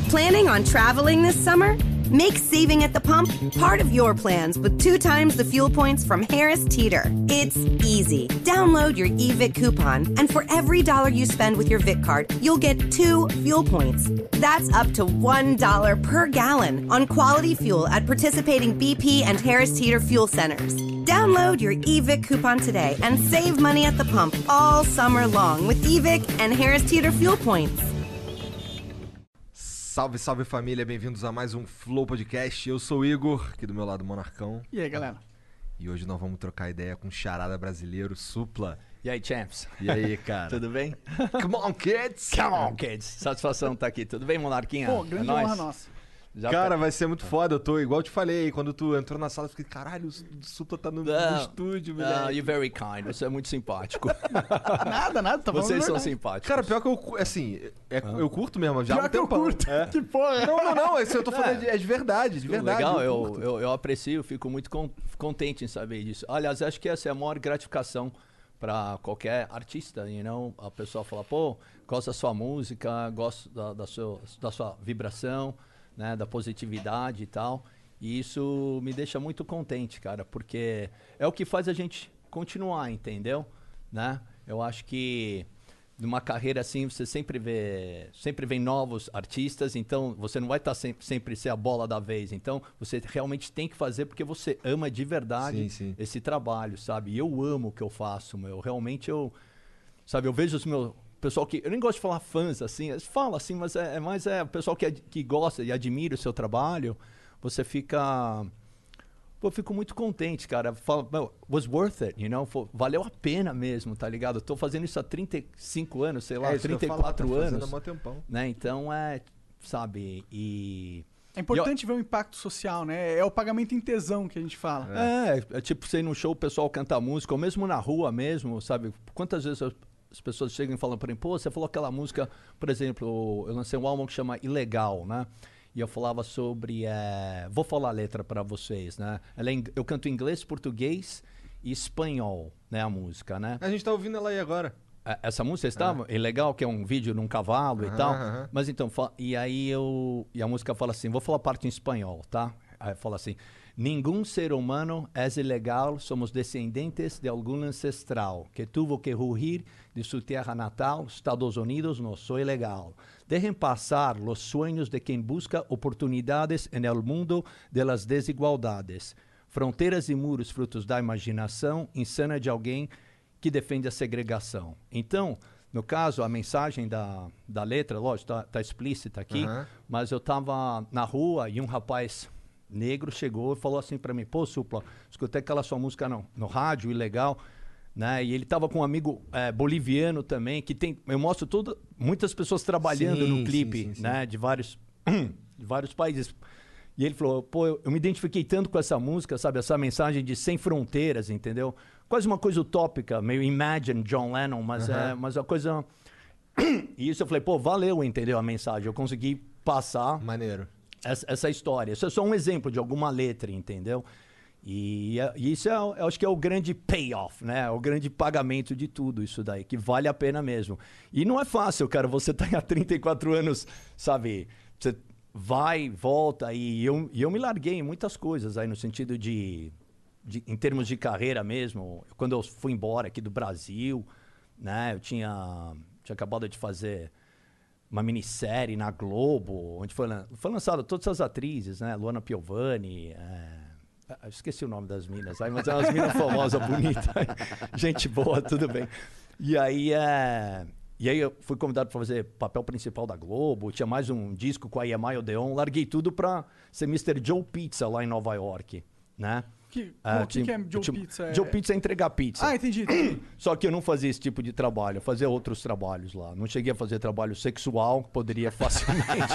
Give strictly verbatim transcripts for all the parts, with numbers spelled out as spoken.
Planning on traveling this summer? Make saving at the pump part of your plans with two times the fuel points from Harris Teeter. It's easy. Download your eVic coupon, and for every dollar you spend with your Vic card, you'll get two fuel points. That's up to one dollar per gallon on quality fuel at participating B P and Harris Teeter fuel centers. Download your eVic coupon today and save money at the pump all summer long with eVic and Harris Teeter fuel points. Salve, salve família, bem-vindos a mais um Flow Podcast. Eu sou o Igor, aqui do meu lado Monarcão. E aí, galera? E hoje nós vamos trocar ideia com o charada brasileiro, Supla. E aí, champs? E aí, cara? Tudo bem? Come on, kids! Come on, kids! Satisfação estar aqui. Tudo bem, Monarquinha? Pô, grande é honra nóis? nossa. Já cara, vai ser muito foda. Eu tô, igual eu te falei, quando tu entrou na sala, eu fiquei, caralho, o Supla tá no, Não, no estúdio, não, moleque. you're very kind. Você é muito simpático. Nada, nada, tá falando Vocês são verdade. simpáticos. Cara, pior que eu, assim, é, Ah. eu curto mesmo, já há Pior um que eu tempão. curto. É. Que porra. Não, não, não, esse eu tô falando É. de, é de verdade, de verdade. Legal, eu, eu, curto. eu, eu aprecio, fico muito con- contente em saber disso. Aliás, acho que essa é a maior gratificação para qualquer artista, you know? A pessoa fala, pô, gosto da sua música, gosto da, da, sua, da sua vibração, né, da positividade e tal. E isso me deixa muito contente, cara, porque é o que faz a gente continuar, entendeu? Né? Eu acho que numa carreira assim, você sempre vê, sempre vem novos artistas, então você não vai estar sempre, sempre ser a bola da vez. Então você realmente tem que fazer porque você ama de verdade Sim, sim. esse trabalho, sabe? E eu amo o que eu faço, meu. Realmente eu, sabe, eu vejo os meus pessoal que, eu nem gosto de falar fãs assim, eles falam assim, mas é, é mais é o pessoal que, ad- que gosta e admira o seu trabalho, você fica, pô, eu fico muito contente, cara. Fala, "Meu, was worth it, you know? Fo- valeu a pena mesmo, tá ligado? Eu tô fazendo isso há trinta e cinco anos, sei lá, É isso que eu ia trinta e falar, quatro tá fazendo anos, há mó tempão. né? Então é, sabe, e É importante ver o impacto social, né? É o pagamento em tesão que a gente fala. É, é tipo você ir num show, o pessoal canta música, ou mesmo na rua mesmo, sabe? Quantas vezes as- as pessoas chegam e falam pra mim, pô, você falou aquela música, por exemplo, eu lancei um álbum que chama Ilegal, né? E eu falava sobre, é, vou falar a letra pra vocês, né? Ela é em- eu canto inglês, português e espanhol, né, a música, né? A gente tá ouvindo ela aí agora. É, essa música estava é. legal, que é um vídeo num cavalo e Aham, tal. aham. Mas então, fa- e aí eu. E a música fala assim, vou falar a parte em espanhol, tá? Aí fala assim: Ningún ser humano es ilegal, somos descendentes de algum ancestral que tuvo que huir de su tierra natal, Estados Unidos, no soy legal. Dejen passar los sueños de quien busca oportunidades en el mundo de las desigualdades. Fronteiras e muros frutos da imaginação insana de alguém que defende a segregação. Então, no caso, a mensagem da, da letra, lógico, tá, tá explícita aqui, Aham. mas eu tava na rua e um rapaz negro chegou e falou assim pra mim, pô, Supla, escutei aquela sua música no, no rádio, Ilegal, né? E ele tava com um amigo eh, boliviano também, que tem, eu mostro tudo, muitas pessoas trabalhando Sim, no clipe, sim, sim, sim. né? De vários, de vários países. E ele falou, pô, eu, eu me identifiquei tanto com essa música, sabe? Essa mensagem de sem fronteiras, entendeu? Quase uma coisa utópica, meio Imagine, John Lennon, mas é Aham. mas uma coisa... E isso eu falei, pô, valeu, entendeu? A mensagem, eu consegui passar Maneiro. essa, essa história. Isso é só um exemplo de alguma letra, entendeu? E, é- e isso é, eu acho que é o grande payoff, né? É o grande pagamento de tudo isso daí, que vale a pena mesmo. E não é fácil, cara, você tá há trinta e quatro anos, sabe? Você vai, volta, e eu, e eu me larguei em muitas coisas aí, no sentido de, de, em termos de carreira mesmo. Quando eu fui embora aqui do Brasil, né? Eu tinha, tinha acabado de fazer uma minissérie na Globo, onde foi, lan- foi lançado todas as atrizes, né? Luana Piovani, é, eu esqueci o nome das minas, aí, mas é umas minas famosas, bonitas, gente boa, tudo bem. E aí, é, e aí eu fui convidado para fazer papel principal da Globo, tinha mais um disco com a E M I Odeon, larguei tudo para ser mister Joe Pizza lá em Nova York, né? Que, Ah, o que, tinha- que é Joe tinha- Pizza? É- Joe Pizza é entregar pizza. Ah, entendi. entendi. Só que eu não fazia esse tipo de trabalho, eu fazia outros trabalhos lá. Não cheguei a fazer trabalho sexual, poderia facilmente.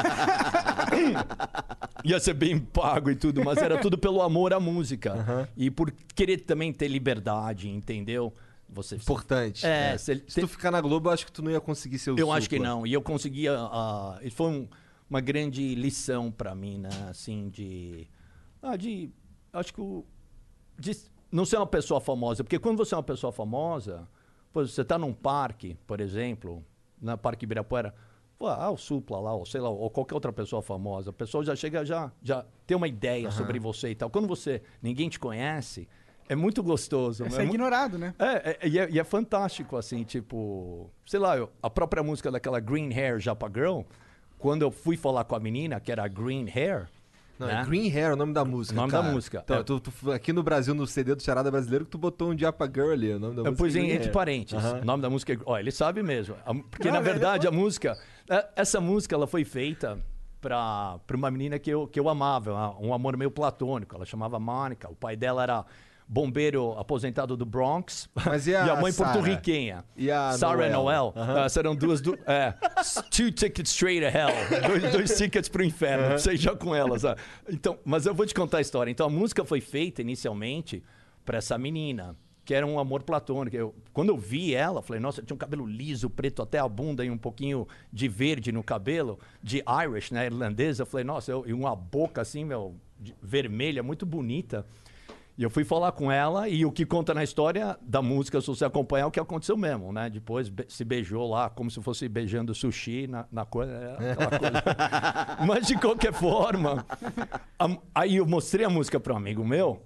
Ia ser bem pago e tudo, mas era tudo pelo amor à música. E por querer também ter liberdade, entendeu? Você Importante. É, É. se- Se tu ficar na Globo, eu acho que tu não ia conseguir ser o eu acho que Supla. não. E eu conseguia. ah, e foi um- uma grande lição pra mim, né? Assim, de. Ah, de. Acho que o. De não ser uma pessoa famosa. Porque quando você é uma pessoa famosa, pô, você tá num parque, por exemplo, na Parque Ibirapuera, Ah, o Supla lá, ou sei lá, ou qualquer outra pessoa famosa. A pessoa já chega, já, já tem uma ideia uhum. sobre você e tal. Quando você, ninguém te conhece, é muito gostoso. É é ser muito... ignorado, né? É, é, e é, e é fantástico, assim, tipo... Sei lá, eu, a própria música daquela Green Hair Japa Girl, quando eu fui falar com a menina, que era Green Hair... Não, né? é Green Hair é o nome da música, O nome cara. da música. Então, é. tu, tu, aqui no Brasil, no C D do Charada Brasileiro, que tu botou um Japa Girl ali, o nome da Eu música. pus é em, Green entre Hair. parênteses. Uhum. O nome da música é... Ó, ele sabe mesmo. A- porque, Não, na ele verdade, é- a música... é- Essa música, ela foi feita pra, pra uma menina que eu, que eu amava. Um amor meio platônico. Ela chamava Mônica. O pai dela era bombeiro aposentado do Bronx. Mas e a a mãe Sarah? porto-riquenha. E a Sarah Noel? Noel. Uhum. Essas eram duas... Du é, two tickets straight to hell. Dois, dois tickets pro inferno. Uhum. Você já com elas. Ó. Então, mas eu vou te contar a história. Então, a música foi feita inicialmente pra essa menina, que era um amor platônico. Eu, quando eu vi ela, falei, nossa, tinha um cabelo liso, preto até a bunda e um pouquinho de verde no cabelo, de Irish, né, irlandesa. Eu falei, nossa, eu, e uma boca assim, meu, de, vermelha, muito bonita. E eu fui falar com ela e o que conta na história da música, se você acompanhar, é o que aconteceu mesmo, né? Depois be se beijou lá, como se fosse beijando sushi na, na coisa, é, aquela coisa. Mas de qualquer forma, a, aí eu mostrei a música para um amigo meu.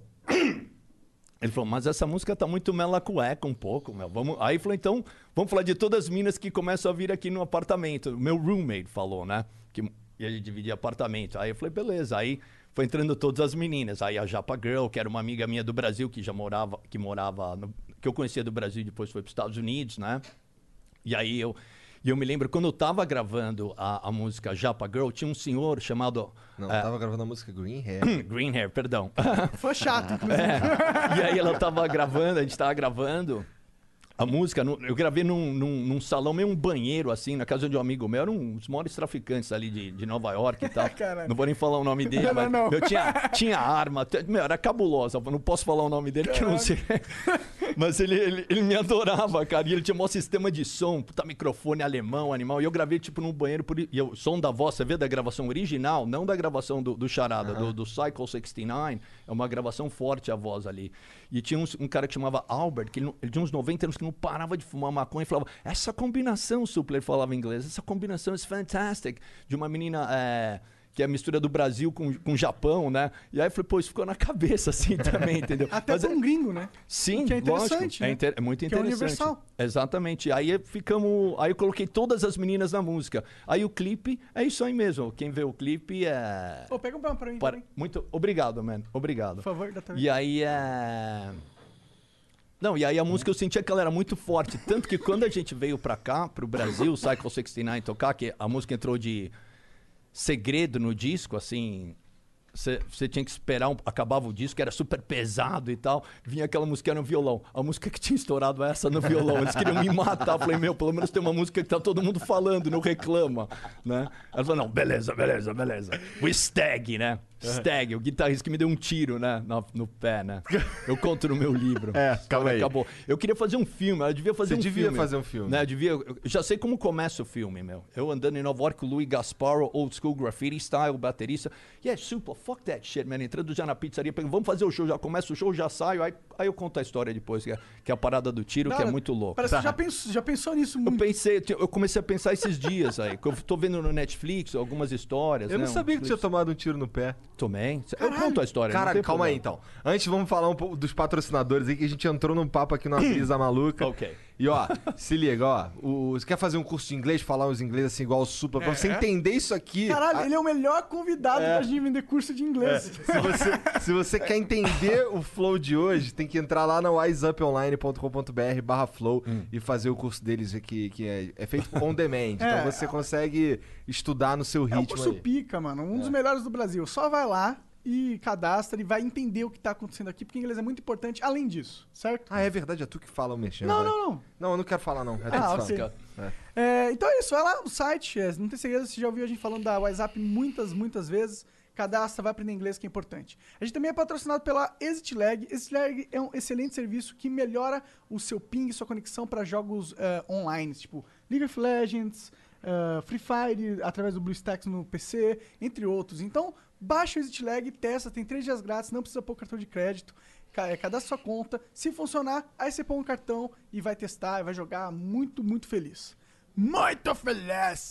Ele falou, mas essa música tá muito mela cueca um pouco, meu. Vamos... Aí ele falou, então, vamos falar de todas as minas que começam a vir aqui no apartamento. O meu roommate falou, né? Que e a gente dividia apartamento. Aí eu falei, beleza. Aí foi entrando todas as meninas. Aí a Japa Girl, que era uma amiga minha do Brasil, que já morava, que morava, no... que eu conhecia do Brasil, depois foi para os Estados Unidos, né? E aí eu... E eu me lembro, quando eu tava gravando a, a música Japa Girl, tinha um senhor chamado... Não, é, tava gravando a música Green Hair. Green Hair, perdão. Foi chato, inclusive. É. E aí ela tava gravando, a gente tava gravando a música. No, eu gravei num, num, num salão, meio um banheiro, assim, na casa de um amigo meu. Era um dos maiores traficantes ali de, de Nova York e tal. Não vou nem falar o nome dele, Não, mas não. Meu, tinha, tinha arma. Meu, era cabulosa. Não posso falar o nome dele, que eu não sei. Mas ele, ele, ele me adorava, cara. E ele tinha um maior sistema de som, puta microfone alemão, animal. E eu gravei, tipo, num banheiro. Por... E o som da voz, você vê da gravação original, não da gravação do, do Charada, Uhum. do, do Cycle sessenta e nove. É uma gravação forte a voz ali. E tinha um, um cara que chamava Albert, que ele, não- ele tinha uns noventa anos que não parava de fumar maconha e falava, essa combinação, Supla, ele falava em inglês, essa combinação é fantastic. De uma menina... É, que é a mistura do Brasil com, com o Japão, né? E aí eu falei, pô, isso ficou na cabeça, assim, também, entendeu? Até Mas pra é- um gringo, né? Sim, Que é interessante, lógico. né? É, inter- é muito Que é interessante. universal. Exatamente. Aí ficamos. Aí eu coloquei todas as meninas na música. Aí o clipe é isso aí mesmo. Quem vê o clipe é. Pô, pega um pra, pra mim Para- também. Muito obrigado, man. Obrigado. Por favor, dá também. E aí é. Não, e aí a música eu sentia que ela era muito forte. Tanto que quando a gente veio pra cá, pro Brasil, Cycle sessenta e nove tocar, que a música entrou de segredo no disco, assim. Você tinha que esperar, um, acabava o disco, era super pesado e tal. Vinha aquela música no violão. A música que tinha estourado é essa no violão. Eles queriam me matar. Eu falei, meu, pelo menos tem uma música que tá todo mundo falando, não reclama, né? Ela falou, não, beleza, beleza, beleza. O Stag, né? Stag, o guitarrista que me deu um tiro, né? No, no pé, né? Eu conto no meu livro. É, calma aí. Acabou. Eu queria fazer um filme, ela devia fazer Você um devia filme. fazer um filme. Né? Eu devia, eu já sei como começa o filme, meu. Eu andando em Nova York, o Louis Gasparo, old school graffiti style, baterista. Yeah, super, fuck that shit, man. Entrando já na pizzaria, pegando, vamos fazer o show, já começa o show, já saio. Aí, aí eu conto a história depois, que é, que é a parada do tiro, que é Cara, muito louco. Parece que já pensou, já pensou nisso Eu muito. pensei, eu comecei a pensar esses dias aí, que eu tô vendo no Netflix algumas histórias. Eu não né, sabia uns que tinha clipes. tomado um tiro no pé. Tomei. Eu conto a história. não Caralho, tem calma aí problema. então. Antes vamos falar um pouco dos patrocinadores aí, que a gente entrou num papo aqui numa brisa maluca. Ok. E ó, se liga, ó. O, você quer fazer um curso de inglês, falar uns inglês assim igual o Supla, pra É. você entender isso aqui. Caralho, a- ele é o melhor convidado pra gente vender curso de inglês. Se você, se você quer entender o flow de hoje, tem que entrar lá na wiseuponline ponto com ponto br barra flow e fazer o curso deles aqui, que é, é feito on demand. Então É. você consegue estudar no seu É o ritmo curso aí. pica, mano. Um dos melhores do Brasil. Só vai lá e cadastra e vai entender o que tá acontecendo aqui, porque inglês é muito importante além disso, certo? Ah, é verdade, é tu que fala o mexendo. Não, vai. não, não. Não, eu não quero falar, não. É tu Ah, que ok. fala. É. É, então é isso, vai lá no site, é, não tem segredo, você já ouviu a gente falando da WhatsApp muitas, muitas vezes. Cadastra, vai aprender inglês, que é importante. A gente também é patrocinado pela ExitLag. ExitLag é um excelente serviço que melhora o seu ping, sua conexão para jogos eh, online, tipo League of Legends, eh, Free Fire, através do BlueStacks no P C, entre outros. Então, baixa o ExitLag, testa, tem três dias grátis, não precisa pôr cartão de crédito. Ca- eh, Cadastra sua conta. Se funcionar, aí você põe um cartão e vai testar, e vai jogar muito, muito feliz. Muito feliz!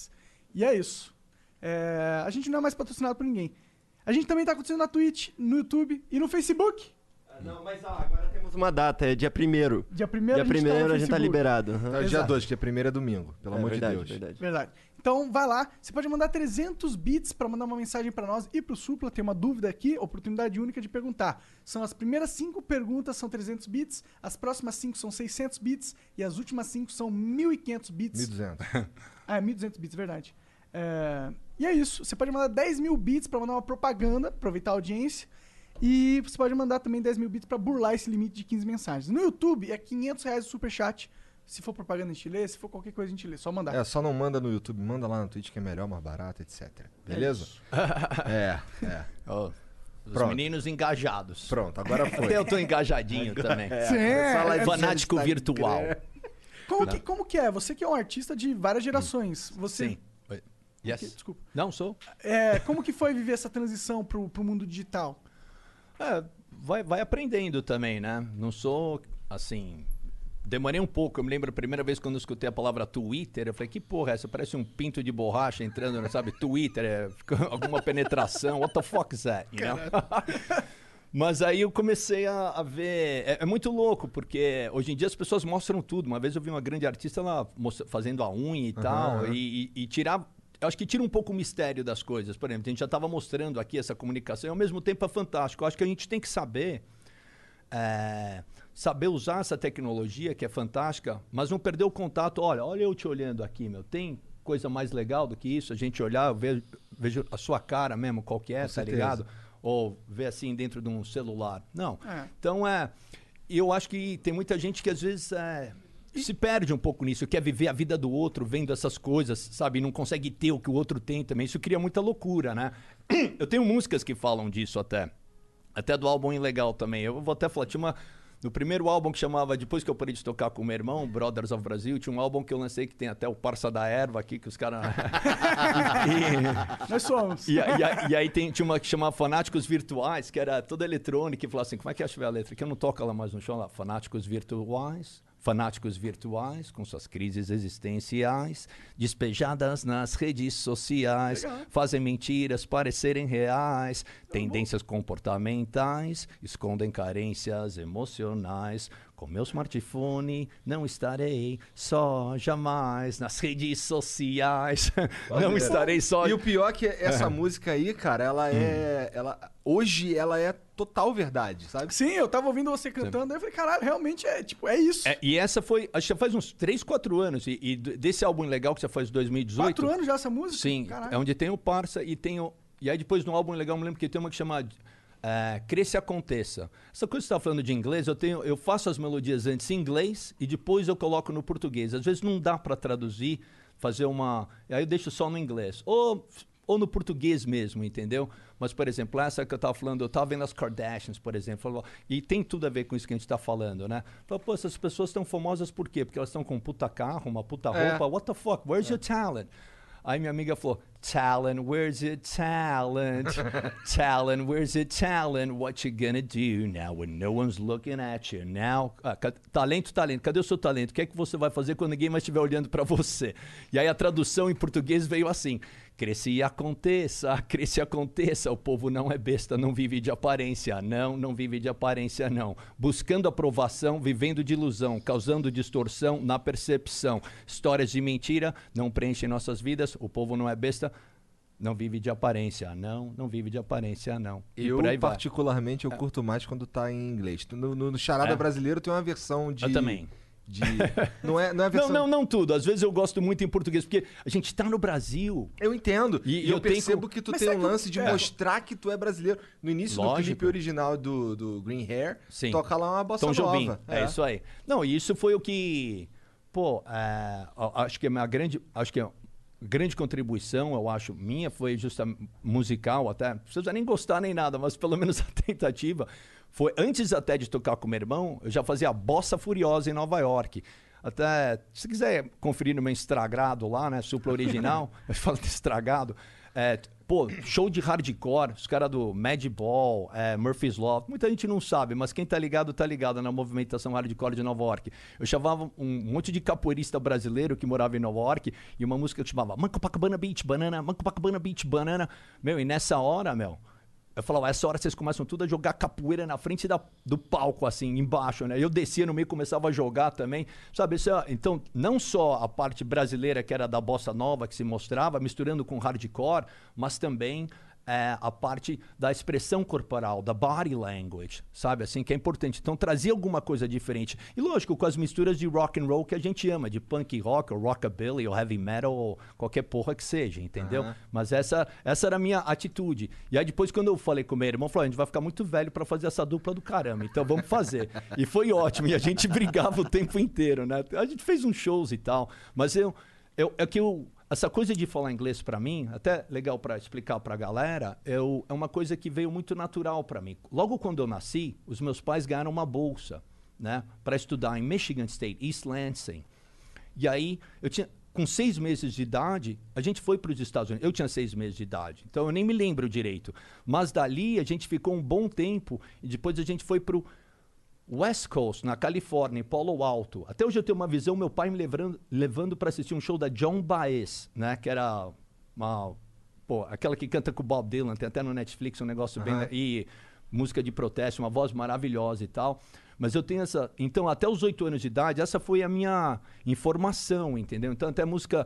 E é isso. É, a gente não é mais patrocinado por ninguém. A gente também tá acontecendo na Twitch, no YouTube e no Facebook. Não, mas ó, agora temos uma data, é dia primeiro. Dia primeiro Dia a gente tá primeiro no a gente tá Facebook. liberado. uhum. Então, dia Exato. dois, que é primeiro é domingo, pelo É amor verdade, de Deus. verdade. Verdade. Então vai lá, você pode mandar trezentos bits pra mandar uma mensagem pra nós e pro Supla. Tem uma dúvida aqui, oportunidade única de perguntar. São as primeiras cinco perguntas são trezentos bits, as próximas cinco são seiscentos bits e as últimas cinco são mil e quinhentos bits. mil e duzentos. Ah, é mil e duzentos bits, verdade. É, E é isso. Você pode mandar dez mil bits pra mandar uma propaganda, aproveitar a audiência. E você pode mandar também dez mil bits pra burlar esse limite de quinze mensagens. No YouTube é quinhentos reais o superchat. Se for propaganda a gente lê, se for qualquer coisa a gente lê. Só mandar. É, só não manda no YouTube, manda lá na Twitch que é melhor, mais barato, etcétera. Beleza? É, é. Ó, os Pronto. meninos engajados. Pronto, agora foi. Até eu tô engajadinho também. Sim, é, é- Fanático Instagram. virtual. Como, que, como que é? Você que é um artista de várias gerações. Você. Sim. Oi. Yes. Desculpa. Não, sou. É, como que foi viver essa transição pro, pro mundo digital? É, vai, vai aprendendo também, né? Não sou, assim... Demorei um pouco. Eu me lembro a primeira vez quando eu escutei a palavra Twitter, eu falei, que porra é essa? Parece um pinto de borracha entrando, sabe? Twitter, é, alguma penetração. What the fuck is that? You know? Mas aí eu comecei a, a ver... É, é muito louco, porque hoje em dia as pessoas mostram tudo. Uma vez eu vi uma grande artista ela mostra- fazendo a unha e tal, aham. e, e, e tirar... Eu acho que tira um pouco o mistério das coisas. Por exemplo, a gente já estava mostrando aqui essa comunicação e ao mesmo tempo é fantástico. Eu acho que a gente tem que saber... é, saber usar essa tecnologia que é fantástica, mas não perder o contato. Olha, olha eu te olhando aqui, meu. Tem coisa mais legal do que isso? A gente olhar, eu vejo, vejo a sua cara mesmo, qual que é, Com tá certeza. ligado? Ou ver assim dentro de um celular. Não. É. Então, é... Eu acho que tem muita gente que às vezes é, se perde um pouco nisso, quer viver a vida do outro, vendo essas coisas, sabe? Não consegue ter o que o outro tem também. Isso cria muita loucura, né? Eu tenho músicas que falam disso até. Até do álbum Ilegal também. Eu vou até falar, tinha uma... No primeiro álbum que chamava, depois que eu parei de tocar com o meu irmão, Brothers of Brasil, tinha um álbum que eu lancei que tem até o Parça da Erva aqui, que os caras... Nós somos. E, e, e aí tem, tinha uma que chamava Fanáticos Virtuais, que era toda eletrônica, e falava assim, como é que acha a letra? Que eu não toco ela mais no chão lá. Fanáticos Virtuais, fanáticos virtuais, com suas crises existenciais, despejadas nas redes sociais, Legal. fazem mentiras parecerem reais, tendências comportamentais, escondem carências emocionais. Com meu smartphone não estarei só jamais nas redes sociais. Não estarei só... E o pior é que essa música aí, cara, ela é. Ela, hoje ela é total verdade, sabe? Sim, eu tava ouvindo você cantando, aí eu falei, caralho, realmente é, tipo, é isso. É, e essa foi, acho que já faz uns três, quatro anos. E, e desse álbum legal que já faz dois mil e dezoito. Quatro anos já essa música? Sim, Caralho. é onde tem o Parça e tem o... E aí depois no álbum legal eu me lembro que tem uma que chama é, Cresça e Aconteça. Essa coisa que você tá falando de inglês, eu, tenho, eu faço as melodias antes em inglês e depois eu coloco no português. Às vezes não dá para traduzir, fazer uma... E aí eu deixo só no inglês. Ou... ou no português mesmo, entendeu? Mas, por exemplo, essa que eu tava falando, eu tava vendo as Kardashians, por exemplo, falou, e tem tudo a ver com isso que a gente tá falando, né? Falei, pô, essas pessoas estão famosas por quê? Porque elas estão com um puta carro, uma puta É. roupa, what the fuck, where's your talent? Aí minha amiga falou, talent, where's your talent? Talent, where's your talent? What you gonna do now when no one's looking at you? Now, ah, ca- talento, talento, cadê o seu talento? O que é que você vai fazer quando ninguém mais estiver olhando pra você? E aí a tradução em português veio assim, cresça e aconteça, cresça e aconteça, o povo não é besta, não vive de aparência, não, não vive de aparência, não. Buscando aprovação, vivendo de ilusão, causando distorção na percepção. Histórias de mentira não preenchem nossas vidas, o povo não é besta, não vive de aparência, não, não vive de aparência, não. E Eu, por aí vai. particularmente, eu curto mais quando tá em inglês. No, no, no Charada É. Brasileiro tem uma versão de... Eu também. De, não é, não é a Não, versão... não, não tudo. Às vezes eu gosto muito em português, porque a gente tá no Brasil. Eu entendo. E- E, e eu, eu tenho percebo com- que tu Mas tem um será que- lance de é. mostrar que tu é brasileiro. No início do Lógico. clipe original do, do Green Hair, Sim. toca lá uma bossa Tom Jobim, nova. é. isso aí. Não, e isso foi o que, pô, é, a- acho que a minha grande, acho que a grande contribuição, eu acho, minha foi justa musical até, não precisa nem gostar nem nada, mas pelo menos a tentativa foi, antes até de tocar com meu irmão, eu já fazia Bossa Furiosa em Nova York. Até, se quiser conferir no meu estragado lá, né, supla original, eu falo de estragado, É, pô, show de hardcore, os caras do Madball, é, Murphy's Law, muita gente não sabe, mas quem tá ligado, tá ligado na movimentação hardcore de Nova York. Eu chamava um monte de capoeirista brasileiro que morava em Nova York e uma música que chamava Mancopacabana Beach Banana, Mancopacabana Beach Banana. Meu, e nessa hora, meu, eu falava, essa hora vocês começam tudo a jogar capoeira na frente da, do palco, assim, embaixo, né? Eu descia no meio e começava a jogar também, sabe? Isso é, então, não só a parte brasileira, que era da bossa nova, que se mostrava, misturando com hardcore, mas também é, a parte da expressão corporal, da body language, sabe? Assim, que é importante. Então, trazia alguma coisa diferente. E, lógico, com as misturas de rock and roll que a gente ama, de punk rock, ou rockabilly, ou heavy metal, ou qualquer porra que seja, entendeu? Uhum. Mas essa, essa era a minha atitude. E aí, depois, quando eu falei com o meu irmão, falou, a gente vai ficar muito velho pra fazer essa dupla do caramba, então vamos fazer. E foi ótimo, e a gente brigava o tempo inteiro, né? A gente fez uns shows e tal, mas eu... eu é que eu... Essa coisa de falar inglês para mim, até legal para explicar para a galera, eu, é uma coisa que veio muito natural para mim. Logo quando eu nasci, os meus pais ganharam uma bolsa, né, para estudar em Michigan State, East Lansing. E aí, eu tinha, com seis meses de idade, a gente foi para os Estados Unidos. Eu tinha seis meses de idade, então eu nem me lembro direito. Mas dali a gente ficou um bom tempo e depois a gente foi para o West Coast, na Califórnia, em Palo Alto. Até hoje eu tenho uma visão, meu pai me levando, levando para assistir um show da Joan Baez, né? Que era uma... Pô, aquela que canta com o Bob Dylan, tem até no Netflix um negócio uhum. bem... E música de protesto, uma voz maravilhosa e tal. Mas eu tenho essa... Então, até os oito anos de idade, essa foi a minha informação, entendeu? Então, até música...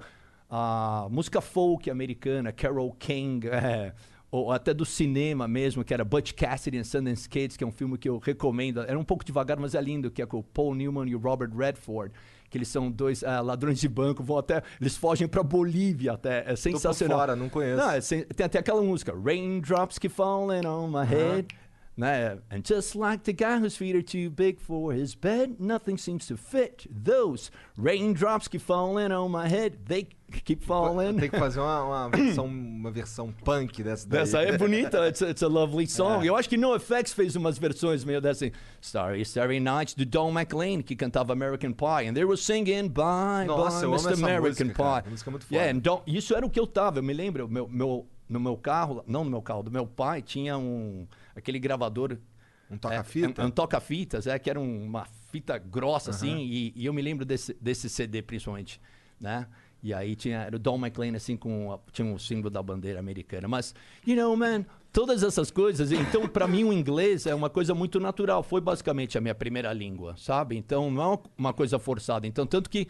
A música folk americana, Carole King... É, ou até do cinema mesmo, que era Butch Cassidy and Sundance Kids, que é um filme que eu recomendo. Era um pouco devagar, mas é lindo, que é com o Paul Newman e o Robert Redford, que eles são dois uh, ladrões de banco, vão até... Eles fogem pra Bolívia até, é sensacional. Tô por fora, não conheço. Não, é sen... Tem até aquela música, Raindrops Keep Falling on My Head, uh-huh. né? And just like the guy whose feet are too big for his bed, nothing seems to fit those raindrops keep falling on my head, they keep falling. Tem que fazer uma, uma, versão, uma versão punk dessa daí. Essa é bonita, it's, it's a lovely song. É. Eu acho que NoFX fez umas versões meio dessa, Starry, Starry Nights, do Don McLean, que cantava American Pie, and they were singing Bye, Nossa, Bye, mister American música, Pie. Cara. Música muito foda. Yeah, Don, isso era o que eu tava, eu me lembro, meu, meu, no meu carro, não no meu carro, do meu pai, tinha um, aquele gravador... Um toca-fita? É, um, um toca-fitas, é, que era um, uma fita grossa, uhum. assim, e, e eu me lembro desse, desse C D, principalmente, né? E aí tinha, era o Don McLean, assim, com, tinha um símbolo da bandeira americana. Mas, you know, man, todas essas coisas, então, pra mim, o inglês é uma coisa muito natural. Foi basicamente a minha primeira língua, sabe? Então, não é uma coisa forçada. Então, tanto que,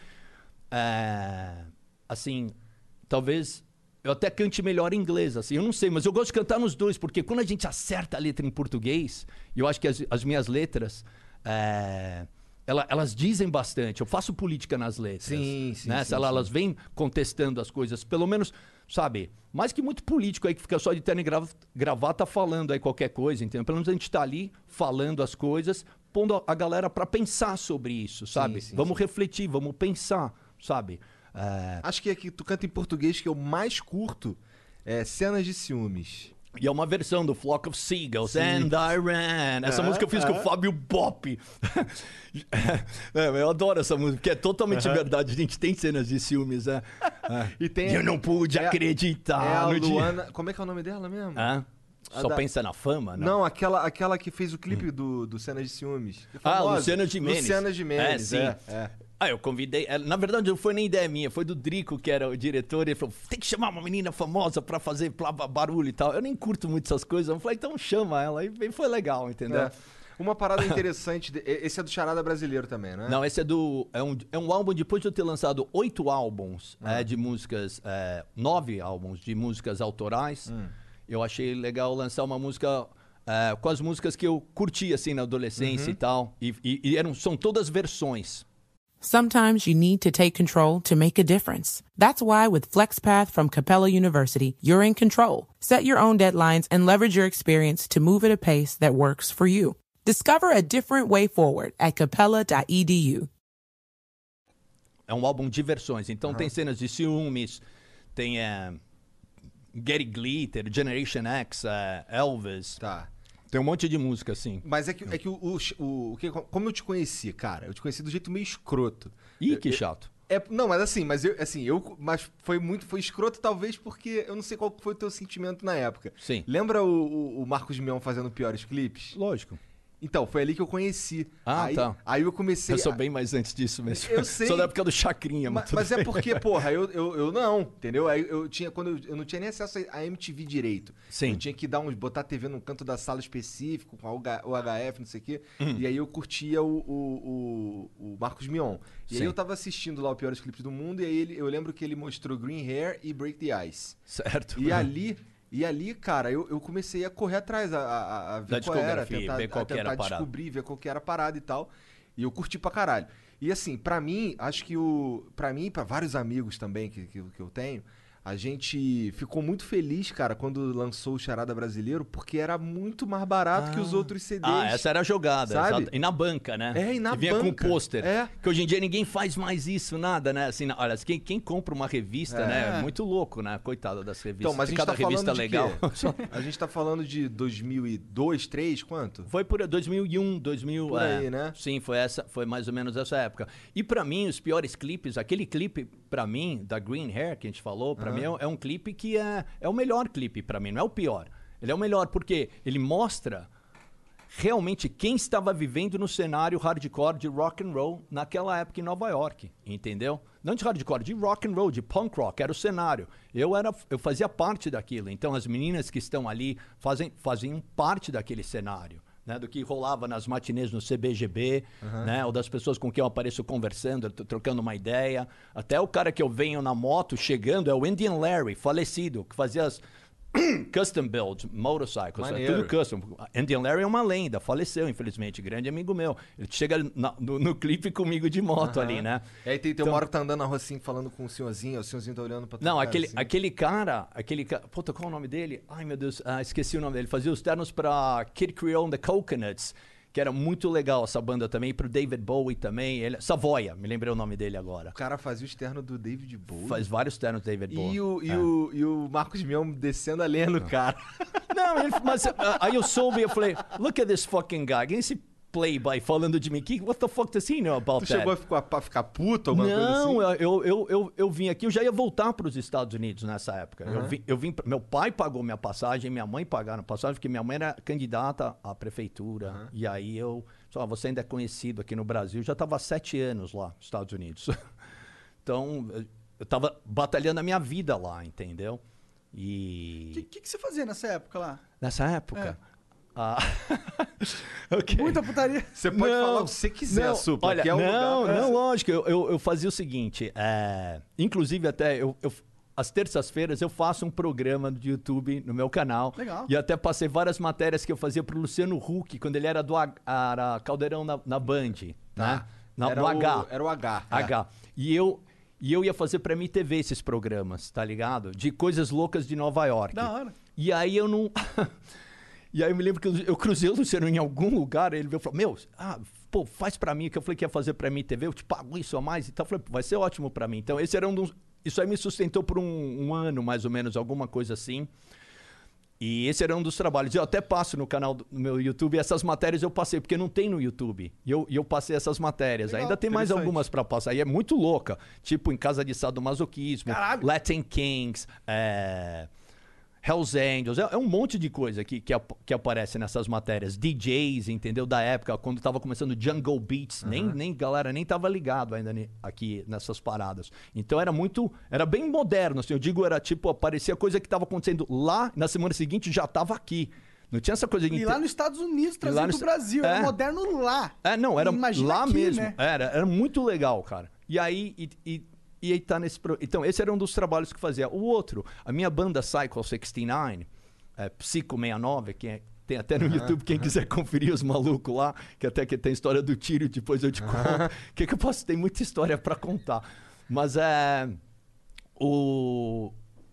é, assim, talvez... Eu até cante melhor em inglês, assim, eu não sei, mas eu gosto de cantar nos dois, porque quando a gente acerta a letra em português, eu acho que as, as minhas letras, é, ela, elas dizem bastante. Eu faço política nas letras. Sim, sim, né? sim, Se ela, sim. Elas vêm contestando as coisas, pelo menos, sabe, mais que muito político aí que fica só de terno e gravata falando aí qualquer coisa, entendeu? Pelo menos a gente tá ali falando as coisas, pondo a galera para pensar sobre isso, sabe? Sim, sim, vamos sim. refletir, vamos pensar, sabe? É... Acho que é que tu canta em português que eu mais curto é Cenas de Ciúmes. E é uma versão do Flock of Seagulls, Sim. And I Ran. Essa É, música eu fiz é. com o Fábio Bop. É, eu adoro essa música, porque é totalmente Uhum. verdade. A gente tem cenas de ciúmes, né? É. E tem Eu não pude é, acreditar é a no dia. Luana... Como é que é o nome dela mesmo? Hã? A Só da- pensa na fama, não? Não, aquela, aquela que fez o clipe do, do Cenas de Ciúmes. Ah, Famosa. Luciana Gimenez. Luciana Gimenez, É, sim. é, é. Ah, eu convidei... é, Na verdade, não foi nem ideia minha, foi do Drico, que era o diretor, e ele falou, tem que chamar uma menina famosa pra fazer blá, blá, barulho e tal. Eu nem curto muito essas coisas. Eu falei, então chama ela. E e foi legal, entendeu? É. Uma parada interessante, de- esse é do Charada brasileiro também, né? Não, esse é do. É um, é um álbum, depois de eu ter lançado oito álbuns Ah. é, de músicas, é, nove álbuns de músicas autorais, Hum. eu achei legal lançar uma música é, com as músicas que eu curti assim na adolescência e tal. E, e, e eram, são todas versões. Sometimes you need to take control to make a difference. That's why with FlexPath from Capella University, you're in control. Set your own deadlines and leverage your experience to move at a pace that works for you. Discover a different way forward at capella dot e d u. É um álbum de versões. Então tem cenas de ciúmes, tem é, Gary Glitter, Generation X, é, Elvis. Tá. Tem um monte de música assim. Mas é que, é que o, o, o, o que- como eu te conheci, cara? Eu te conheci do jeito meio escroto. Ih, que chato. É, não, mas assim, mas eu, assim, eu, mas foi muito, foi escroto talvez porque eu não sei qual foi o teu sentimento na época. Sim. Lembra o, o, o Marcos Mion fazendo piores clipes? Lógico. Então, foi ali que eu conheci. Ah, aí, tá. Aí eu comecei... Eu sou a- bem mais antes disso mesmo. Eu sei. Sou da época do Chacrinha, Ma- mas, Mas, tudo é bem. porque, porra, eu, eu, eu não, entendeu? Aí eu tinha, quando eu, eu não tinha nem acesso a M T V direito. Sim. Eu tinha que dar uns, botar a T V num canto da sala específico, com a H- o H F, não sei o quê. Hum. E aí eu curtia o, o, o, o Marcos Mion. E Sim. aí eu tava assistindo lá o Piores Clipes do Mundo, e aí ele, eu lembro que ele mostrou Green Hair e Break the Ice. Certo. E ali... E ali, cara, eu, eu comecei a correr atrás, a, a, a ver Da qual era, discografia, tentar, ver qual a que era tentar a parada. descobrir, ver qual que era a parada e tal. E eu curti pra caralho. E assim, pra mim, acho que o... Pra mim e pra vários amigos também que, que, que eu tenho, a gente ficou muito feliz, cara, quando lançou o Charada Brasileiro, porque era muito mais barato que os outros C Ds. Ah, essa era a jogada. Sabe? Exato. E na banca, né? É, e na que vinha banca. com pôster. É. Que hoje em dia ninguém faz mais isso, nada, né? Assim, na- olha, quem, quem compra uma revista, É. né? É muito louco, né? Coitado das revistas. Então, mas a gente Cada tá falando revista de legal. quê? A gente tá falando de dois mil e dois, dois mil e três, quanto? Foi por dois mil e um, dois mil... Por é. aí, né? Sim, foi, essa, foi mais ou menos essa época. E pra mim, os piores clipes, aquele clipe, pra mim, da Green Hair, que a gente falou, pra mim é, é um clipe que é, é o melhor clipe pra mim, não é o pior. Ele é o melhor porque ele mostra realmente quem estava vivendo no cenário hardcore de rock and roll naquela época em Nova York, entendeu? Não de hardcore, de rock and roll, de punk rock, era o cenário. Eu era, eu fazia parte daquilo. Então as meninas que estão ali fazem, faziam parte daquele cenário. Né, do que rolava nas matinês no C B G B, né, ou das pessoas com quem eu apareço conversando, t- trocando uma ideia. Até o cara que eu venho na moto chegando é o Indian Larry, falecido, que fazia as custom builds, motorcycles, é Maneiro. tudo custom. Indian Larry é uma lenda, faleceu, infelizmente, grande amigo meu. Ele chega na- no, no clipe comigo de moto ali, né? E aí tem, tem Então- uma hora que tá andando na rua assim, falando com o senhorzinho, o senhorzinho tá olhando pra tua Não, cara, aquele, assim. aquele cara, aquele cara. Puta, qual é o nome dele? Ai, meu Deus, ah, esqueci o nome dele. Fazia os ternos pra Kid Creole and the Coconuts, que era muito legal essa banda também, e pro David Bowie também. Ele, Savoia, me lembrei o nome dele agora. O cara fazia o externo do David Bowie. Faz vários ternos do David Bowie. E o, e, É. o, e o Marcos Mion descendo a lenha no cara. Não, ele, mas ah, aí eu soube, eu falei, look at this fucking guy. Quem é esse playboy falando de mim? Que- What the fuck does he know about Tu that? chegou a ficar, pra ficar puto, alguma Não, coisa assim? eu, eu, eu, eu vim aqui, eu já ia voltar para os Estados Unidos nessa época. Eu vim, eu vim, pra- meu pai pagou minha passagem, minha mãe pagaram a passagem, porque minha mãe era candidata à prefeitura. E aí eu, só, você ainda é conhecido aqui no Brasil, já estava há sete anos lá nos Estados Unidos. Então, eu- eu estava batalhando a minha vida lá, entendeu? O E que, que, que você fazia nessa época lá? nessa época... É. Ah, ok. Muita putaria. Você pode falar o que você quiser, não, Supla, olha, que é o não, lugar pra- não, lógico. Eu, eu, eu fazia o seguinte, é, inclusive até eu, eu- às terças-feiras eu faço um programa do YouTube no meu canal. Legal. E até passei várias matérias que eu fazia pro Luciano Huck quando ele era do H- era Caldeirão na, na Band, né? Na, era no o, H. Era o H. é. H. E eu e eu ia fazer pra M T V esses programas, tá ligado? De coisas loucas de Nova York. Da hora. E aí eu não. E aí eu me lembro que eu, eu cruzei o Luciano em algum lugar, ele veio e falou: Meu, ah, pô, faz pra mim, que eu falei que ia fazer pra M T V, eu te pago isso a mais e tal. Eu falei, vai ser ótimo pra mim. Então, esse era um dos. Isso aí me sustentou por um, um ano, mais ou menos, alguma coisa assim. E esse era um dos trabalhos. Eu até passo no canal do no meu YouTube, essas matérias eu passei, porque não tem no YouTube. E eu, e eu passei essas matérias. Legal, Ainda tem mais interessante. algumas pra passar. E é muito louca. Tipo, em Casa de Sadomasoquismo, Caralho. Latin Kings, é... Hells Angels, é, é um monte de coisa que, que, ap- que aparece nessas matérias. D Js, entendeu? Da época, quando tava começando Jungle Beats, nem, nem galera nem tava ligado ainda ne- aqui nessas paradas. Então era muito, era bem moderno, assim, eu digo, era tipo, aparecia coisa que tava acontecendo lá, na semana seguinte já tava aqui. Não tinha essa coisa de... E lá nos Estados Unidos, lá trazendo nos- pro Brasil. Era É. moderno lá. É, não, era Imagina lá aqui, mesmo. né? Era, era muito legal, cara. E aí, e, e, e aí tá nesse... Pro... Então, esse era um dos trabalhos que fazia. O outro, a minha banda Cycle sessenta e nove, é, Psico sessenta e nove, que é, tem até no YouTube, quem quiser conferir os malucos lá, que até que tem história do tiro, depois eu te conto. O que, que eu posso... Tem muita história pra contar. Mas é... O...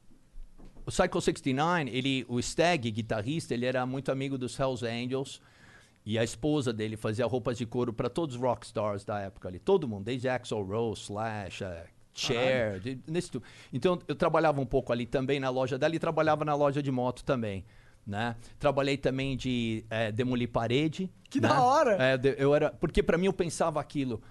O Cycle sessenta e nove, ele, o Stag, guitarrista, ele era muito amigo dos Hells Angels. E a esposa dele fazia roupas de couro para todos os rockstars da época ali. Todo mundo, desde Axl Rose, Slash, uh, Cher, de, nesse tudo. Então eu trabalhava um pouco ali também na loja dela e trabalhava na loja de moto também. Né? Trabalhei também de é, demolir parede. Que né? da hora! É, de- eu era, porque para mim eu pensava aquilo.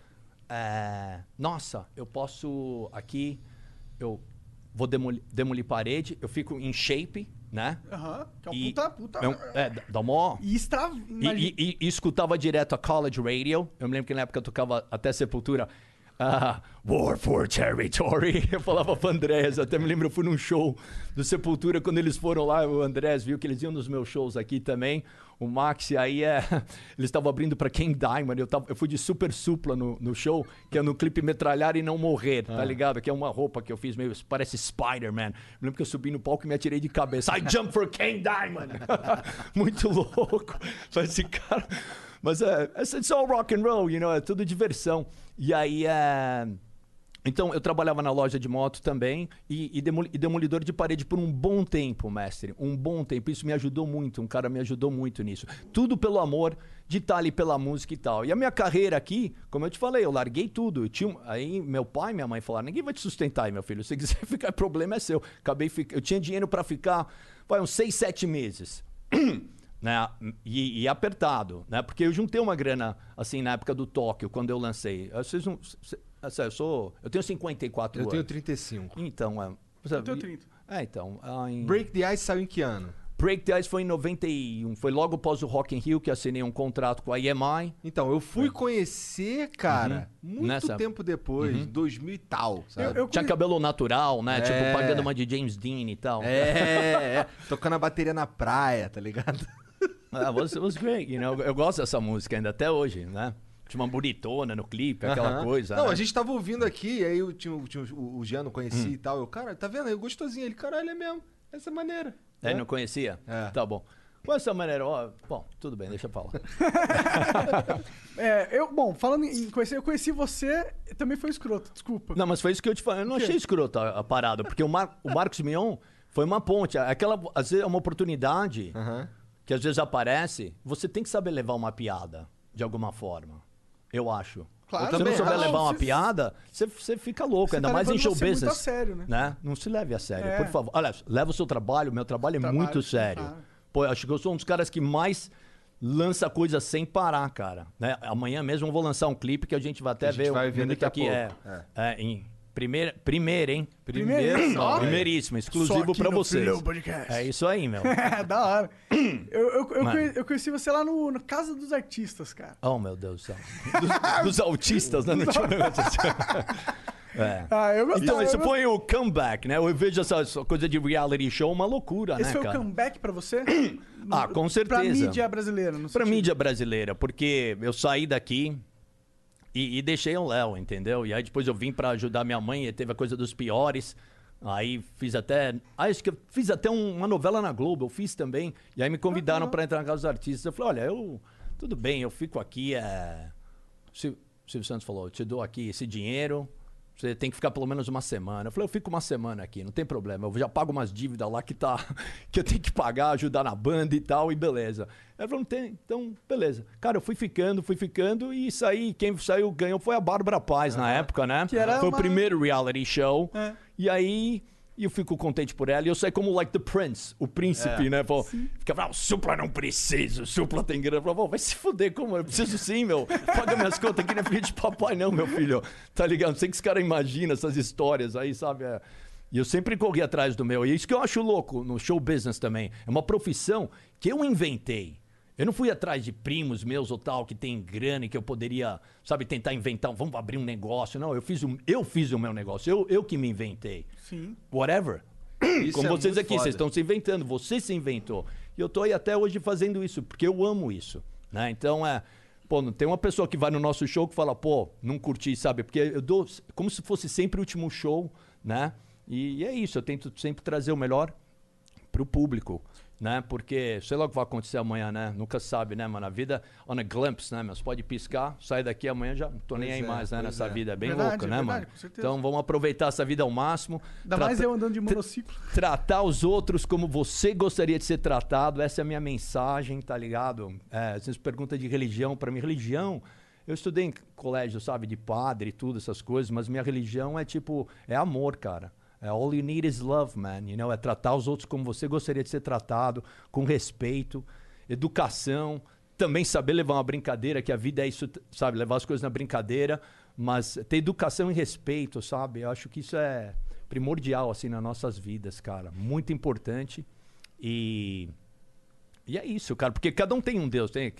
é, nossa, eu posso aqui, eu vou demolir, demolir parede, eu fico em shape, né? Aham, que é um E- puta, puta... É, um- é, dá mó... E extra... E, imagina- e- e- e escutava direto a College Radio. Eu me lembro que na época eu tocava até Sepultura. ah, War for Territory. Eu falava pro Andrés. Até me lembro, eu fui num show do Sepultura. Quando eles foram lá, o Andrés viu que eles iam nos meus shows aqui também. O Max, e aí é, eles estavam abrindo pra King Diamond. Eu, tava, eu fui de super supla no, no show, que é no clipe Metralhar e Não Morrer, tá ligado? Que é uma roupa que eu fiz meio, parece Spider-Man. Me lembro que eu subi no palco e me atirei de cabeça. I jump for King Diamond! Muito louco. Esse cara... Mas é, it's all rock and roll, you know, é tudo diversão. E aí, é... Então, eu trabalhava na loja de moto também e, e, demoli- e demolidor de parede por um bom tempo, mestre. Um bom tempo. Isso me ajudou muito, um cara me ajudou muito nisso. Tudo pelo amor de estar ali pela música e tal. E a minha carreira aqui, como eu te falei, eu larguei tudo. Eu tinha, um- aí meu pai e minha mãe falaram, ninguém vai te sustentar aí, meu filho. Se você quiser ficar, problema é seu. Acabei fic... Eu tinha dinheiro pra ficar, vai, uns seis, sete meses. Né? E, e apertado, né? Porque eu juntei uma grana, assim, na época do Tóquio, quando eu lancei. Vocês não... cê- assim, eu sou... Eu tenho cinquenta e quatro Eu anos. tenho trinta e cinco. Então, é... Eu tenho trinta. É, então... ah, em... Break the Ice saiu em que ano? Break the Ice foi em noventa e um. Foi logo após o Rock in Rio que assinei um contrato com a E M I. Então, eu fui conhecer, cara, muito Nessa- tempo depois, dois mil e tal, sabe? Eu, eu Tinha conhe- cabelo natural, né? É. Tipo, pagando uma de James Dean e tal. É, é, tocando a bateria na praia, tá ligado? Ah, was, was great, you know? Eu gosto dessa música ainda até hoje, né? Tinha uma bonitona no clipe, aquela Aham. coisa. Não, né? a gente tava ouvindo aqui, aí eu tinha, tinha o, o Jean, não conhecia e tal. Eu, cara, tá vendo? Eu gostosinho. Ele, caralho, é mesmo. Essa é maneira. É, É. não conhecia? É. Tá bom. Com essa maneira, ó, bom, tudo bem, deixa eu falar. É, eu, bom, falando em conhecer, eu conheci você, também foi escroto, desculpa. Não, mas foi isso que eu te falei. Eu não quê? achei escroto a, a parada, porque o, Mar, o Marcos Mion foi uma ponte. Aquela, às vezes, é uma oportunidade Aham. que às vezes aparece, você tem que saber levar uma piada, de alguma forma. Eu acho. Claro, Se você não também souber acho. levar uma Você- piada, você, você fica louco, Você ainda tá mais em levando show você muito business. a sério, né? Não se leve a sério, É. por favor. Olha, leva o seu trabalho, o meu trabalho é Trabalho, muito sério. claro. Pô, eu acho que eu sou um dos caras que mais lança coisa sem parar, cara. Né? Amanhã mesmo eu vou lançar um clipe que a gente vai até A gente ver vai o ver minuto daqui a aqui. pouco. É, é, em primeira, primeiro, hein? Primeiro, só. ó. Primeiríssimo, Só exclusivo aqui pra no vocês. Flow Podcast. É isso aí, meu. É, da hora. Eu, eu, eu, Mano. conhe- eu conheci você lá no, no Casa dos Artistas, cara. Oh, meu Deus do céu. Dos, dos autistas, né? Não tinha um negócio assim. É. Ah, eu gostava. Então, eu isso gost- foi o comeback, né? Eu vejo essa essa coisa de reality show uma loucura, Esse né, foi cara? o comeback pra você? Ah, com Pra certeza. mídia brasileira, no Pra sentido- mídia brasileira, porque eu saí daqui e, e deixei o Léo, entendeu? E aí depois eu vim pra ajudar minha mãe e teve a coisa dos piores. Aí fiz até. Ah, acho que eu fiz até um- uma novela na Globo, eu fiz também. E aí me convidaram pra entrar na casa dos artistas. Eu falei, olha, eu. Tudo bem, eu fico aqui. É... O Sil- Silvio Santos falou, eu te dou aqui esse dinheiro. Você tem que ficar pelo menos uma semana. Eu falei, eu fico uma semana aqui, não tem problema. Eu já pago umas dívidas lá que, tá, que eu tenho que pagar, ajudar na banda e tal, e beleza. Ela falou, não tem? Então, beleza. Cara, eu fui ficando, fui ficando, e saí, quem saiu, ganhou foi a Bárbara Paz na época, né? Que era foi uma- o primeiro reality show. É. E aí, eu fico contente por ela. E eu saí como like the prince, o príncipe, né? Pô, ficava, ah, o Supla não precisa, o Supla tem grana. Eu falava, vai se fuder, como? Eu preciso sim, meu. Paga minhas contas aqui, não é filho de papai não, meu filho. Tá ligado? Não sei que os caras imaginam essas histórias aí, sabe? É. E eu sempre corri atrás do meu. E é isso que eu acho louco no show business também. É uma profissão que eu inventei. Eu não fui atrás de primos meus ou tal que tem grana e que eu poderia, sabe, tentar inventar, vamos abrir um negócio. Não, eu fiz o, eu fiz o meu negócio, eu, eu que me inventei. Sim. Whatever. Isso Como é vocês muito aqui, foda. vocês estão se inventando, você se inventou. E eu tô aí até hoje fazendo isso, porque eu amo isso, né? Então, é... Pô, não tem uma pessoa que vai no nosso show que fala, pô, não curti, sabe? Porque eu dou como se fosse sempre o último show, né? E, e é isso, eu tento sempre trazer o melhor pro público, né? Porque sei lá o que vai acontecer amanhã, né? Nunca sabe, né, mano? A vida on a glimpse, né, meu? Você pode piscar, sai daqui amanhã já não tô nem Pois aí é, mais, né, pois nessa é. vida. É bem Verdade, louco, é né, verdade, mano? com certeza. Então vamos aproveitar essa vida ao máximo. Ainda mais Trata- eu andando de monociclo. Tratar os outros como você gostaria de ser tratado, essa é a minha mensagem, tá ligado? É, vocês perguntam de religião, pra mim, religião, eu estudei em colégio, sabe, de padre e tudo, essas coisas, mas minha religião é tipo, é amor, cara. É all you need is love, man, you know? É tratar os outros como você gostaria de ser tratado, com respeito, educação, também saber levar uma brincadeira, que a vida é isso, sabe, levar as coisas na brincadeira, mas ter educação e respeito, sabe? Eu acho que isso é primordial, assim, nas nossas vidas, cara. Muito importante. E, e é isso, cara. Porque cada um tem um Deus. Tem,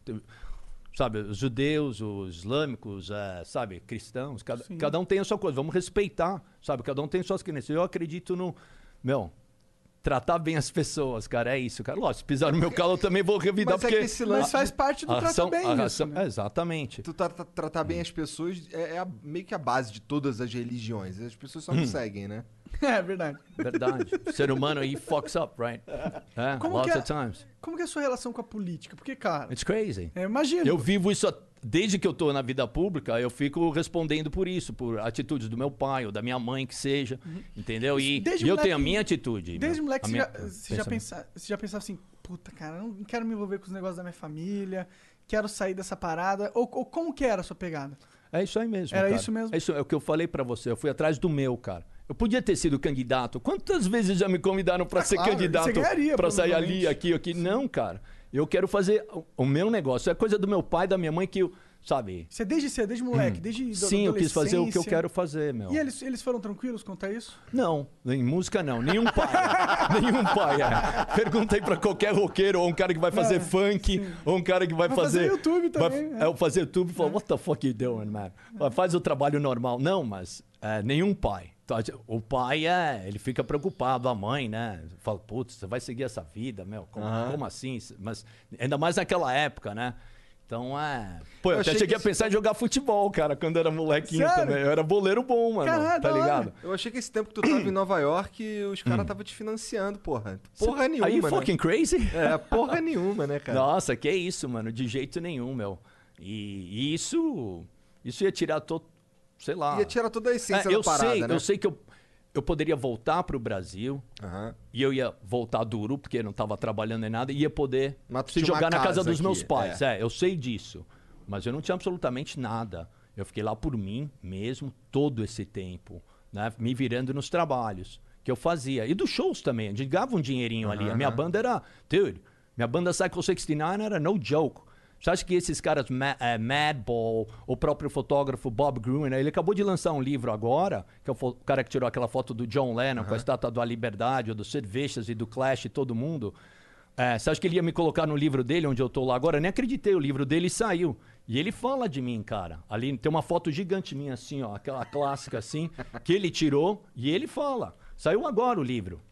sabe, os judeus, os islâmicos, é, sabe, cristãos. Cada, cada um tem a sua coisa. Vamos respeitar, sabe? Cada um tem suas crenças. Eu acredito no... Meu... Tratar bem as pessoas, cara, é isso, cara. Lógico, se pisar no meu calo, eu também vou revidar, Mas é porque... que esse lance Mas faz parte do a tratar ração- bem a isso, ração- né? é, exatamente. Tu tra- tra- tratar bem as pessoas é, é a- meio que a base de todas as religiões. As pessoas Hum. só não seguem, né? É verdade. Verdade. O ser humano, he fucks up, right? É, Como lots que é- of times. Como que é a sua relação com a política? Porque, cara, It's crazy. eu imagino. Eu vivo isso, a- desde que eu tô na vida pública, eu fico respondendo por isso, por atitudes do meu pai ou da minha mãe, que seja, entendeu? E, Desde e eu moleque- tenho a minha atitude. Desde meu- moleque a você, minha- já, você, já pensamento. pensa, você já pensava assim, puta, cara, eu não quero me envolver com os negócios da minha família, quero sair dessa parada. Ou, ou como que era a sua pegada? É isso aí mesmo, Era cara. isso mesmo? É isso, é o que eu falei pra você. Eu fui atrás do meu, cara. Eu podia ter sido candidato. Quantas vezes já me convidaram pra Ah, ser claro, candidato? você ganharia, Pra sair ali, provavelmente. aqui, aqui. Não, cara. Eu quero fazer o- o meu negócio. É coisa do meu pai, da minha mãe que eu, sabe? Você desde cedo, desde moleque, desde do- Hum. Sim, eu quis fazer o que eu adolescência. quero fazer, meu. E eles, eles foram tranquilos quanto a isso? Não, em música não. Nenhum pai. Nenhum pai. É. Perguntei pra qualquer roqueiro, ou um cara que vai fazer É, funk, sim. ou um cara que vai, Vai fazer YouTube vai- também, É, é. eu fazer YouTube e falar, what the fuck you doing, man? Faz o trabalho normal. Não, mas é, nenhum pai. O pai, é, ele fica preocupado, a mãe, né? Fala, putz, você vai seguir essa vida, meu? Como, como assim? Mas ainda mais naquela época, né? Então, é... Pô, eu, Eu até achei cheguei que a pensar em jogar futebol, cara, quando era molequinho Sério? também. Eu era boleiro bom, mano, Caralho, tá da hora. ligado? Eu achei que esse tempo que tu tava em Nova York, os caras estavam te financiando, porra. Porra nenhuma, Are you né? fucking crazy? É, porra nenhuma, né, cara? Nossa, que isso, mano. De jeito nenhum, meu. E, e isso... Isso ia tirar todo... Sei lá. Ia tirar toda a essência É, da eu parada, sei, né? Eu sei que eu, eu poderia voltar pro Brasil... Aham. E eu ia voltar duro, porque eu não tava trabalhando em nada, e ia poder Mas tu se tinha uma jogar na casa casa dos aqui, meus pais. é. É. eu sei disso. Mas eu não tinha absolutamente nada. Eu fiquei lá por mim mesmo todo esse tempo, né? Me virando nos trabalhos que eu fazia. E dos shows também. A gente ganhava um dinheirinho ali. A minha banda era... Dude, minha banda Cycle sessenta e nove era no joke. Você acha que esses caras, Ma é, Madball, o próprio fotógrafo Bob Gruen, ele acabou de lançar um livro agora, que é o, o cara que tirou aquela foto do John Lennon com a estátua da Liberdade, ou do Sid Vicious e do Clash e todo mundo. É, você acha que ele ia me colocar no livro dele, onde eu tô lá agora? Eu nem acreditei, o livro dele saiu. E ele fala de mim, cara. Ali tem uma foto gigante minha, assim, ó, aquela clássica assim, que ele tirou, e ele fala. Saiu agora o livro.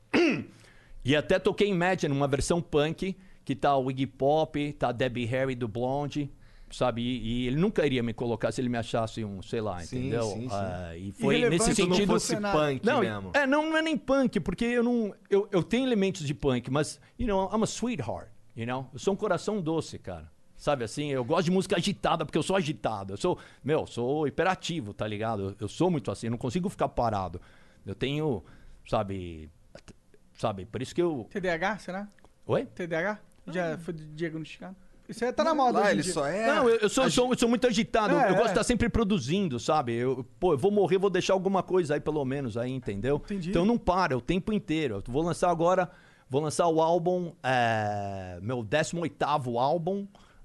E até toquei Imagine, uma versão punk, que tá o Iggy Pop, tá a Debbie Harry do Blonde, sabe? E, e ele nunca iria me colocar se ele me achasse um, sei lá, Sim, entendeu? sim, sim. Ah, e foi Irrelevante nesse Se tu não sentido... fosse punk Não, mesmo. é, não, não é nem punk, porque eu não... Eu, eu tenho elementos de punk, mas, you know, I'm a sweetheart, you know? Eu sou um coração doce, cara. Sabe assim? Eu gosto de música agitada, porque eu sou agitado. Eu sou, meu, sou hiperativo, tá ligado? Eu, eu sou muito assim, eu não consigo ficar parado. Eu tenho, sabe... Sabe, por isso que eu... T D A H, será? Oi? T D A H? Já foi diagnosticado? Isso aí tá na moda Lá hoje em ele dia. só é... Não, eu, eu sou, eu sou, eu sou muito agitado. É, eu gosto é. de estar sempre produzindo, sabe? Eu, pô, eu vou morrer, vou deixar alguma coisa aí, pelo menos, aí, entendeu? Entendi. Então não para, o tempo inteiro. Eu vou lançar agora, vou lançar o álbum, é, meu décimo oitavo álbum,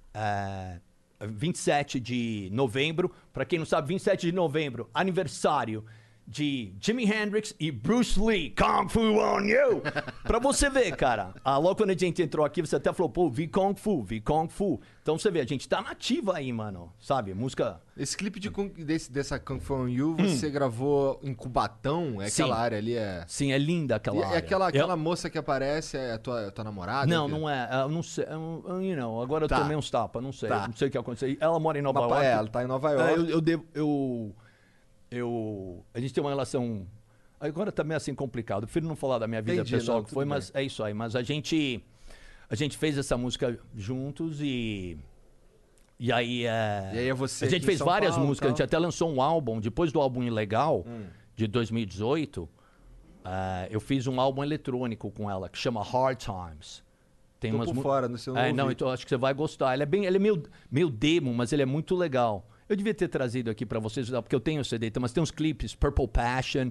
é, vinte e sete de novembro. Pra quem não sabe, vinte e sete de novembro, aniversário de Jimi Hendrix e Bruce Lee, Kung Fu on You. Pra você ver, cara. Ah, logo quando a gente entrou aqui, você até falou, pô, vi Kung Fu, vi Kung Fu. Então você vê, a gente tá nativa aí, mano. Sabe? Música... Esse clipe de, Kung- desse, dessa Kung Fu on You, você gravou em Cubatão? É Sim. aquela área ali, é... Sim, é linda aquela E, área. é aquela, aquela Eu- moça que aparece, é a tua, a tua namorada? Não, O quê? não é. Eu não sei. Eu, you know, agora eu Tá. tomei uns tapas, não sei. Tá. Não sei o que aconteceu. Ela mora em Nova Mas, York. é, ela tá em Nova York. É, eu, eu devo. Eu, eu. A gente tem uma relação. Agora tá meio assim complicado. Eu prefiro não falar da minha vida Entendi, pessoal não, que foi, tudo mas é isso aí. Mas a gente. A gente fez essa música juntos e. E aí. É, E aí é você a aqui gente em fez São várias Paulo, músicas. A gente tal. até lançou um álbum. Depois do álbum Ilegal, Hum. de dois mil e dezoito, é, eu fiz um álbum eletrônico com ela que chama Hard Times. Tem Tô umas por mu- fora, no seu É, não, então acho que você vai gostar. Ele é bem, ele é meio, meio demo, mas ele é muito legal. Eu devia ter trazido aqui pra vocês, porque eu tenho o C D, então, mas tem uns clipes, Purple Passion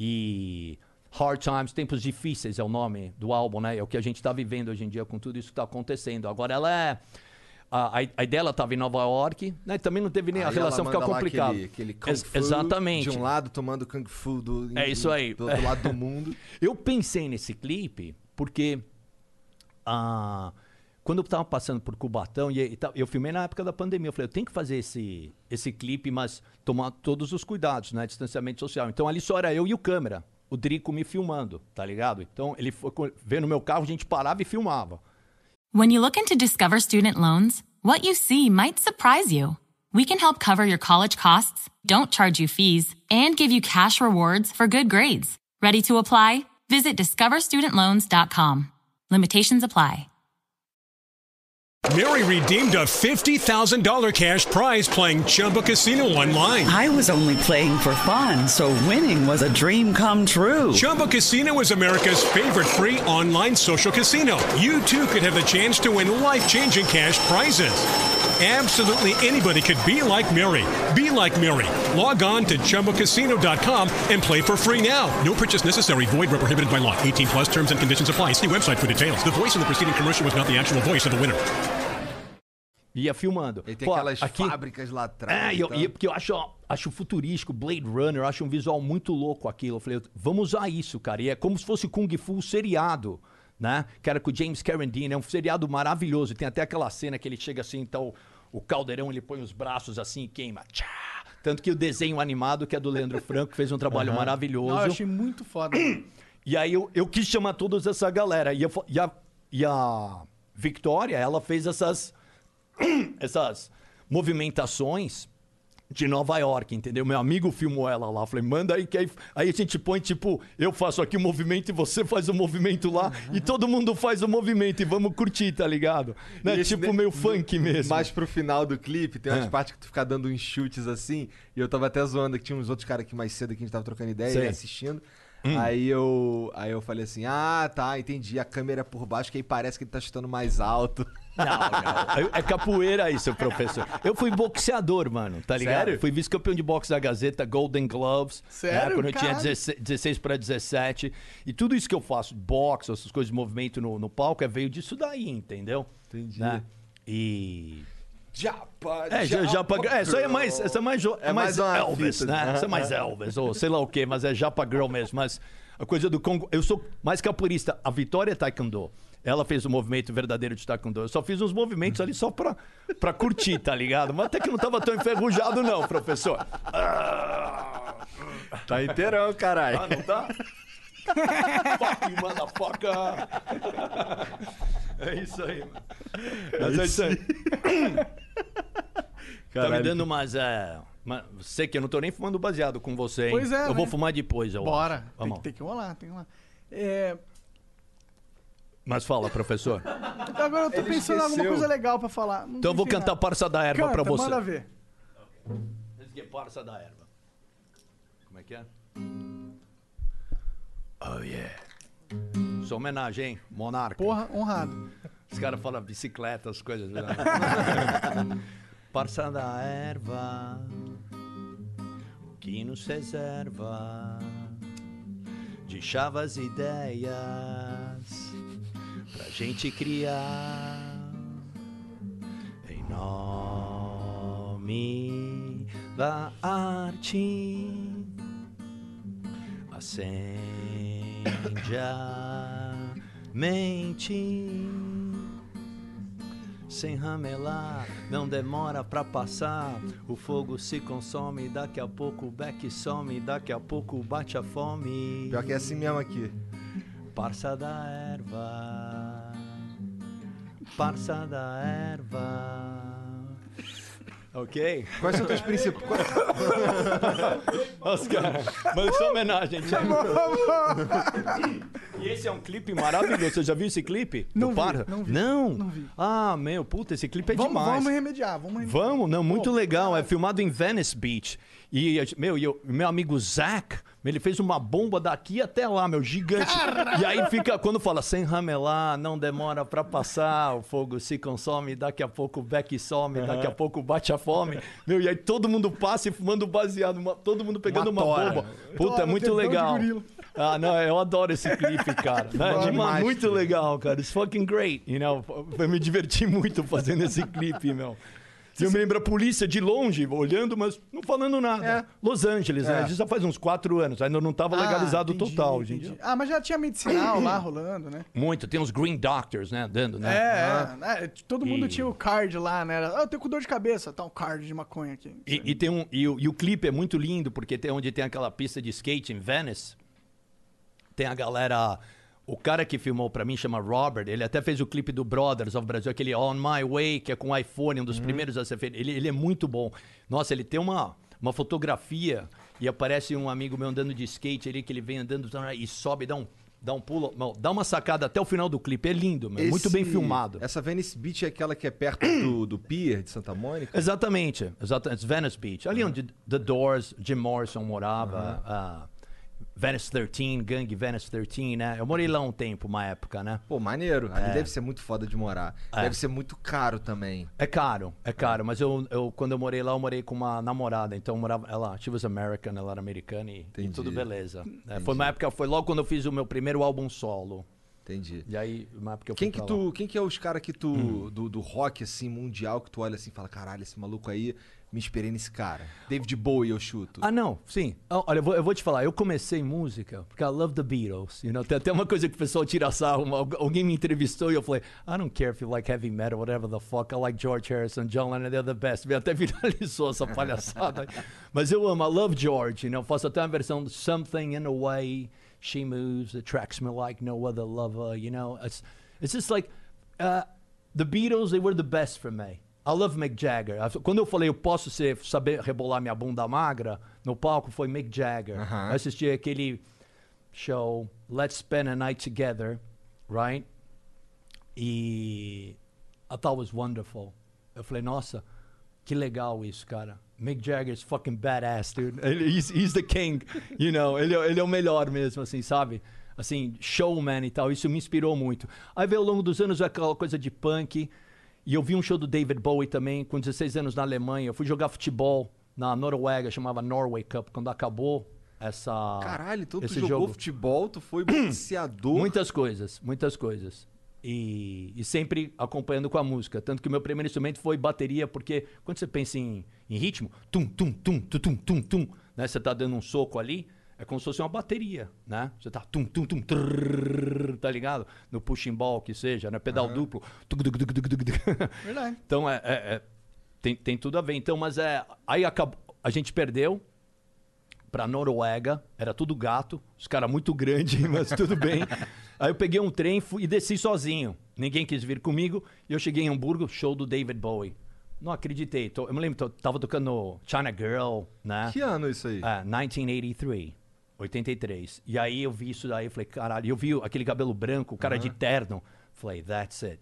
e Hard Times, Tempos Difíceis é o nome do álbum, né? É o que a gente tá vivendo hoje em dia com tudo isso que tá acontecendo. Agora ela é... A, a, a ideia ela estava em Nova York, né? Também não teve nem... Aí a relação ela fica manda lá complicada. Aquele, aquele kung Ex fu exatamente. de um lado, tomando Kung Fu do, É isso aí. do outro lado do mundo. Eu pensei nesse clipe porque... Ah, quando eu tava passando por Cubatão, e, e tal, eu filmei na época da pandemia, eu falei, eu tenho que fazer esse, esse clipe, mas tomar todos os cuidados, né? Distanciamento social. Então ali só era eu e o câmera, o Drico me filmando, tá ligado? Então ele foi ver no meu carro, a gente parava e filmava. When you look into Discover Student Loans, what you see might surprise you. We can help cover your college costs, don't charge you fees, and give you cash rewards for good grades. Ready to apply? Visit discover student loans dot com. Limitations apply. Mary redeemed a fifty thousand dollars cash prize playing Chumba Casino online. I was only playing for fun, so winning was a dream come true. Chumba Casino is America's favorite free online social casino. You, too, could have the chance to win life-changing cash prizes. Absolutely anybody could be like Mary. Be like Mary. Log on to chumba casino dot com and play for free now. No purchase necessary. Void where prohibited by law. eighteen plus terms and conditions apply. See website for details. The voice in the preceding commercial was not the actual voice of the winner. Ia filmando. E tem Pô, aquelas aqui... fábricas lá atrás. É, eu, e, porque eu acho, acho futurístico, Blade Runner, eu acho um visual muito louco aquilo. Eu falei, vamos usar isso, cara. E é como se fosse Kung Fu seriado, né? Que era com o James Carradine, é um seriado maravilhoso. Tem até aquela cena que ele chega assim, então o caldeirão, ele põe os braços assim e queima. Tchá! Tanto que o desenho animado, que é do Leandro Franco, fez um trabalho uhum. maravilhoso. Não, eu achei muito foda. E aí eu, eu quis chamar toda essa galera. E, eu, e, a, e a Victoria, ela fez essas... essas movimentações de Nova York, entendeu? Meu amigo filmou ela lá, falei, manda aí que aí, aí a gente põe, tipo, eu faço aqui o movimento e você faz o movimento lá e todo mundo faz o movimento e vamos curtir, tá ligado? Né? Tipo ne... meio funk mesmo. Mas pro final do clipe tem umas é. partes que tu fica dando uns chutes assim e eu tava até zoando que tinha uns outros caras aqui mais cedo que a gente tava trocando ideia e assistindo. Hum. Aí eu aí eu falei assim, ah, tá, entendi, a câmera é por baixo que aí parece que ele tá chutando mais alto. Não, não, é capoeira isso, professor. Eu fui boxeador, mano, tá ligado? Sério? Fui vice-campeão de boxe da Gazeta, Golden Gloves. Sério, né, quando eu cara? tinha dezesseis para dezessete. E tudo isso que eu faço, boxe, essas coisas de movimento no, no palco, é, veio disso daí, entendeu? Entendi. Né? E... Japa, É, Japa, Japa Girl. É, isso aí é mais, essa é mais, jo... é É mais, mais uma Elvis, fita. né? Isso é mais Elvis, ou sei lá o quê, mas é Japa Girl mesmo. Mas a coisa do Congo... Eu sou mais capoeirista. A Vitória é taekwondo. Ela fez o movimento verdadeiro de taekwondo. Eu só fiz uns movimentos ali só pra, pra curtir, tá ligado? Mas até que não tava tão enferrujado não, professor. Tá inteirão, caralho. Ah, não tá? Fuck you, motherfucker! É isso aí, mano. Mas é isso aí. Tá me dando mais, é... Mas sei que eu não tô nem fumando baseado com você, hein? Pois é, Eu vou né? fumar depois, eu Bora. acho. Tem Vamos. que, tem que rolar, tem que rolar. É... Mas fala, professor. Agora eu tô Ele pensando em alguma esqueceu. coisa legal pra falar. Não Então eu vou pensei em cantar nada. Parça da Erva Canta, pra você. manda ver. Esse aqui é Parça da Erva. Como é que é? Oh, yeah. Sua homenagem, hein? Monarca. Porra, honrado. Os caras falam bicicleta, as coisas. Né? Parça da erva, o que nos reserva de chavas ideias pra gente criar em nome da arte. Acende a mente sem ramelar, não demora pra passar. O fogo se consome, daqui a pouco o beck some, daqui a pouco bate a fome. Pior que é assim mesmo aqui. Parça da erva, parça da erva. Ok? Quais são teus principais... Os caras, mas isso é homenagem, gente. E esse é um clipe maravilhoso. Você já viu esse clipe? Não Do vi, Parra? não vi. Não? Não vi. Ah, meu, puta, esse clipe é Vamos, demais. vamos remediar, vamos remediar. Vamos, não, muito Pô, legal. É filmado em Venice Beach. E, meu, e eu, meu amigo Zach, ele fez uma bomba daqui até lá, meu, gigante. E aí fica, quando fala, sem ramelar, não demora pra passar, o fogo se consome, daqui a pouco o beck some, daqui a pouco bate a fome. Meu, e aí todo mundo passa e fumando baseado, uma- todo mundo pegando Uma uma, tora. bomba. Puta, é Tora, muito dedão de legal. gorila. Ah, não, eu adoro esse clipe, cara. Né? demais, Muito filho. legal, cara. It's fucking great, you know? Eu me diverti muito fazendo esse clipe, meu. E eu me lembro a polícia de longe, olhando, mas não falando nada. É. Los Angeles, né? É. Isso já faz uns quatro anos. Ainda não estava legalizado entendi, total hoje em entendi. dia. Ah, mas já tinha medicinal lá rolando, né? Muito. Tem uns Green Doctors, né? Dando, né? É, é, é, todo mundo E- tinha o card lá, né? Era, ah, eu tenho com dor de cabeça, tá um card de maconha aqui. E, e tem um, e, o, e o clipe é muito lindo, porque tem onde tem aquela pista de skate em Venice. Tem a galera... O cara que filmou pra mim chama Robert. Ele até fez o clipe do Brothers of Brasil, aquele On My Way, que é com iPhone, um dos primeiros a ser feito. Ele, ele é muito bom. Nossa, ele tem uma, uma fotografia e aparece um amigo meu andando de skate ali, que ele vem andando e sobe, dá um, dá um pulo. Não, dá uma sacada até o final do clipe. É lindo, meu, muito Esse- bem filmado. Essa Venice Beach é aquela que é perto do, do Pier de Santa Mônica? Exatamente, exatamente. Venice Beach. Ali onde The Doors, Jim Morrison morava, ah, Venice treze, gangue Venice treze, né? Eu morei lá um tempo, uma época, né? Pô, maneiro. Ali É. deve ser muito foda de morar. É. Deve ser muito caro também. É caro, é caro. Mas eu, eu, quando eu morei lá, eu morei com uma namorada. Então eu morava, ela, she was American, ela era americana e, e Entendi. tudo beleza. É, foi uma época, foi logo quando eu fiz o meu primeiro álbum solo. Entendi. E aí, uma época eu Quem fui que pra lá. tu, quem que é os caras que tu do, do rock assim mundial que tu olha assim e fala, caralho, esse maluco aí, me inspirei nesse cara. David Bowie eu chuto. Ah, não, sim. Ah, Olha, eu vou, eu vou te falar, eu comecei música porque I love the Beatles. You know? Tem até uma coisa que o pessoal tira sarro. uma- Alguém me entrevistou e eu falei, I don't care if you like heavy metal, whatever the fuck. I like George Harrison, John Lennon, they're the best. Até viralizou essa palhaçada. Mas eu amo, I love George. You know? Faço até uma versão de Something in a Way. She moves, attracts me like no other lover. You know, it's, it's just like, uh, the Beatles, they were the best for me. I love Mick Jagger. Quando eu falei eu posso ser, saber rebolar minha bunda magra no palco, foi Mick Jagger. Aham. Eu assisti aquele show, Let's Spend a Night Together, right? E I thought it was wonderful. Eu falei, nossa, que legal isso, cara. Mick Jagger is fucking badass, dude. Ele- He's, he's the king, you know. Ele, é- ele é o melhor mesmo, assim, sabe? Assim, showman e tal. Isso me inspirou muito. Aí veio ao longo dos anos aquela coisa de punk. E eu vi um show do David Bowie também, com dezesseis anos na Alemanha. Eu fui jogar futebol na Noruega, chamava Norway Cup, quando acabou essa... Caralho, então tu esse jogou jogo. futebol, tu foi boxeador. Muitas coisas, muitas coisas. E, e sempre acompanhando com a música. Tanto que o meu primeiro instrumento foi bateria, porque quando você pensa em, em ritmo, tum, tum, tum, tum, tum, tum, tum, né? Você tá dando um soco ali, é como se fosse uma bateria, né? Você tá tum, tum, tum, trrr, tá ligado? No pushing ball, que seja, né? Pedal duplo. Tuc, tuc, tuc, tuc, tuc, tuc. Verdade. Então, é, é- é- tem, tem tudo a ver. Então, mas é... Aí acabou, a gente perdeu pra Noruega, era tudo gato, os caras muito grandes, mas tudo bem. Aí eu peguei um trem fui, e desci sozinho. Ninguém quis vir comigo. E eu cheguei em Hamburgo, show do David Bowie. Não acreditei. Tô- eu me lembro, tô- tava tocando China Girl, né? Que ano isso aí? É, nineteen eighty-three, oitenta e três. E aí eu vi isso daí, eu falei, caralho, eu vi aquele cabelo branco, o cara de terno. Falei, that's it.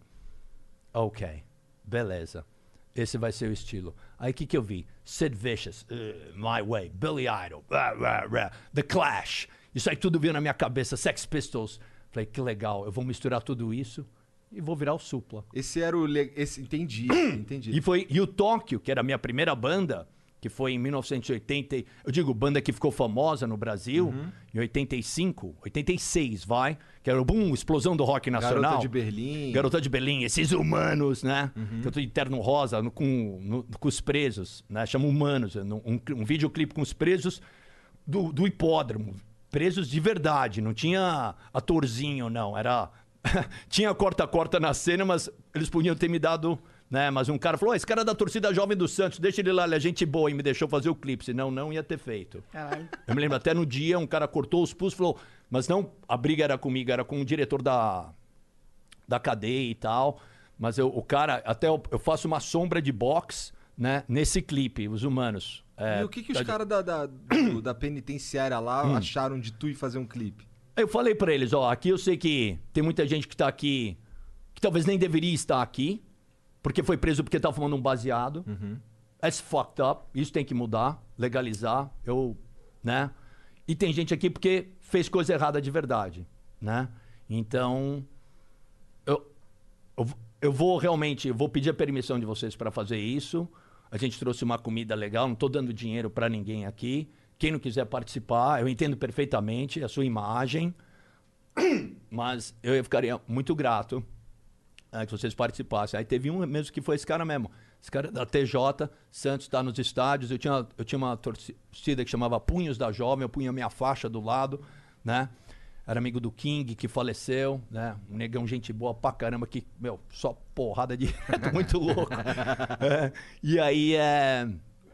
Ok, beleza. Esse vai ser o estilo. Aí o que, que eu vi? Sid Vicious, uh, My Way, Billy Idol, rah, rah, rah, The Clash. Isso aí tudo veio na minha cabeça, Sex Pistols. Falei, que legal, eu vou misturar tudo isso e vou virar o Supla. Esse era o le... esse entendi, entendi. E foi e o Tóquio, que era a minha primeira banda, que foi em mil novecentos e oitenta, e- eu digo, banda que ficou famosa no Brasil, em oitenta e cinco, oitenta e seis, vai, que era o boom, explosão do rock nacional. Garota de Berlim. Garota de Berlim, esses humanos, né? Que eu tô de terno rosa no- com, no- com os presos, né? Chama Humanos, no- um, um videoclipe com os presos do, do hipódromo. Presos de verdade, não tinha atorzinho, não. Era. Tinha corta-corta na cena, mas eles podiam ter me dado. Né? Mas um cara falou: "Ó, esse cara é da torcida jovem do Santos, deixa ele lá, ele é gente boa", e me deixou fazer o clipe, senão não ia ter feito. Caralho. Eu me lembro até no dia, um cara cortou os pulsos e falou, mas não, a briga era comigo, era com o diretor da, da cadeia e tal. Mas eu, o cara, até eu, eu faço uma sombra de box, né, nesse clipe, os humanos. É, E o que, que os tá- caras da, da, do- da penitenciária lá Hum. acharam de tu ir fazer um clipe? Eu falei pra eles, ó, aqui eu sei que tem muita gente que tá aqui, que talvez nem deveria estar aqui, porque foi preso porque tava fumando um baseado. That's fucked up. Isso tem que mudar, legalizar. Eu, né? E tem gente aqui porque fez coisa errada de verdade, né? Então, eu, eu, eu vou realmente, eu vou pedir a permissão de vocês para fazer isso. A gente trouxe uma comida legal, não tô dando dinheiro para ninguém aqui. quem não quiser participar, eu entendo perfeitamente a sua imagem, mas eu ficaria muito grato é, que vocês participassem. Aí teve um mesmo que foi esse cara mesmo. Esse cara da T J, Santos está nos estádios. Eu tinha, eu tinha uma torcida que chamava Punhos da Jovem, eu punha minha faixa do lado, né? Era amigo do King, que faleceu, né? Um negão, gente boa pra caramba, que, meu, só porrada de... muito louco. É, e aí, é...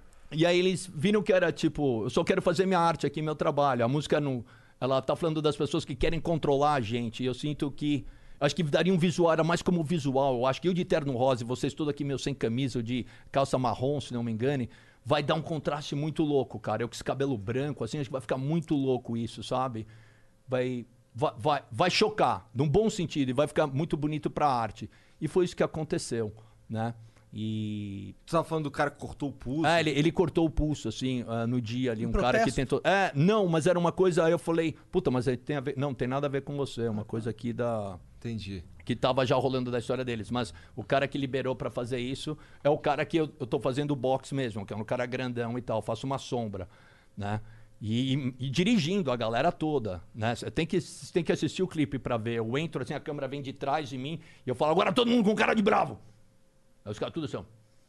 E aí eles viram que era, tipo, eu só quero fazer minha arte aqui, meu trabalho. A música, não... ela tá falando das pessoas que querem controlar a gente. E eu sinto que... Acho que daria um visual, era mais como visual. Eu acho que eu de terno rosa e vocês todos aqui meio sem camisa, ou de calça marrom, se não me engane, vai dar um contraste muito louco, cara. Eu com esse cabelo branco, assim, acho que vai ficar muito louco isso, sabe? Vai, vai, vai, vai chocar, num bom sentido, e vai ficar muito bonito pra arte. E foi isso que aconteceu, né? E... Tu tava falando do cara que cortou o pulso? É, ele, ele cortou o pulso, assim, uh, no dia ali. Um, Um cara que protesto? tentou... É, não, mas era uma coisa... Aí eu falei, puta, mas aí tem a ver... Não, tem nada a ver com você. É uma coisa aqui da... Entendi. Que tava já rolando da história deles. Mas o cara que liberou pra fazer isso é o cara que eu, eu tô fazendo boxe mesmo, que é um cara grandão e tal. Faço uma sombra, né? E, e, e dirigindo a galera toda, né? Você tem que, tem que assistir o clipe pra ver. Eu entro assim, a câmera vem de trás de mim e eu falo, agora todo mundo com cara de bravo. Aí os caras tudo assim, ó.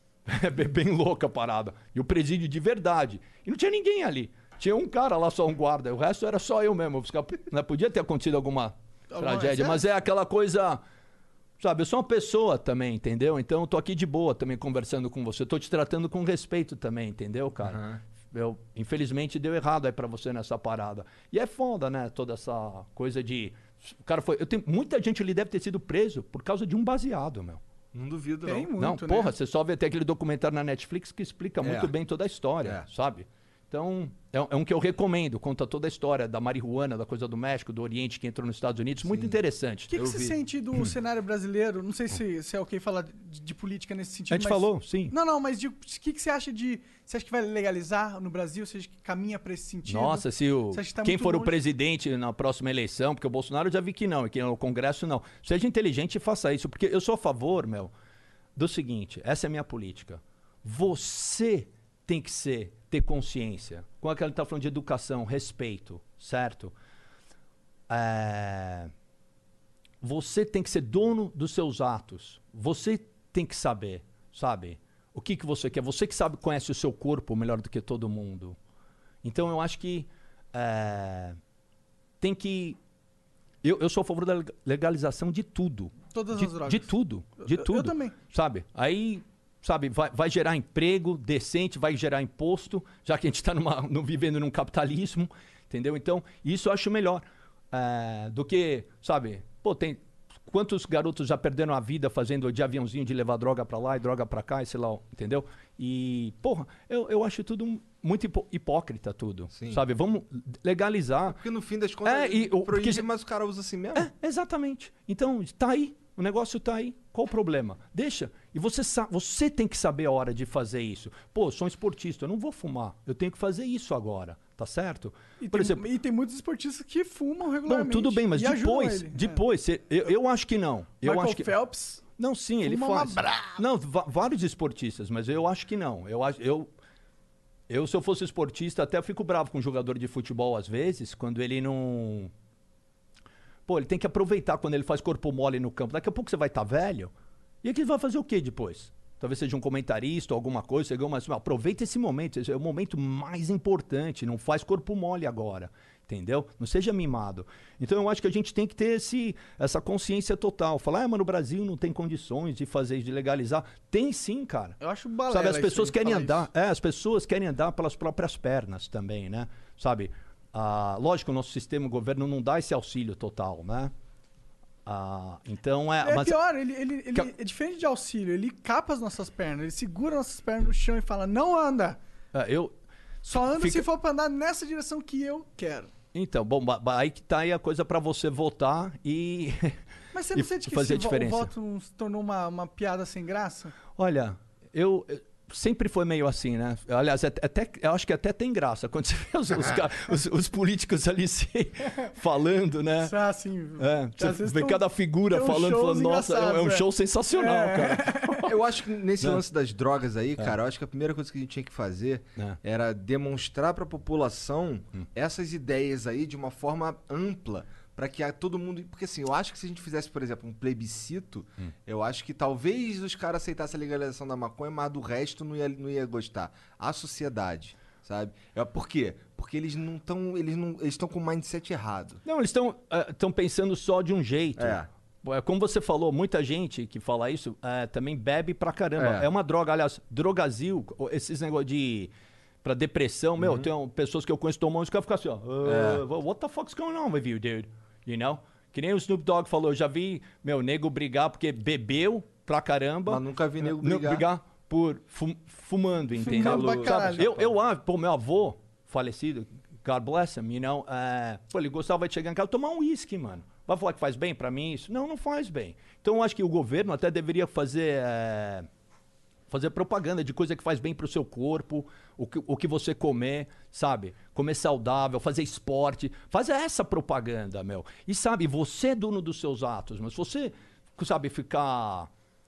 É bem louca a parada. E o presídio de verdade. E não tinha ninguém ali. Tinha um cara lá, só um guarda. O resto era só eu mesmo. Os caras, né? Podia ter acontecido alguma tragédia, mas é aquela coisa... Sabe, eu sou uma pessoa também, entendeu? Então eu tô aqui de boa também conversando com você. Eu tô te tratando com respeito também, entendeu, cara? Uhum. Eu, infelizmente deu errado aí pra você nessa parada. E é foda, né? Toda essa coisa de... O cara foi... Eu tenho... Muita gente ali deve ter sido preso por causa de um baseado, meu. Não duvido, Tem não. muito, Não, né? porra, você só vê até aquele documentário na Netflix que explica É. muito bem toda a história, É. sabe? Então, é, é um que eu recomendo, conta toda a história da marihuana, da coisa do México, do Oriente, que entrou nos Estados Unidos, muito interessante. O que, que Eu você vi. sente do cenário brasileiro? Não sei se, se é ok falar de, de política nesse sentido. A gente mas... falou, sim. Não, não, mas de- o que, que você acha de. Você acha que vai legalizar no Brasil? Você acha que caminha pra esse sentido? Nossa, se o, Você acha que tá quem muito for o longe? presidente na próxima eleição, porque o Bolsonaro eu já vi que não, e que no Congresso não. Seja inteligente e faça isso, porque eu sou a favor, meu, do seguinte, essa é a minha política. Você tem que ser, ter consciência. Com aquela que tá falando de educação, respeito, certo? É... Você tem que ser dono dos seus atos. Você tem que saber, sabe? O que, que você quer. Você que sabe, conhece o seu corpo melhor do que todo mundo. Então eu acho que é, tem que... Eu, eu sou a favor da legalização de tudo. Todas de, as drogas. De tudo, de Eu- eu tudo. também. Sabe? Aí, sabe, vai, vai gerar emprego decente, vai gerar imposto, já que a gente está vivendo num capitalismo, entendeu? Então, isso eu acho melhor é, do que, sabe, pô, tem... Quantos garotos já perderam a vida fazendo de aviãozinho de levar droga pra lá e droga pra cá, e sei lá, entendeu? E, porra, eu, eu acho tudo muito hipó- hipócrita, tudo. Sim. Sabe? Vamos legalizar. Porque no fim das contas, É, e o- proíbe, porque- mas o cara usa assim mesmo. É, exatamente. Então, tá aí. O negócio tá aí. Qual o problema? Deixa. E você, sa- você tem que saber a hora de fazer isso. Pô, sou um esportista, eu não vou fumar. Eu tenho que fazer isso agora. Tá certo? E Por tem, exemplo, e tem muitos esportistas que fumam bom, regularmente. tudo bem, mas e ajudam depois, ele. depois, cê- eu, eu acho que não. Eu Michael acho que Phelps. não, sim, ele Fuma uma faz. brava. Não, va- vários esportistas, mas eu acho que não. Eu acho, eu, eu se eu fosse esportista, até eu fico bravo com um jogador de futebol às vezes, quando ele não. Pô, ele tem que aproveitar quando ele faz corpo mole no campo. Daqui a pouco você vai estar velho. E aí ele vai fazer o quê depois? Talvez seja um comentarista ou alguma coisa, você ganhou uma- aproveita esse momento, esse é o momento mais importante, não faz corpo mole agora, entendeu? Não seja mimado. Então eu acho que a gente tem que ter esse, essa consciência total. Falar, ah, mas no Brasil não tem condições de fazer, de legalizar. Tem sim, cara. Eu acho balela. Sabe, as isso pessoas aí, querem falar andar, isso. é, as pessoas querem andar pelas próprias pernas também, né? Sabe? Ah, lógico, o nosso sistema, o governo não dá esse auxílio total, né? Ah, então é... É mas- pior, ele, ele, ele Que- é diferente de auxílio. Ele capa as nossas pernas, ele segura nossas pernas no chão e fala: não anda. é, eu, Só anda Fica- se for pra andar nessa direção que eu quero. Então, bom, ba- ba- aí que tá aí a coisa pra você votar e... Mas você E não sente que fazer esse a vo- o diferença. voto não se tornou uma, uma piada sem graça? Olha, eu... eu- Sempre foi meio assim, né? Aliás, até, até- eu acho que até tem graça. Quando você vê os, os, ca- os- os políticos ali se falando, né? Ah, assim, É, às você vezes vê tão- cada figura tem uns falando, shows falando, nossa, é um- é um engraçados, show é. sensacional, É. cara. eu acho que nesse Não. lance das drogas aí, cara, eu acho que a primeira coisa que a gente tinha que fazer É. era demonstrar pra população Hum. essas ideias aí de uma forma ampla. Pra que a, todo mundo... Porque assim, eu acho que se a gente fizesse, por exemplo, um plebiscito, Hum. eu acho que talvez os caras aceitassem a legalização da maconha, mas do resto não ia, não ia gostar. A sociedade, sabe? É, por quê? Porque eles não estão... Eles não, eles estão com o mindset errado. Não, eles estão estão pensando só de um jeito. É. É, como você falou, muita gente que fala isso é, também bebe pra caramba. É. É. uma droga, aliás, Drogazil, esses negócios de... Pra depressão, meu, tem um, pessoas que eu conheço tomando, os caras ficam assim, ó. Uhum. É. Uh, What the fuck's going on with you, dude? You know? Que nem o Snoop Dogg falou, eu já vi, meu, nego brigar porque bebeu pra caramba. Mas nunca vi nego Não, brigar. por fum- fumando, entendeu? Fumando pra caralho. Sabe? Eu, eu acho, pô, meu avô, falecido, God bless him, you know, é, pô, ele gostava de chegar em casa e tomar um uísque, mano. Vai falar que faz bem pra mim isso? Não, não faz bem. Então eu acho que o governo até deveria fazer... É, fazer propaganda de coisa que faz bem pro seu corpo, o que, o que você comer, sabe? Comer saudável, fazer esporte. Faz essa propaganda, meu. E sabe, você é dono dos seus atos, mas se você, sabe, ficar,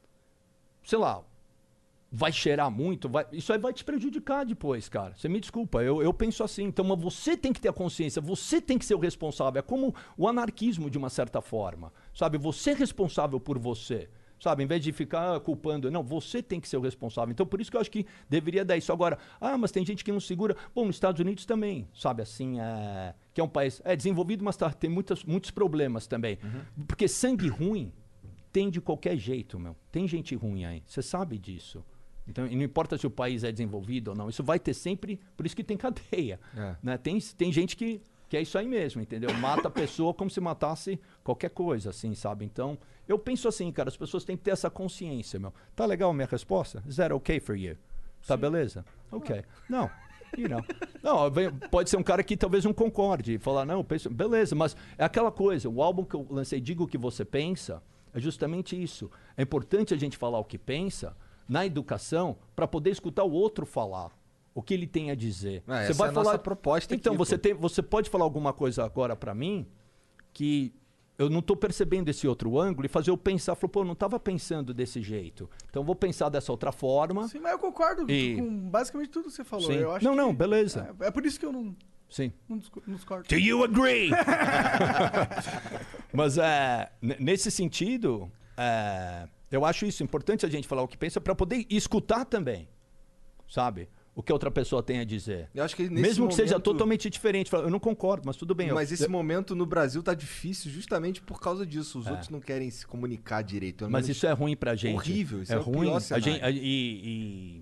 sei lá, vai cheirar muito, vai, isso aí vai te prejudicar depois, cara. Você me desculpa, eu, eu penso assim. Então, mas você tem que ter a consciência, você tem que ser o responsável. É como o anarquismo, de uma certa forma, sabe? Você é responsável por você. Sabe, em vez de ficar culpando, não, você tem que ser o responsável. Então, por isso que eu acho que deveria dar isso. Agora, ah, mas tem gente que não segura. Bom, nos Estados Unidos também, sabe, assim, é... que é um país é desenvolvido, mas tá, tem muitas, muitos problemas também. Uhum. Porque sangue ruim tem de qualquer jeito, meu. Tem gente ruim aí, você sabe disso. Então, e não importa se o país é desenvolvido ou não, isso vai ter sempre, por isso que tem cadeia. É. Né? Tem, tem gente que, que é isso aí mesmo, entendeu? Mata a pessoa como se matasse qualquer coisa, assim, sabe? Então... Eu penso assim, cara, as pessoas têm que ter essa consciência, meu. Tá legal a minha resposta? Is that okay for you? Tá Sim. beleza? Ok. Não, you know. Não, pode ser um cara que talvez não concorde e falar, não, penso, beleza, mas é aquela coisa, o álbum que eu lancei, Diga o que Você Pensa, é justamente isso. É importante a gente falar o que pensa na educação para poder escutar o outro falar. O que ele tem a dizer. É, você essa vai é a falar... nossa proposta Então, aqui, você, tem, você pode falar alguma coisa agora para mim que... Eu não estou percebendo esse outro ângulo e fazer eu pensar, falou, pô, eu não estava pensando desse jeito. Então eu vou pensar dessa outra forma. Sim, mas eu concordo e... com basicamente tudo que você falou. Sim. Eu acho não, que... não, beleza. É, é por isso que eu não, Sim. não, discu não discordo. Do you agree? Mas é, nesse sentido, é, eu acho isso importante a gente falar o que pensa para poder escutar também, sabe? O que a outra pessoa tem a dizer. Eu acho que nesse Mesmo que momento... seja totalmente diferente. Eu não concordo, mas tudo bem. Mas eu... esse momento no Brasil tá difícil justamente por causa disso. Os é. outros não querem se comunicar direito. Mas menos... isso é ruim pra gente. Horrível. Isso é, é ruim. O pior a gente, a, e, e,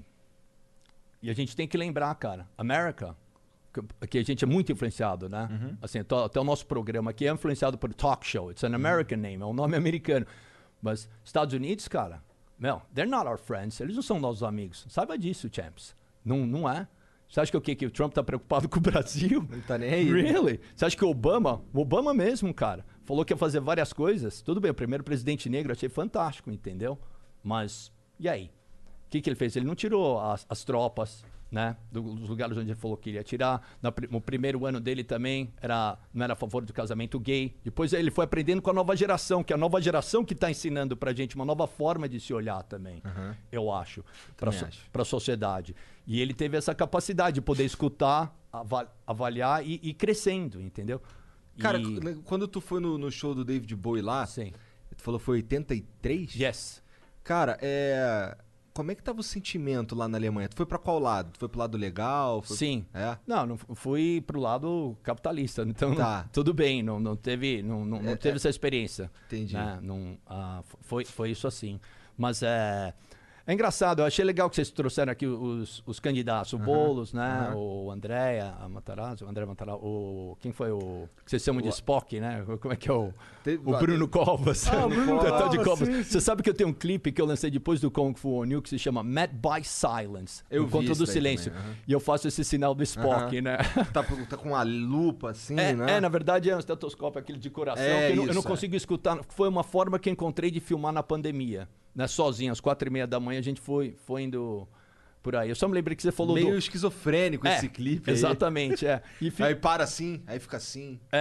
e a gente tem que lembrar, cara. América, que, que a gente é muito influenciado, né? Uhum. Assim, até o nosso programa aqui é influenciado por talk show. It's an American uhum. name. É um nome americano. Mas Estados Unidos, cara, meu, they're not our friends. Eles não são nossos amigos. Saiba disso, champs. Não, não é. Você acha que o quê? Que o Trump tá preocupado com o Brasil? Não tá nem aí. Really? Você acha que o Obama... O Obama mesmo, cara, falou que ia fazer várias coisas. Tudo bem, o primeiro presidente negro eu achei fantástico, entendeu? Mas, e aí? O que, que ele fez? Ele não tirou as, as tropas, né? Dos lugares onde ele falou que iria tirar. No primeiro ano dele também era, não era a favor do casamento gay. Depois ele foi aprendendo com a nova geração, que é a nova geração que está ensinando pra gente uma nova forma de se olhar também, uhum. eu acho, para so, a sociedade. E ele teve essa capacidade de poder escutar, avaliar e ir crescendo, entendeu? Cara, e... quando tu foi no, no show do David Bowie lá, Sim. tu falou que foi oitenta e três? Yes. Cara, é... como é que tava o sentimento lá na Alemanha? Tu foi pra qual lado? Tu foi pro lado legal? Foi... Sim. É? Não, não fui pro lado capitalista. Então, tá. não, tudo bem, não, não teve, não, não, não é, teve é... essa experiência. Entendi. Né? Não, ah, foi, foi isso assim. Mas é... É engraçado, eu achei legal que vocês trouxeram aqui os, os candidatos, o uhum, Boulos, né? Uhum. O André, a Matarazzo, o André Matarazzo, o... Quem foi o... que vocês chamam de Spock, né? Como é que é o... Tem, o Bruno Covas. Ah, o Bruno Covas, de Covas. sim, sim. Você sabe que eu tenho um clipe que eu lancei depois do Kung Fu New que se chama Met by Silence. Eu Encontro vi do Silêncio. Uhum. E eu faço esse sinal do Spock, uhum. né? Tá, tá com uma lupa assim, é, né? É, na verdade é um estetoscópio aquele de coração é, que eu, isso, eu não é. consigo escutar. Foi uma forma que eu encontrei de filmar na pandemia. Né, sozinho, às quatro e meia da manhã a gente foi, foi indo por aí. Eu só me lembrei que você falou meio do... esquizofrênico é, esse clipe exatamente, aí. é. E fi... Aí para assim, aí fica assim. É,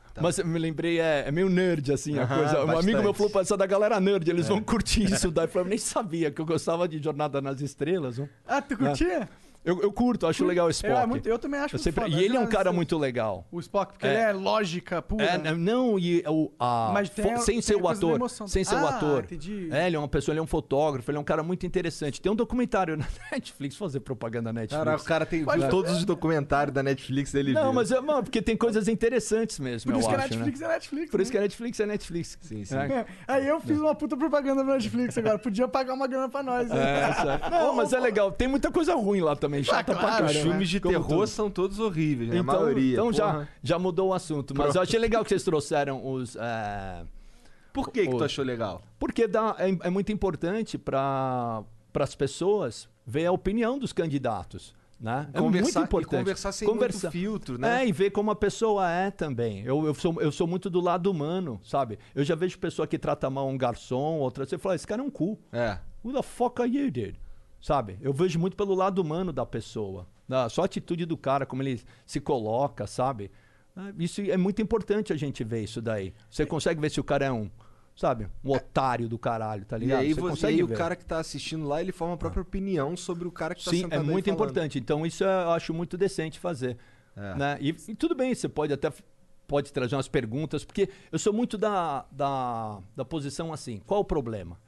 Tá. Mas eu me lembrei, é, é meio nerd, assim, a Aham, coisa. Um bastante. amigo meu falou, pô, essa da galera nerd, eles vão curtir isso daí. Eu falei, eu nem sabia que eu gostava de Jornada nas Estrelas. Não? Ah, tu curtia? Eu, eu curto, acho legal o Spock. É, muito, eu também acho Eu muito sempre- foda. E ele é um Mas, cara assim, muito legal. O Spock, porque É. ele é lógica pura. É, né, não, e o, a, Mas tem fo- a- sem tem ser a o coisa da ator. emoção. Sem ser o Ah, ator. entendi. É, ele é uma pessoa, ele é um fotógrafo, ele é um cara muito interessante. Tem um documentário na Netflix, fazer propaganda na Netflix. Caraca, o cara tem Pode- viu todos os documentários da Netflix dele. Não, viu. mas é, mano, porque tem coisas interessantes mesmo, Por eu isso que a acho, Netflix né? é Netflix. Por isso né? que a Netflix é Netflix. Sim, sim. É. É. Aí eu fiz uma puta propaganda pra Netflix agora. Podia pagar uma grana pra nós. né? É, certo. Não, mas é legal. Tem muita coisa ruim lá também, chata pra claro, caramba. Os filmes de Como terror tudo. são todos horríveis, né? a Então, maioria. então já, porra. já mudou o assunto. Mas eu achei legal que vocês trouxeram os... é, Por que, que o- tu achou legal? Porque dá, é, é muito importante para as pessoas ver a opinião dos candidatos. Né? É Conversar- muito e importante. conversar sem muito filtro, né? É, e ver como a pessoa é também. Eu, eu, sou, eu sou muito do lado humano, sabe? Eu já vejo pessoa que trata mal um garçom, outra... Você fala, esse cara é um cu. É. Who the fuck are you, dude? Sabe? Eu vejo muito pelo lado humano da pessoa. Da, só a atitude do cara, como ele se coloca, sabe? Ah, Isso é muito importante a gente ver isso daí. Você consegue ver se o cara é um, sabe? Um otário do caralho, tá E ligado? aí, Você você, e consegue aí o ver. cara que tá assistindo lá, ele forma a própria opinião sobre o cara que tá Sim, sentado é aí muito falando. importante. Então isso é- eu acho muito decente fazer. É. Né? E, e tudo bem, você pode até pode trazer umas perguntas, porque eu sou muito da, da, da posição assim, qual o problema?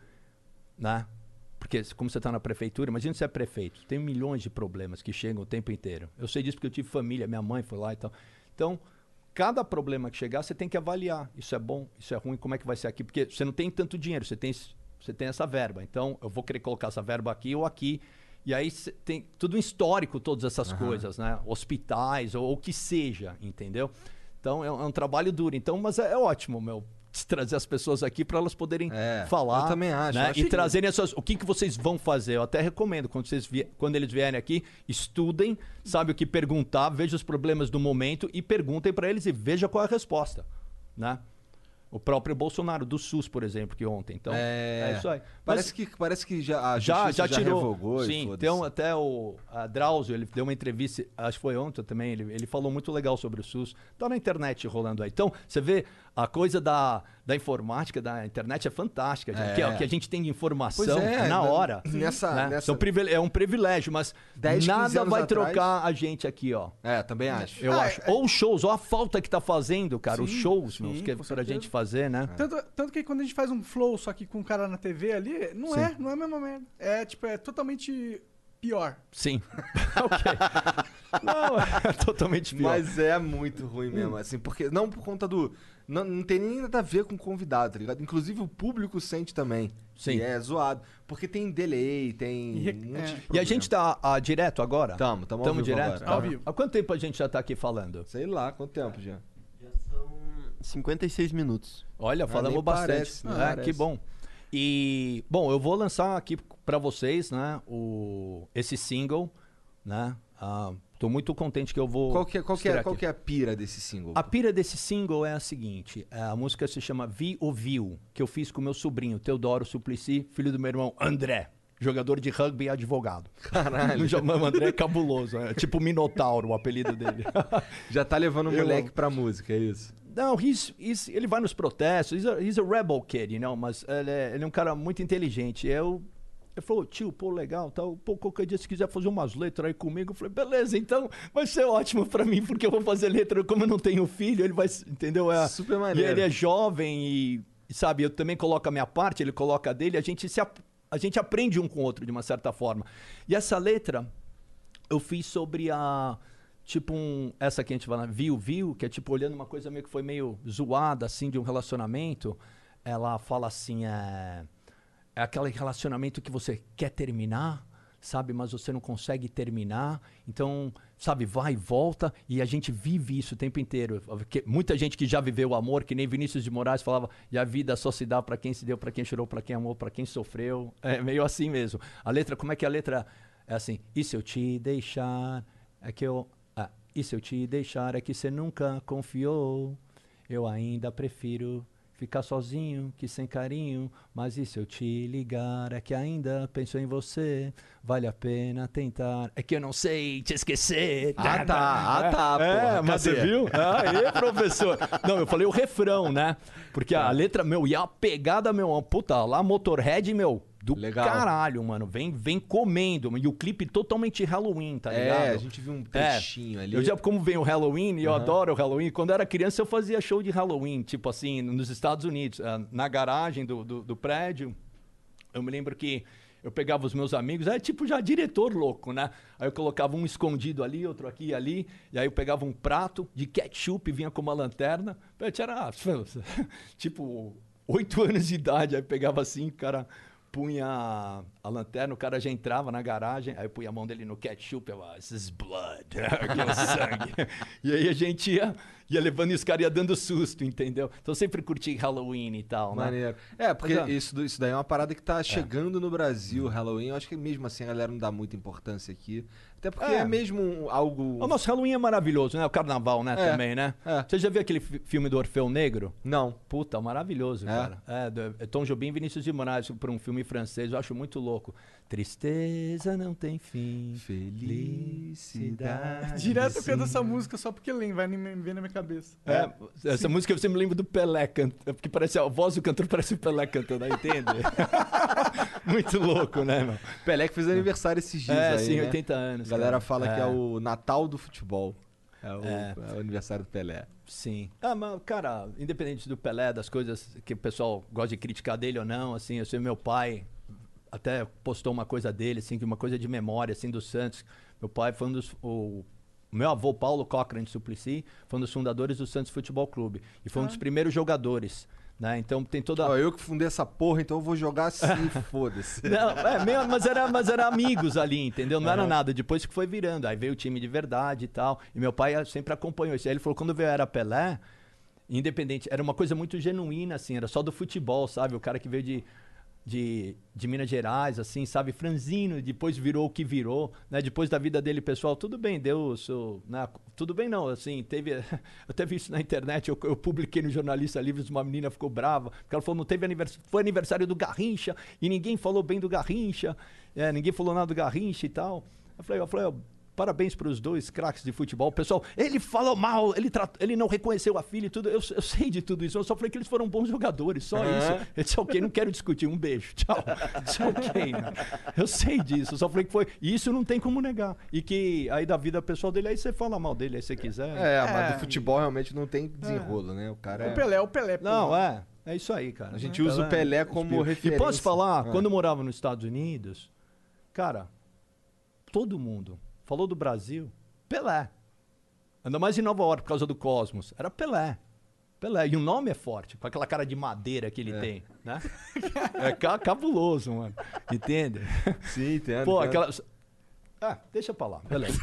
Né? Porque como você está na prefeitura, imagina você é prefeito, tem milhões de problemas que chegam o tempo inteiro. Eu sei disso porque eu tive família, minha mãe foi lá e tal. Então, cada problema que chegar, você tem que avaliar. Isso é bom, isso é ruim, como é que vai ser aqui? Porque você não tem tanto dinheiro, você tem, você tem essa verba. Então, eu vou querer colocar essa verba aqui ou aqui. E aí cê tem tudo um histórico, todas essas coisas, né? Hospitais ou o que seja, entendeu? Então, é um, é um trabalho duro. Então, mas é, é ótimo, meu, trazer as pessoas aqui para elas poderem É, falar. eu também acho, Né? eu acho E que- trazerem as suas, o que, que vocês vão fazer. Eu até recomendo, quando, vocês vie- quando eles vierem aqui, estudem, sabe o que perguntar, vejam os problemas do momento e perguntem para eles e veja qual é a resposta, né? O próprio Bolsonaro, do SUS, por exemplo, que ontem. Então, é, É, isso aí. Parece, Mas que, parece que já, a já, justiça já tirou. revogou. e Sim, foda-se. tem um, até o a Drauzio, ele deu uma entrevista, acho que foi ontem também, ele, ele falou muito legal sobre o SUS. Tá na internet rolando aí. Então, você vê, a coisa da, da informática, da internet é fantástica. gente, É. Que, é o que a gente tem de informação Pois é, na na- hora. nessa- né? nessa- São privile- É um privilégio, mas dez, quinze nada anos vai atrás- trocar a gente aqui, ó. É, também acho. Eu Ah, acho. é- Ou os shows, ou a falta que tá fazendo, cara, os Sim, shows, sim, meus, que é com pra certeza. gente fazer, né? Tanto, tanto que quando a gente faz um flow só que com o cara na T V ali, não é, não é a mesma merda. É, tipo, é totalmente pior. Sim. ok. Não, é totalmente pior. Mas é muito ruim mesmo, assim, porque não por conta do. Não, não tem nem nada a ver com o convidado, tá ligado? Inclusive o público sente também. Sim. E é zoado. Porque tem delay, tem. E re- um monte é. de E a problema. gente tá ah, direto agora? Tamo, tamo ao Tamo vivo direto? agora. Tá. Ao vivo. Há quanto tempo a gente já tá aqui falando? Sei lá, quanto tempo já? Já são cinquenta e seis minutos. Olha, falamos nem bastante. parece, nem É, parece. que bom. E, bom, eu vou lançar aqui pra vocês, né, o, esse single, né? Ah, tô muito contente que eu vou. Qual que é, qual que é, estrear qual aqui. que é a pira desse single? A pira desse single é a seguinte: é, a música se chama Vi Ouviu, que eu fiz com meu sobrinho, Teodoro Suplicy, filho do meu irmão André, jogador de rugby e advogado. Caralho. O André é cabuloso, é tipo Minotauro, o apelido dele. Já tá levando o Eu moleque amo. pra música, é isso? Não, he's, he's- ele vai nos protestos, he's a, he's a rebel kid, you know, mas ele é, ele é um cara muito inteligente. Eu, ele falou, tio, pô, legal, tal, pô, qualquer dia se quiser fazer umas letras aí comigo, eu falei, beleza, então vai ser ótimo pra mim, porque eu vou fazer letra, como eu não tenho filho, ele vai, entendeu? É, Super e maneiro. ele é jovem e, e, sabe, eu também coloco a minha parte, ele coloca a dele, a gente, se, ap- a gente aprende um com o outro de uma certa forma. E essa letra eu fiz sobre a... Tipo um, essa que a gente fala, viu, viu, que é tipo olhando uma coisa meio que foi meio zoada, assim, de um relacionamento. Ela fala assim, é, é aquele relacionamento que você quer terminar, sabe, mas você não consegue terminar. Então, sabe, vai e volta, e a gente vive isso o tempo inteiro. Porque muita gente que já viveu o amor, que nem Vinícius de Moraes falava, e a vida só se dá pra quem se deu, pra quem chorou, pra quem amou, pra quem sofreu. É meio assim mesmo. A letra, como é que a letra é assim? E se eu te deixar, é que eu... Ah, e se eu te deixar é que você nunca confiou. Eu ainda prefiro ficar sozinho, que sem carinho. Mas e se eu te ligar? É que ainda penso em você. Vale a pena tentar. É que eu não sei te esquecer. Ah, tá. Ah, tá, pô. É, mas Cadê? você viu? Aê, professor. Não, eu falei o refrão, né? Porque a letra, meu, e a pegada, meu, puta, lá Motorhead, meu, do Legal. caralho, mano. Vem, vem comendo. E o clipe totalmente Halloween, tá ligado? É, a gente viu um trechinho É, ali. Eu já, como vem o Halloween, e eu Uhum. adoro o Halloween. Quando eu era criança, eu fazia show de Halloween, tipo assim, nos Estados Unidos, ah, na garagem do, do, do prédio. Eu me lembro que eu pegava os meus amigos, é tipo já diretor louco, né? Aí eu colocava um escondido ali, outro aqui e ali, e aí eu pegava um prato de ketchup, vinha com uma lanterna. Eu tinha, era, tipo, oito anos de idade, aí eu pegava assim, o cara punha a lanterna, o cara já entrava na garagem, aí eu punha a mão dele no ketchup, eu, ah, this is blood, aqui é o sangue. E aí a gente ia, ia levando e os caras iam dando susto, entendeu? Então eu sempre curti Halloween e tal, né? Maneiro. É, porque Mas, ó, isso, do- isso daí é uma parada que tá chegando no Brasil, Halloween. Eu acho que mesmo assim a galera não dá muita importância aqui. Até porque É. é, mesmo um- algo... O nosso Halloween é maravilhoso, né? O carnaval, né? É, Também, né? é. Você já viu aquele fi- filme do Orfeu Negro? Não. Puta, maravilhoso, É? cara. É, do, é Tom Jobim e Vinícius de Moraes, por um filme francês, eu acho muito louco. Tristeza não tem fim. Felicidade. Direto eu canto essa música só porque lembra, vai me ver na minha cabeça. É, essa música eu sempre lembro do Pelé cantando, porque parece a voz do cantor parece o Pelé cantando, aí entende? Muito louco, né, meu? Pelé que fez aniversário esses dias É, aí, sim, né? oitenta anos. A galera cara. fala que é o Natal do futebol. É o, É. é o aniversário do Pelé. Sim. Ah, mas, cara, independente do Pelé, das coisas que o pessoal gosta de criticar dele ou não, assim, eu sei meu pai até postou uma coisa dele, assim, que uma coisa de memória, assim, do Santos. Meu pai foi um dos... O, meu avô, Paulo Cochrane Suplicy, foi um dos fundadores do Santos Futebol Clube. E foi um dos primeiros jogadores, né? Então tem toda... Ó, eu que fundei essa porra, então eu vou jogar assim, foda-se. Não, é, meio- mas, era, mas era amigos ali, entendeu? Não era nada. Depois que foi virando. Aí veio o time de verdade e tal. E meu pai sempre acompanhou isso. Aí ele falou, quando veio era Pelé, independente, era uma coisa muito genuína, assim, era só do futebol, sabe? O cara que veio de, de, de Minas Gerais, assim, sabe? Franzino, depois virou o que virou, né? Depois da vida dele pessoal, tudo bem, deu o seu... Né? Tudo bem não, assim, teve... Eu até vi isso na internet, eu, eu publiquei no Jornalista Livres, uma menina ficou brava, porque ela falou, não teve aniversário, foi aniversário do Garrincha, e ninguém falou bem do Garrincha, é, ninguém falou nada do Garrincha e tal. Eu falei, eu falei, ó, parabéns para os dois craques de futebol. O pessoal, ele falou mal, ele, tratou, ele não reconheceu a filha e tudo. Eu, eu sei de tudo isso. Eu só falei que eles foram bons jogadores, só Aham. isso. Eu disse, ok, não quero discutir. Um beijo, tchau. Disse, ok, né? Eu sei disso. Eu só falei que foi. E isso não tem como negar. E que aí da vida pessoal dele, aí você fala mal dele, aí você quiser. É, mas É. do futebol realmente não tem desenrolo, né? O cara é... O Pelé, o Pelé. pô. Não, é. É isso aí, cara. A gente usa o Pelé como inspira. referência. E posso falar, Ah. quando eu morava nos Estados Unidos, cara, todo mundo falou do Brasil, Pelé. Ainda mais em Nova York, por causa do Cosmos. Era Pelé. Pelé. E o nome é forte, com aquela cara de madeira que ele tem, né? É ca- cabuloso, mano. Entende? Sim, entendo. Pô, entendo. aquelas... Ah, deixa pra lá, beleza.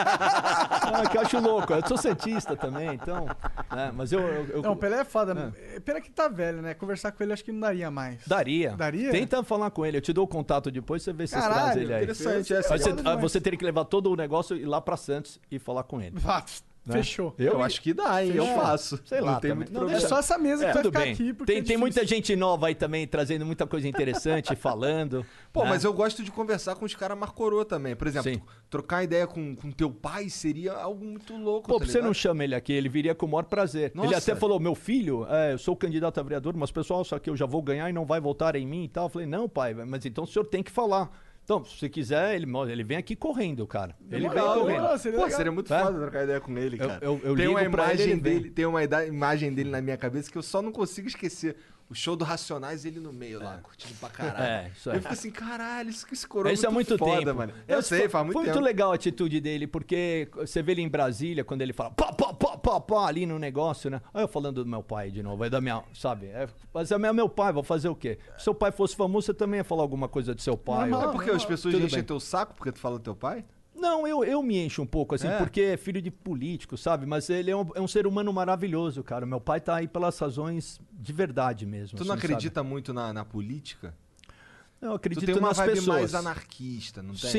Ah, que eu acho louco. Eu sou cientista também, então... né, mas eu... eu, eu Não, o Pelé é foda. É. Pena que tá velho, né? Conversar com ele acho que não daria mais. Daria. Daria? Tenta falar com ele. Eu te dou o contato depois, você vê se você Caralho, traz ele aí. interessante essa. Aí você, Foda aí demais. você teria que levar todo o negócio e ir lá pra Santos e falar com ele. Ah, né? Fechou. Eu, acho que dá, hein? Eu Fechou. faço. Sei lá Não tem também. muito Não, problema. É só essa mesa que vai Tudo ficar bem. aqui. porque Tem, é tem difícil. muita gente nova aí também, trazendo muita coisa interessante, falando. Pô, né? mas eu gosto de conversar com os caras marcorô também. Por exemplo, Sim. trocar ideia com, com teu pai seria algo muito louco, Pô, tá por que você ligado? não chama ele aqui? Ele viria com o maior prazer. Ele Nossa. até falou, meu filho, é, eu sou candidato a vereador, mas pessoal, só que eu já vou ganhar e não vai votar em mim e tal. Eu falei, não, pai, mas então o senhor tem que falar. Então, se você quiser, ele, ele vem aqui correndo, cara. Ele vem Demorou, correndo. demorou, seria Pô, legal. seria muito É? foda trocar ideia com ele, Eu- cara. eu- eu tem uma ligo pra ele, imagem ele vem. dele, tem uma ida- imagem dele na minha cabeça que eu só não consigo esquecer. O show do Racionais, ele no meio lá, curtindo pra caralho. É, isso aí. Eu fico assim, caralho, isso que esse coroa Isso é muito foda, tempo. mano. Eu Esse sei, foi- faz muito Foi tempo. muito legal a atitude dele, porque você vê ele em Brasília, quando ele fala pá, pá, pá, pá, pá, ali no negócio, né? Olha eu falando do meu pai de novo, é da minha, sabe? É, mas é meu pai, vou fazer o quê? Se seu pai fosse famoso, você também ia falar alguma coisa do seu pai. Não, ou- é porque as pessoas Tudo enchem bem. teu saco porque tu fala do teu pai? Não, eu, eu me encho um pouco, assim, É. porque é filho de político, sabe? Mas ele é um, é um ser humano maravilhoso, cara. Meu pai tá aí pelas razões de verdade mesmo. Tu não assim, acredita muito na, na política? sabe? Eu Tu acredito tem uma nas vibe pessoas. mais anarquista, não tem? Sim,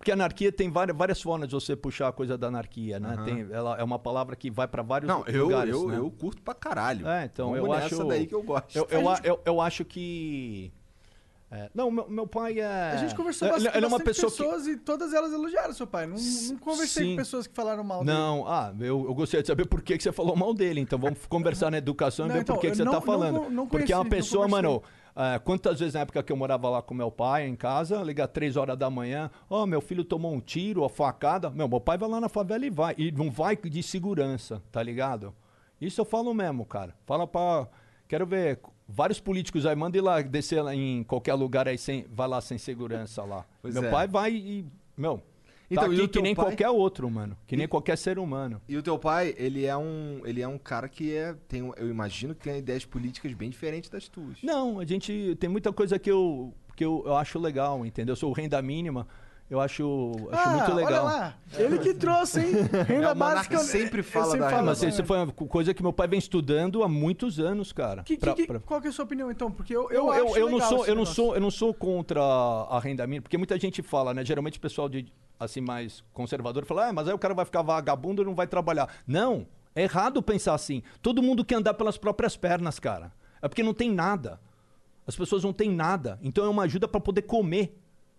Porque anarquia tem várias, várias formas de você puxar a coisa da anarquia, né? Aham. Tem, ela é uma palavra que vai pra vários Não, eu, lugares, eu, né? eu curto pra caralho. É, então Vamos eu nessa acho... daí que eu gosto. Eu, eu, A gente- eu, eu acho que... é, não, meu, meu pai é... A gente conversou ele, bastante ele é uma com pessoa pessoas e todas elas elogiaram seu pai. Não, não conversei Sim. com pessoas que falaram mal que... dele. Não, ah, eu, eu gostaria de saber por que, que você falou mal dele. Então vamos conversar na educação Não, e ver então, por que, que eu você não- tá não falando. con- não Porque é uma conheci, não pessoa, conversei. mano... é, quantas vezes na época que eu morava lá com meu pai em casa, ligar três horas da manhã, ó, meu filho tomou um tiro, uma facada. Meu, meu pai vai lá na favela e vai. E não vai de segurança, tá ligado? Isso eu falo mesmo, cara. Fala pra... Quero ver vários políticos aí, manda ir lá descer lá em qualquer lugar aí, sem, vai lá sem segurança lá. Pois meu é. pai vai e... Meu, Então, tá e o aqui que teu nem pai? qualquer outro, mano. Que nem E- qualquer ser humano. E o teu pai, ele é um, ele é um cara que é, tem, um- eu imagino que tem ideias políticas bem diferentes das tuas. Não, a gente... Tem muita coisa que eu, que eu, eu acho legal, entendeu? Eu sou o renda mínima, eu acho, acho Ah, muito legal. olha lá. Ele que trouxe, hein? Renda É, o Monark básica. sempre ele fala da Ah, renda mas básica. isso foi uma coisa que meu pai vem estudando há muitos anos, cara. Que, que, Pra- que- pra- Qual que é a sua opinião, então? Porque eu, Eu, eu, eu, acho eu não legal sou, esse eu não negócio. sou, eu não sou contra a renda mínima, porque muita gente fala, né? Geralmente o pessoal de assim mais conservador fala: "Ah, mas aí o cara vai ficar vagabundo e não vai trabalhar". Não, é errado pensar assim. Todo mundo quer andar pelas próprias pernas, cara. É porque não tem nada. As pessoas não têm nada, então é uma ajuda para poder comer.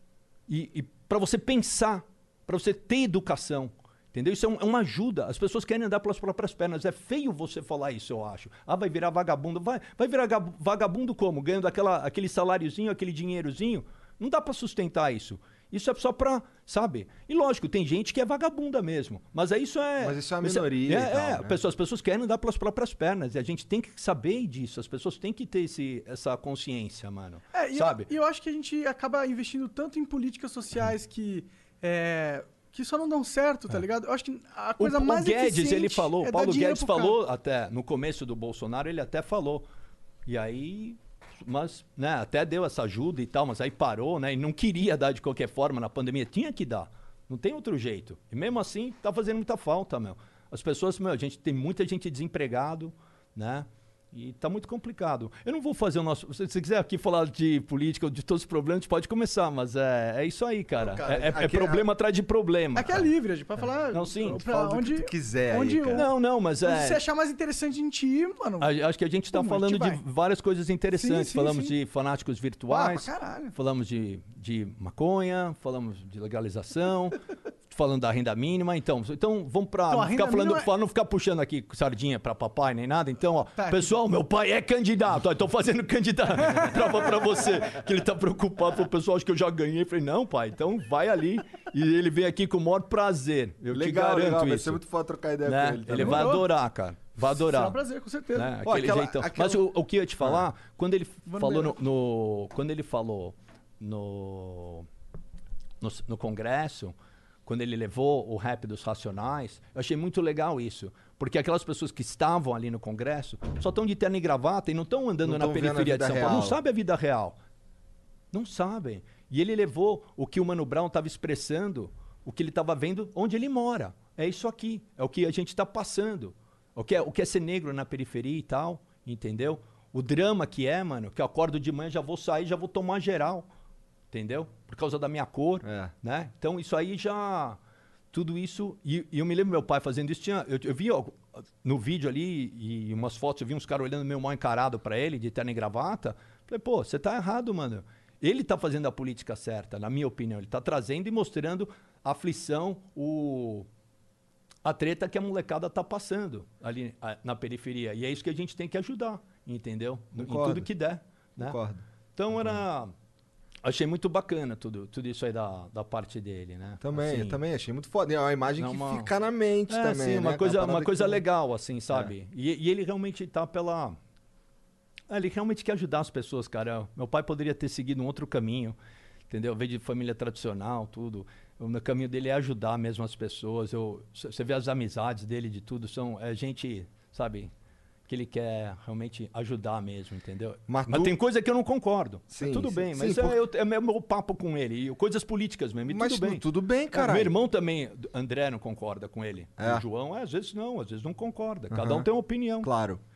E, e para você pensar, para você ter educação, entendeu? Isso é, um- é uma ajuda. As pessoas querem andar pelas próprias pernas. É feio você falar isso, eu acho. Ah, vai virar vagabundo. Vai, vai virar gab- vagabundo como? Ganhando aquela, aquele saláriozinho, aquele dinheirozinho? Não dá para sustentar isso. Isso é só pra, sabe? E lógico, tem gente que é vagabunda mesmo. Mas aí isso é... Mas isso é uma minoria É, e tal, é, né? pessoas, as pessoas querem andar pelas próprias pernas. E a gente tem que saber disso. As pessoas têm que ter esse, essa consciência, mano. É, e sabe? Eu, e eu acho que a gente acaba investindo tanto em políticas sociais que, é, que só não dão certo, tá ligado? Eu acho que a O, coisa o mais Guedes, eficiente ele falou, é o dar Paulo dinheiro Guedes pro cara. falou até, no começo do Bolsonaro, ele até falou. E aí, mas, né, até deu essa ajuda e tal, mas aí parou, né, e não queria dar de qualquer forma na pandemia, tinha que dar. Não tem outro jeito. E mesmo assim, tá fazendo muita falta, meu. As pessoas, meu, a gente tem muita gente desempregado, né? E tá muito complicado. Eu não vou fazer o nosso... Se você quiser aqui falar de política, de todos os problemas, a gente pode começar, mas é, é isso aí, cara. Não, cara, é, é- é aqui- problema atrás de problema. Aqui é cara. livre, a gente pode falar Não, sim, pra fala do que onde, tu quiser aí, onde cara. o- Não, não, mas onde é... você achar mais interessante a gente ir, mano. A- Acho que a gente está Pô, mas a falando gente de vai. várias coisas interessantes. Sim, sim, falamos sim. de fanáticos Ah, virtuais, pra caralho. falamos de, de maconha, falamos de legalização, falando da renda mínima. Então, então vamos para Então, a não ficar renda falando, mínima é- pra não ficar puxando aqui sardinha para papai nem nada. Então, ó, Tá, pessoal, meu pai é candidato. Ó, estou fazendo candidato para você, que ele está preocupado. Falou, pessoal, acho que eu já ganhei. Eu falei, não, pai, então vai ali e ele vem aqui com o maior prazer. Eu Legal, te garanto legal, vai isso. ser muito foda trocar ideia Né? com ele. Ele também. vai Demorou. adorar, cara. Vai adorar. Será um prazer, com certeza. Né? Pô, Aquele aquela- jeitão. aquela- Mas o, o que eu ia te falar, quando ele Vou no falou no, banheiro. no- Quando ele falou no, no, no Congresso, quando ele levou o rap dos Racionais, eu achei muito legal isso. Porque aquelas pessoas que estavam ali no Congresso só estão de terno e gravata e não estão andando Não na tão vendo a periferia de vida São Paulo. real. Não sabem a vida real. Não sabem. E ele levou o que o Mano Brown estava expressando, o que ele estava vendo onde ele mora. É isso aqui. É o que a gente está passando. O que, é, o que é ser negro na periferia e tal, entendeu? O drama que é, mano, que eu acordo de manhã, já vou sair, já vou tomar geral, entendeu? Por causa da minha cor, É. né? Então isso aí já... Tudo isso... E, e eu me lembro meu pai fazendo isso. Tinha, eu, eu vi ó, no vídeo ali e umas fotos, eu vi uns caras olhando meio mal encarado pra ele, de terno e gravata. Falei, pô, você tá errado, mano. Ele tá fazendo a política certa, na minha opinião. Ele tá trazendo e mostrando a aflição, o... a treta que a molecada tá passando ali a- na periferia. E é isso que a gente tem que ajudar, entendeu? No- Em Concordo. tudo que der, né? Concordo. Então era... Achei muito bacana tudo, tudo isso aí da, da parte dele, né? Também, Assim, eu também achei muito foda. É uma imagem é que uma- fica na mente é, também, sim, né? uma cara? coisa, Parada uma que coisa não- legal, assim, sabe? E, e ele realmente tá pela... Ah, ele realmente quer ajudar as pessoas, cara. Meu pai poderia ter seguido um outro caminho, entendeu? Veio de família tradicional, tudo. O meu caminho dele é ajudar mesmo as pessoas. Eu, c- você vê as amizades dele, de tudo, são é gente, sabe, que ele quer realmente ajudar mesmo, entendeu? Mas Mas, tu- tem coisa que eu não concordo. Sim, tudo sim, bem, sim, mas por- é, eu- é meu, meu papo com ele. E coisas políticas mesmo, e Mas tudo bem. não- tudo bem, É, caralho. meu irmão também, André, não concorda com ele. É. O João, é, às vezes não, às vezes não concorda. Cada Aham. um tem uma opinião. Claro.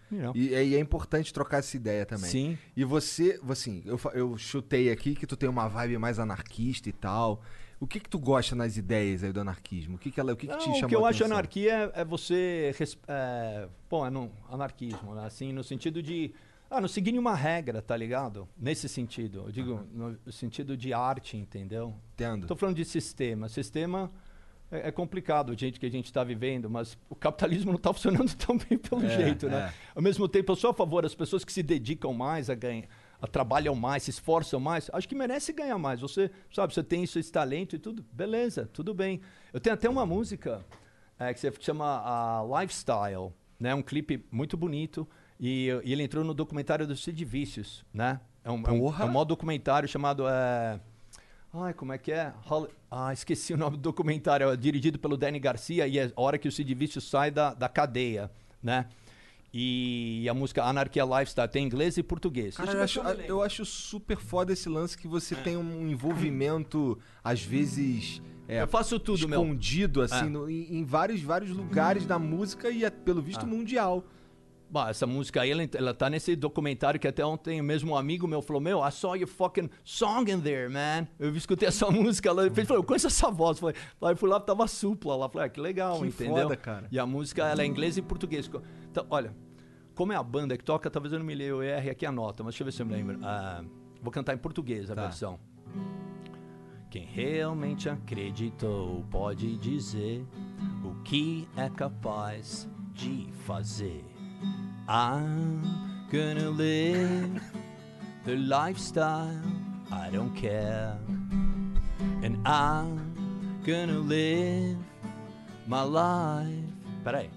You know. E, e é importante trocar essa ideia também. Sim. E você, assim, eu, fa- eu chutei aqui que tu tem uma vibe mais anarquista e tal. O que que tu gosta nas ideias aí do anarquismo? O que que, ela, o que, que Não, te chamou o que eu a acho atenção? anarquia é, é você... res- É, bom, é no anarquismo, né? Assim, no sentido de... Ah, não seguir nenhuma regra, tá ligado? Nesse sentido. Eu digo, no sentido de arte, entendeu? Entendo. Tô falando de sistema. Sistema é, é complicado, o jeito que a gente está vivendo, mas o capitalismo não está funcionando tão bem pelo É, jeito, né? é. Ao mesmo tempo, eu sou a favor das pessoas que se dedicam mais a ganhar, a trabalham mais, se esforçam mais, acho que merece ganhar mais. Você, sabe, você tem isso, esse talento e tudo, beleza, tudo bem. Eu tenho até uma música é, que se chama a Lifestyle, né? Um clipe muito bonito e, e ele entrou no documentário do Sid Vicious, né? É um, é um, Porra! é um maior documentário chamado... É, ai, como é que é? Hol- Ah, esqueci o nome do documentário. É dirigido pelo Danny Garcia e é a hora que o Sid Vicious sai da, da cadeia, né? E a música Anarquia Lifestyle tem inglês e português. Cara, Deixa eu ver acho, se eu me lembro. eu acho super foda esse lance que você tem um envolvimento, às vezes, é, Eu faço tudo, meu. escondido, assim, É. no- em, em vários, vários lugares da música e, é, pelo visto, mundial. Bom, essa música aí, ela, ela tá nesse documentário que até ontem mesmo um amigo meu falou, meu, I saw your fucking song in there, man. Eu escutei essa música lá, ele falou, eu conheço essa voz. Falei, aí fui lá, tava supla lá. Falei, ah, que legal, Que entendeu? foda, cara. E a música, ela é inglês e português. Então, olha, como é a banda que toca, talvez eu não me leia o R aqui a nota, mas deixa eu ver se eu me lembro. Ah, vou cantar em português a Tá. versão. Quem realmente acreditou pode dizer o que é capaz de fazer. I'm gonna live the lifestyle I don't care. And I'm gonna live my life. Peraí.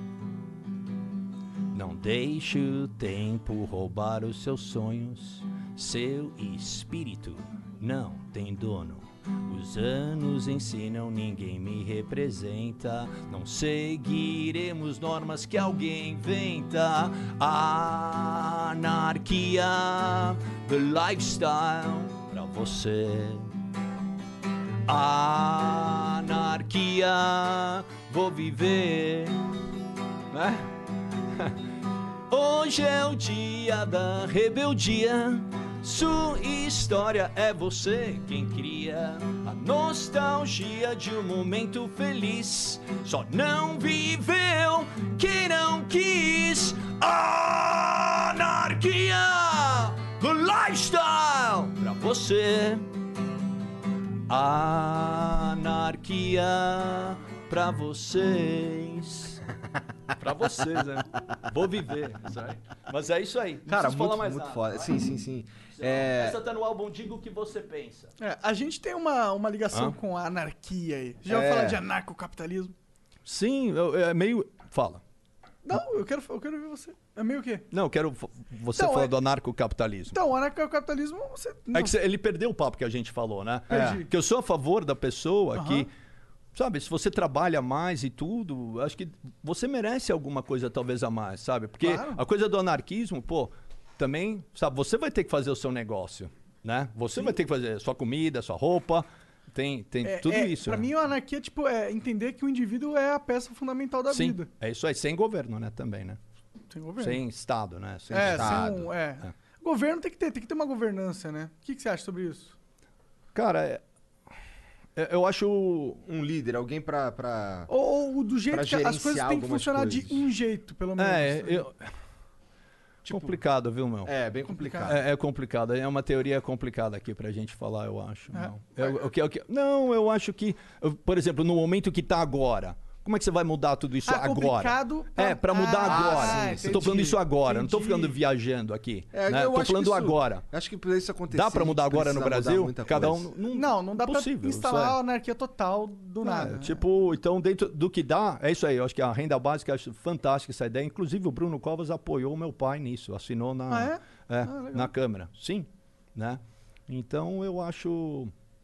Não deixe o tempo roubar os seus sonhos. Seu espírito não tem dono. Os anos ensinam, ninguém me representa. Não seguiremos normas que alguém inventa. Anarquia, the lifestyle pra você. Anarquia, vou viver, né? Hoje é o dia da rebeldia. Sua história é você quem cria a nostalgia de um momento feliz. Só não viveu quem não quis. Anarquia, the lifestyle pra você. Anarquia pra vocês. Pra vocês, né? Vou viver. Isso aí. Mas é isso aí. Não Cara, preciso falar muito, mais muito nada. foda. Sim, sim, sim. É, Essa tá no álbum Diga o que você pensa. É, a gente tem uma, uma ligação Hã? com a anarquia aí. Já É. ouviu falar de anarcocapitalismo? Sim, eu- é meio. Fala. Não, eu quero, eu quero ouvir você. É meio o quê? Não, eu quero f- você Então, falar é- do anarcocapitalismo. Então, o anarcocapitalismo, você... É que cê- ele perdeu o papo que a gente falou, né? Perdi. É. Que eu sou a favor da pessoa Aham. que, sabe, se você trabalha mais e tudo, acho que você merece alguma coisa talvez a mais, sabe? Porque Claro. a coisa do anarquismo, pô, também, sabe, você vai ter que fazer o seu negócio, né? Você vai ter que fazer sua comida, sua roupa, tem, tem É, tudo é, isso. Pra né? mim, a anarquia tipo, é entender que o indivíduo é a peça fundamental da Sim, vida. é isso aí, sem governo, né, também, né? Sem governo. Sem Estado, né? Sem é, Estado. sem um, é. É. Governo tem que ter, tem que ter uma governança, né? O que, que você acha sobre isso? Cara, é- é- eu acho... um líder, alguém pra... pra... Ou, ou do jeito Pra que as coisas gerenciar têm que algumas funcionar coisas. de um jeito, pelo menos. É, né? eu... complicado, viu, meu? É, bem complicado. É, é complicado, é uma teoria complicada aqui pra gente falar, eu acho. É. Não. Eu, eu, eu, eu- não, eu acho que, eu- por exemplo, no momento que tá agora, como é que você vai mudar tudo isso Ah, agora? complicado pra- É, pra mudar Ah, agora. sim, eu tô falando entendi, isso agora, não tô entendi. ficando viajando aqui. É, né? eu Tô acho falando que isso- agora. Acho que pra isso acontecer... Dá pra mudar a gente agora no precisa mudar Brasil? muita Cada coisa. um. Não, Não, não dá possível, pra isso instalar é. a anarquia total do nada. É, né? tipo, então dentro do que dá, é isso aí. Eu acho que a renda básica, eu acho fantástica essa ideia. Inclusive o Bruno Covas apoiou o meu pai nisso, assinou na, Ah, é? é, Ah, legal. na Câmara. Sim, né? Então eu acho...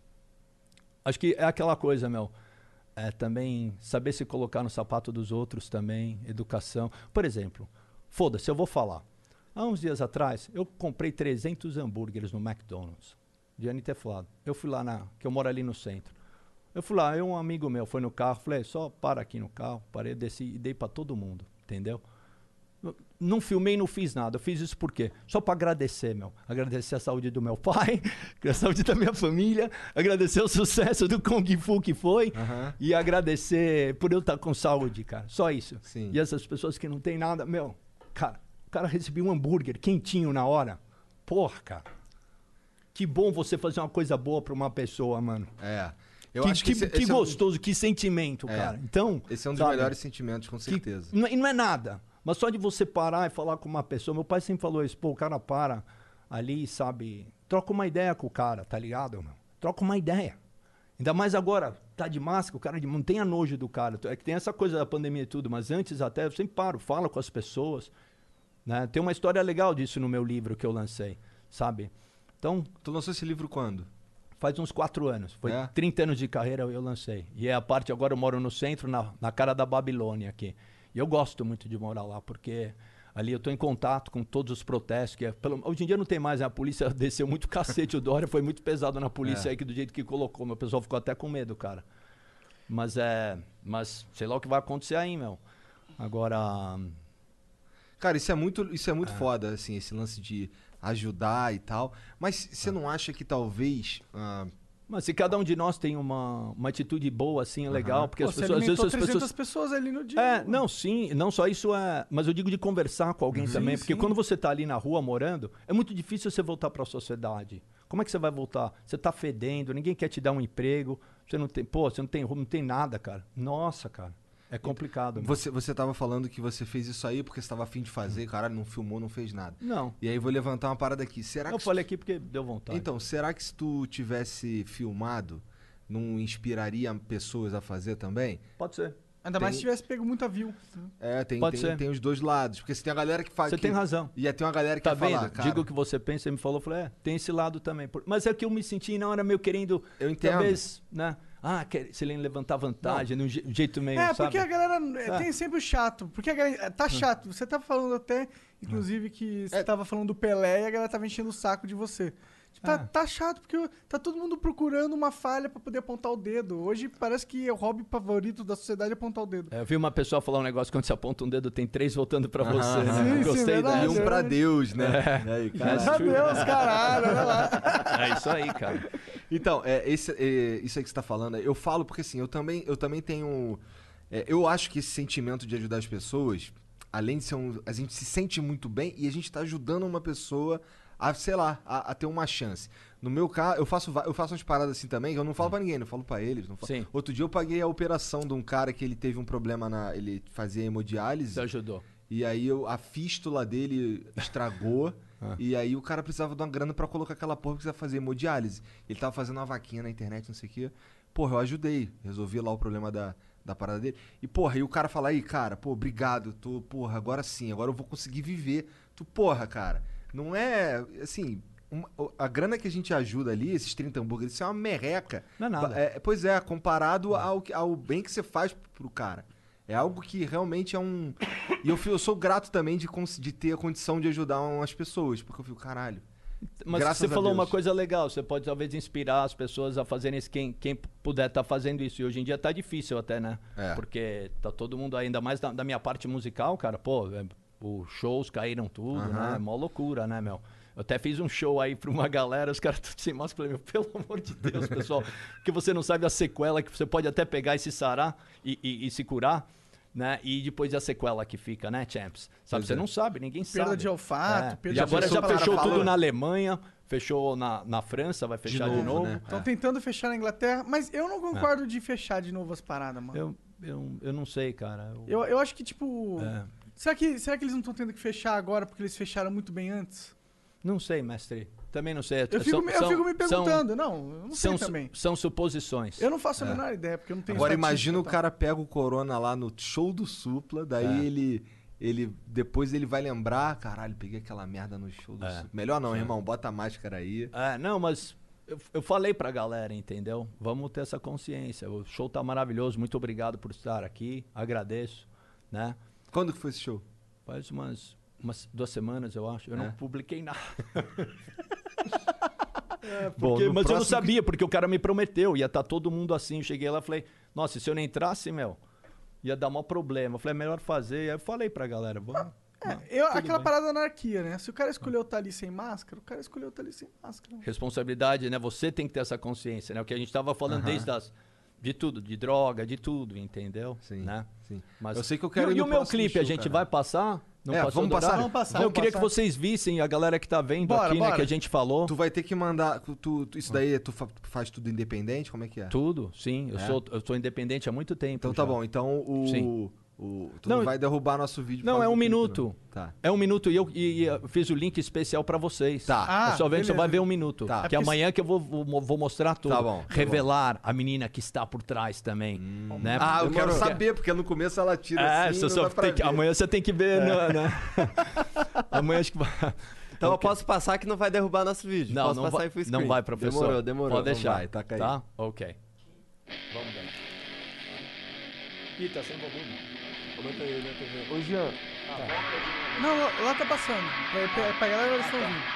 Acho que é aquela coisa, meu. É também saber se colocar no sapato dos outros também, educação. Por exemplo, foda-se, eu vou falar. Há uns dias atrás, eu comprei trezentos hambúrgueres no McDonald's. De N ter falado. Eu fui lá na... que eu moro ali no centro. Eu fui lá, eu, um amigo meu foi no carro, falei, só para aqui no carro, parei, desci e dei pra todo mundo, entendeu? Não filmei, não fiz nada. Eu fiz isso por quê? Só para agradecer, meu. Agradecer a saúde do meu pai, a saúde da minha família, agradecer o sucesso do Kung Fu que foi Aham. e agradecer por eu estar com saúde, cara. Só isso. Sim. E essas pessoas que não tem nada, meu, cara, o cara recebeu um hambúrguer quentinho na hora. Porra, cara. Que bom você fazer uma coisa boa para uma pessoa, mano. É. Eu que acho que, que, esse, que esse é um- gostoso, que sentimento, É. cara. Então, esse é um dos sabe? melhores sentimentos, com Que- certeza. não, e não é nada. Mas só de você parar e falar com uma pessoa. Meu pai sempre falou isso. Pô, o cara para ali, sabe? Troca uma ideia com o cara, tá ligado, meu? Troca uma ideia. Ainda mais agora, tá de máscara, o cara de- não tenha nojo do cara. É que tem essa coisa da pandemia e tudo, mas antes até eu sempre paro, falo com as pessoas. Né? Tem uma história legal disso no meu livro que eu lancei, sabe? Então, Tu lançou esse livro quando? faz uns quatro anos. Foi É? trinta anos de carreira eu lancei. E é a parte, agora eu moro no centro, na, na cara da Babilônia aqui. E eu gosto muito de morar lá, porque ali eu tô em contato com todos os protestos. Que é, pelo, hoje em dia não tem mais, né? A polícia desceu muito cacete. O Dória foi muito pesado na polícia É. aí, que do jeito que colocou. Meu pessoal ficou até com medo, cara. Mas é... Mas sei lá o que vai acontecer aí, meu. Agora... Cara, isso é muito, isso é muito foda, assim, esse lance de ajudar e tal. Mas você não acha que talvez... ah, Mas se cada um de nós tem uma, uma atitude boa, assim, é legal. Porque Pô, as você pessoas... Às vezes alimentou as trezentas pessoas... pessoas ali no dia. É, mano. não, sim, não só isso é. Mas eu digo de conversar com alguém também, porque sim. quando você tá ali na rua morando, é muito difícil você voltar para a sociedade. Como é que você vai voltar? Você tá fedendo, ninguém quer te dar um emprego, você não tem, pô, você não tem roupa, não tem nada, cara. Nossa, cara. É complicado. meu. você, você tava falando que você fez isso aí porque você tava afim de fazer, caralho, não filmou, não fez nada. Não. E aí vou levantar uma parada aqui. Será Eu que... falei aqui porque deu vontade. Então, será que se tu tivesse filmado, não inspiraria pessoas a fazer também? Pode ser. Ainda mais tem- se tivesse pego muita view. É, tem, Pode tem, ser. tem os dois lados. Porque se tem a galera que faz... Você que- tem razão. E aí tem uma galera que Tá quer falar, vendo? cara... Diga o que você pensa, você me falou, eu falei, é, tem esse lado também. Por- Mas é que eu me senti na hora meio querendo, Eu entendo. talvez, né? Ah, quer, se ele levantar vantagem, de um je- jeito meio, É, sabe? porque a galera é, É. tem sempre o chato. Porque a galera, tá chato. Você tava falando até, inclusive, que você É. tava falando do Pelé e a galera tava enchendo o saco de você. Tipo, tá, É. tá chato, porque tá todo mundo procurando uma falha pra poder apontar o dedo. Hoje parece que é o hobby favorito da sociedade apontar o dedo. É, eu vi uma pessoa falar um negócio, quando você aponta um dedo, tem três voltando pra você, Aham. né? Sim, sim, Gostei verdade. E dessa. um pra Deus, né? E aí, cara? Meu Deus, caralho, olha lá. É isso aí, cara. Então, é, esse, é, isso aí que você tá falando, eu falo porque assim, eu também, eu também tenho. é, eu acho que esse sentimento de ajudar as pessoas, além de ser um. A gente se sente muito bem e a gente tá ajudando uma pessoa a, sei lá, a, a ter uma chance. No meu caso, eu faço, va- eu faço umas paradas assim também, que eu não falo pra ninguém, não falo pra eles. Não falo. Sim. Outro dia eu paguei a operação de um cara que ele teve um problema na. Ele fazia hemodiálise. Você ajudou. E aí eu, a fístula dele estragou. E aí o cara precisava de uma grana pra colocar aquela porra que precisava fazer hemodiálise. Ele tava fazendo uma vaquinha na internet, não sei o quê. Porra, eu ajudei. Resolvi lá o problema da, da parada dele. E, porra, aí o cara fala aí, cara, pô, obrigado. Tô, porra, agora sim, agora eu vou conseguir viver. Tu, porra, cara, não é. Assim, uma- a grana que a gente ajuda ali, esses trinta hambúrgueres, isso é uma merreca. Não é nada. É, pois é, comparado ao, que- ao bem que você faz pro cara. É algo que realmente é um. E eu, fui- eu sou grato também de, cons- de ter a condição de ajudar umas pessoas, porque eu fico, caralho. Mas Graças você a falou Deus. uma coisa legal, você pode talvez inspirar as pessoas a fazerem isso, quem, quem puder estar fazendo isso. E hoje em dia tá difícil até, né? É. Porque tá todo mundo, ainda mais da, da minha parte musical, cara, pô, é, os shows caíram tudo, Aham. né? É mó loucura, né, meu? Eu até fiz um show aí pra uma galera, os caras tudo sem máscara. Eu falei, meu, pelo amor de Deus, pessoal. Porque você não sabe a sequela que você pode até pegar e se sarar e, e- e se curar, né? E depois a sequela que fica, né, Champs? Sabe, Pois você é. não sabe, ninguém Perda sabe. de olfato, É. perda E de agora audição. já O cara fechou fala- tudo na Alemanha, fechou na, na França, vai fechar de novo, novo. né? Estão tentando fechar na Inglaterra, mas eu não concordo de fechar de novo as paradas, mano. Eu, eu, eu não sei, cara. Eu- Eu, eu acho que, tipo. É. Será, que, será que eles não estão tendo que fechar agora porque eles fecharam muito bem antes? Não sei, mestre. Também não sei. Eu fico, São- me- eu são- fico me são- perguntando. não, eu não São, sei também. são suposições. Eu não faço a menor ideia, porque eu não tenho Agora estatística imagina e o tal. cara pega o Corona lá no show do Supla, daí É. ele. Ele, depois ele vai lembrar, caralho, peguei aquela merda no show do É. Supla. Melhor não, irmão, bota a máscara aí. É, não, mas eu, eu falei pra galera, entendeu? Vamos ter essa consciência. O show tá maravilhoso. Muito obrigado por estar aqui. Agradeço, né? Quando que foi esse show? Faz umas, umas duas semanas, eu acho. Eu É. não publiquei nada. Bom, Porque- no mas eu não próximo sabia, porque o cara me prometeu. Ia estar todo mundo assim. Eu cheguei lá e falei, nossa, se eu não entrasse, meu, ia dar maior problema. Eu falei, é melhor fazer. Aí eu falei pra galera, vamos. É, eu, aquela parada da anarquia, né? Se o cara escolheu estar ali sem máscara, o cara escolheu estar ali sem máscara. Responsabilidade, né? Você tem que ter essa consciência, né? O que a gente tava falando Aham. desde as... De tudo, de droga, de tudo, entendeu? Sim, né? sim. Mas... Eu sei que eu quero E, ir e no o meu próximo clipe, show, a gente cara. vai passar? Não É, passou vamos do passar? horário? Vamos passar, Eu vamos queria passar. que vocês vissem, a galera que tá vendo Bora, aqui, né? bora. Que a gente falou. Tu vai ter que mandar. Tu, tu- isso daí, tu fa- faz tudo independente? Como é que é? Tudo, sim. Eu, É? sou, eu sou independente há muito tempo. Então tá já. bom. Então o. Sim. o tu Não, não vai derrubar nosso vídeo. por Não, causa é do um clipe, minuto. não. Tá. É um minuto e eu, e, e eu fiz o link especial pra vocês. Tá. Ah, É só, ver, só beleza. vai ver um minuto. Tá. É Que porque amanhã que eu vou, vou, vou mostrar tudo. Tá bom, tá Revelar a menina que está por trás também. Né? Ah, eu quero Demorou. saber, porque no começo ela tira É, assim. você não só dá pra tem que- ver. amanhã você tem que ver, né? né? Amanhã acho que vai. Então Ok. eu posso passar que não vai derrubar nosso vídeo. Não, posso não passar vai, em full não screen. vai, professor. Demorou, demorou. Pode deixar. vai, taca aí. Tá? Ok. Vamos ver. Ih, tá sem volume. Comenta aí na T V. Ô, Jean. Não, lá, lá tá passando. Pra, pra, pra galera eles estão ouvindo.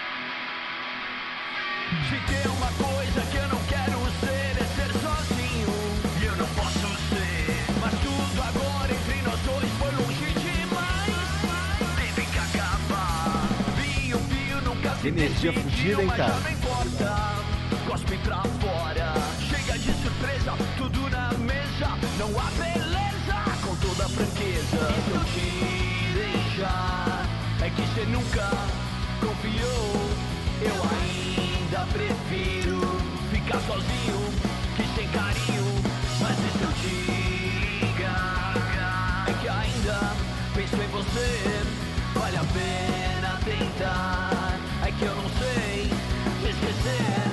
Se tem uma coisa que eu não quero ser é ser sozinho. E eu não posso ser. Mas tudo agora entre nós dois foi longe demais. Teve que acabar. Fio, fio, nunca se Energia decidiu, fudida, hein, mas cara? já não importa. Cospe pra fora. Chega de surpresa, tudo na mesa. Não há beleza com toda a franqueza. Se eu te deixar, é que você nunca confiou. Eu ainda prefiro ficar sozinho que sem carinho. Mas e se eu te ligar, é que ainda penso em você. Vale a pena tentar. É que eu não sei me esquecer.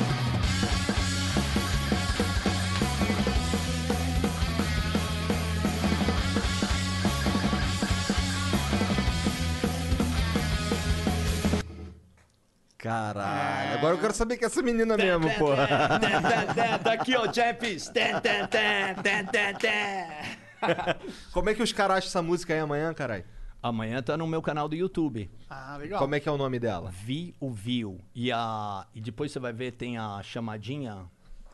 Caralho. Agora eu quero saber que é essa menina mesmo, porra. Tá aqui, ó, Champions. Tan, tan, tan, tan, tan, tan. Como é que os caras acham essa música aí amanhã, caralho? Amanhã tá no meu canal do YouTube. Ah, legal. Como é que é o nome dela? Vi o Viu. E, a, e depois você vai ver, tem a chamadinha,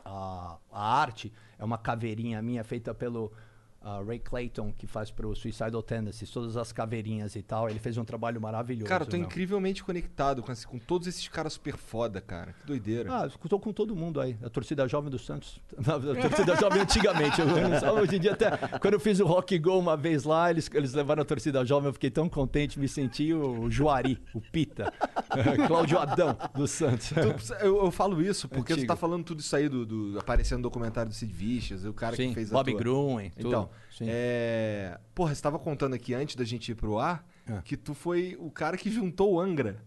a, a arte, é uma caveirinha minha feita pelo ah, Ray Clayton, que faz pro Suicidal Tendencies, todas as caveirinhas e tal. Ele fez um trabalho maravilhoso. Cara, eu tô meu. incrivelmente conectado com, esse- com todos esses caras super foda, cara. Que doideira. Ah, eu tô com todo mundo aí. A torcida jovem do Santos. Não, a torcida jovem antigamente. Eu, não sei, hoje em dia, até quando eu fiz o Rock Go uma vez lá, eles, eles levaram a torcida jovem. Eu fiquei tão contente, me senti o Juari, o Pita, Cláudio Adão do Santos. Tu- eu, eu falo isso porque Antigo. tu tá falando tudo isso aí do, do aparecendo no documentário do Sid Vicious, o cara Sim, que fez a Bob tua- Gruen, tudo. Então, Sim. é... Porra, você tava contando aqui antes da gente ir pro ar É. que tu foi o cara que juntou o Angra.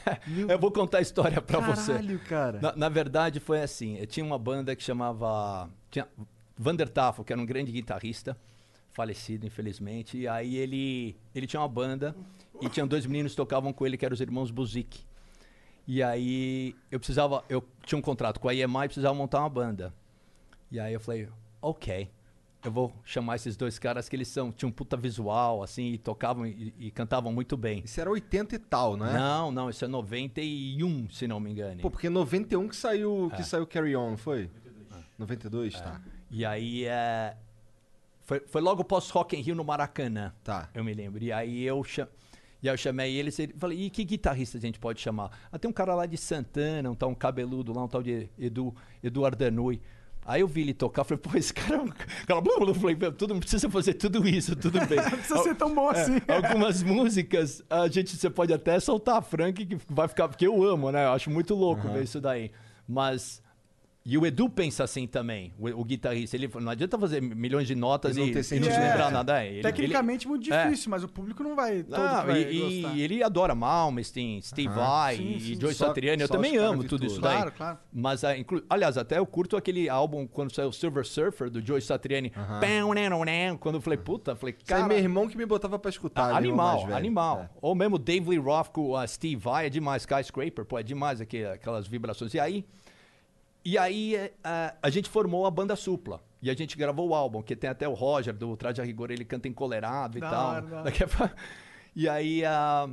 Eu vou contar a história pra você. Caralho, cara. Na, na verdade, foi assim. Eu tinha uma banda que chamava... Tinha Vander Tafel, que era um grande guitarrista, falecido, infelizmente. E aí ele, ele tinha uma banda e tinha dois meninos que tocavam com ele, que eram os irmãos Buzik. E aí eu precisava... Eu tinha um contrato com a I E M A e precisava montar uma banda. E aí eu falei, ok, eu vou chamar esses dois caras que eles são... Tinham um puta visual, assim, e tocavam e, e cantavam muito bem. Isso era oitenta e tal, não é? Não, não, isso é noventa e um, se não me engano. Pô, porque noventa e um que saiu, que É. saiu Carry On, não foi? noventa e dois, tá. E aí, é... Foi, foi logo pós Rock in Rio no Maracanã. Tá. Eu me lembro. E aí eu, cha... e aí eu chamei eles e falei, e que guitarrista a gente pode chamar? Ah, tem um cara lá de Santana, um tal um cabeludo lá, um tal de Edu, Edu Ardanui. Aí eu vi ele tocar, falei, pô, esse cara é um cara... Eu falei, tudo, não precisa fazer tudo isso, tudo bem. Não precisa ser tão bom assim. É, algumas músicas, a gente, você pode até soltar a Frank, que vai ficar, porque eu amo, né? Eu acho muito louco ver isso daí. Mas... E o Edu pensa assim também, o, o guitarrista. Ele falou, não adianta fazer milhões de notas E não e, ter e não sentimento. se É, lembrar nada. É, ele- Tecnicamente ele- muito é. difícil, mas o público não vai todo Não, que vai e, gostar. e ele adora Malmsteen, Steve Vai, Sim, e sim. Joe Só- Satriani. Eu só os também caras amo tudo isso virtuosos. daí. Claro, claro. Mas, ah, inclu- aliás, até eu curto aquele álbum quando saiu Silver Surfer, do Joe Satriani. Pão, né, não, né. Quando eu falei, puta, falei, Isso aí cara... meu irmão que me botava pra escutar. Ah, meu irmão mais animal, velho. animal. É. Ou mesmo Dave Lee Roth com a Steve Vai, é demais. Skyscraper, pô, é demais aqui, aquelas vibrações. E aí, e aí é, a, a gente formou a banda Supla. E a gente gravou o álbum, que tem até o Roger, do Traje a Rigor, ele canta encolerado e Da tal. hora, da hora. Daqui a pouco- E aí, ah,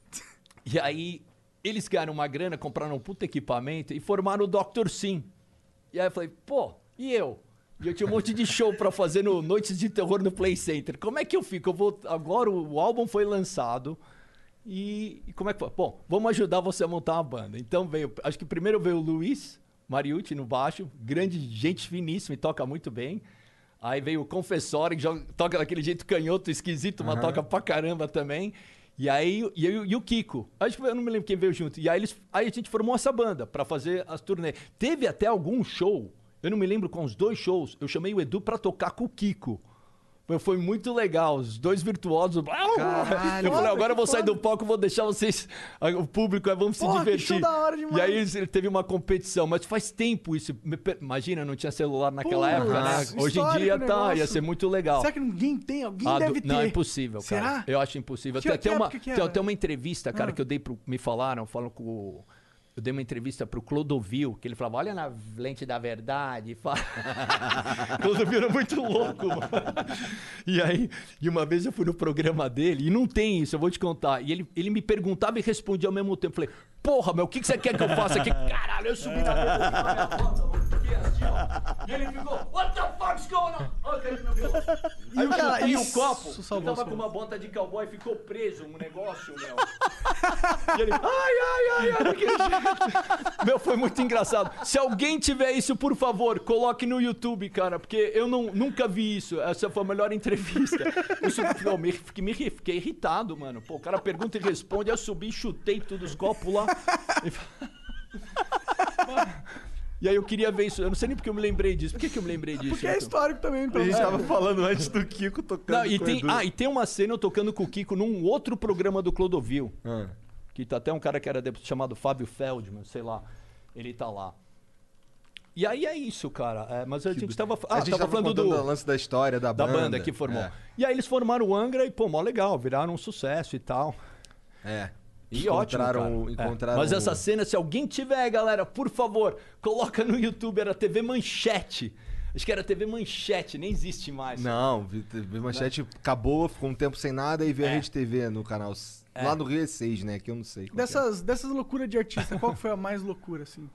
e aí, eles ganharam uma grana, compraram um puto equipamento e formaram o doutor Sim. E aí eu falei, pô, e eu? E eu tinha um monte de show pra fazer no Noites de Terror no Play Center. Como é que eu fico? Eu vou... Agora o, o álbum foi lançado e, e como é que foi? Bom, vamos ajudar você a montar uma banda. Então veio... Acho que primeiro veio o Luiz Mariucci no baixo, grande gente finíssima e toca muito bem. Aí veio o Confessori, que joga, toca daquele jeito canhoto, esquisito, mas uhum. toca pra caramba também. E aí, e, e, e o Kiko. Acho que eu não me lembro quem veio junto. E aí, eles, aí a gente formou essa banda pra fazer as turnês. Teve até algum show, eu não me lembro com os dois shows, eu chamei o Edu pra tocar com o Kiko. Foi muito legal, os dois virtuosos. Caralho, eu falei, agora eu vou sair do palco, vou deixar vocês, o público, vamos se Porra, divertir. Que show da hora demais. E aí ele teve uma competição, mas faz tempo isso. Imagina, não tinha celular naquela Pô, época, né? Hoje em dia tá, ia ser muito legal. Será que ninguém tem? Alguém Ah, deve do... ter. Não, é impossível, cara. Será? Eu acho impossível. Que, tem, que até uma, que tem até uma entrevista, cara, ah. que eu dei pro... Me falaram, falam com o... Eu dei uma entrevista pro Clodovil, que ele falava, olha na lente da verdade. Fala... Clodovil era muito louco, mano. E aí, e uma vez eu fui no programa dele, e não tem isso, eu vou te contar. E ele, ele me perguntava e respondia ao mesmo tempo. Falei, porra, meu, o que, que você quer que eu faça aqui? Caralho, eu subi na mesa com a minha foto, mano. Fiquei assim, ó. E ele ficou, what the fuck's going on? Olha o meu filho. Aí eu chutei o copo, eu tava com uma bota de cowboy e ficou preso um negócio, meu. E ele, ai, ai, ai, ai, daquele jeito. Meu, foi muito engraçado. Se alguém tiver isso, por favor, coloque no YouTube, cara, porque eu não, nunca vi isso. Essa foi a melhor entrevista. Eu subi, eu me, fiquei, me, fiquei irritado, mano. Pô, o cara pergunta e responde, eu subi, chutei todos os copos lá. E aí eu queria ver isso. Eu não sei nem porque eu me lembrei disso. Por que, que eu me lembrei disso? Porque é então? histórico também. Então. A gente tava falando antes do Kiko tocando não, e com tem, o Edu. Ah, e tem uma cena eu tocando com o Kiko num outro programa do Clodovil. Ah. Que tá até um cara que era chamado Fábio Feldman, sei lá. Ele tá lá. E aí é isso, cara. É, mas a que gente tava, ah, a gente tava, tava falando do do lance da história da, da banda. banda que formou. É. E aí eles formaram o Angra e, pô, mó legal, viraram um sucesso e tal. É. E encontraram, ótimo, cara. encontraram É. Mas essa cena, se alguém tiver, galera, por favor, coloca no YouTube, era T V Manchete. Acho que era T V Manchete, nem existe mais. Não, T V Manchete não. Acabou, ficou um tempo sem nada e veio é. a Rede T V no canal. É. Lá no Rio é seis, né? Que eu não sei. Dessas, é. dessas loucuras de artista, qual que foi a mais loucura, assim?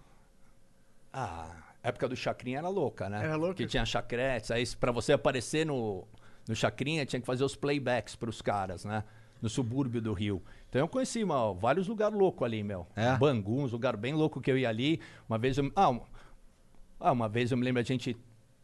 Ah, a época do Chacrinha era louca, né? Era louca. Que tinha chacretes, aí pra você aparecer no, no Chacrinha tinha que fazer os playbacks pros caras, né? No subúrbio do Rio. Então eu conheci, mal, vários lugares loucos ali, meu. É? Bangu, uns lugares bem louco que eu ia ali. Uma vez eu... Ah, um, ah uma vez eu me lembro a gente...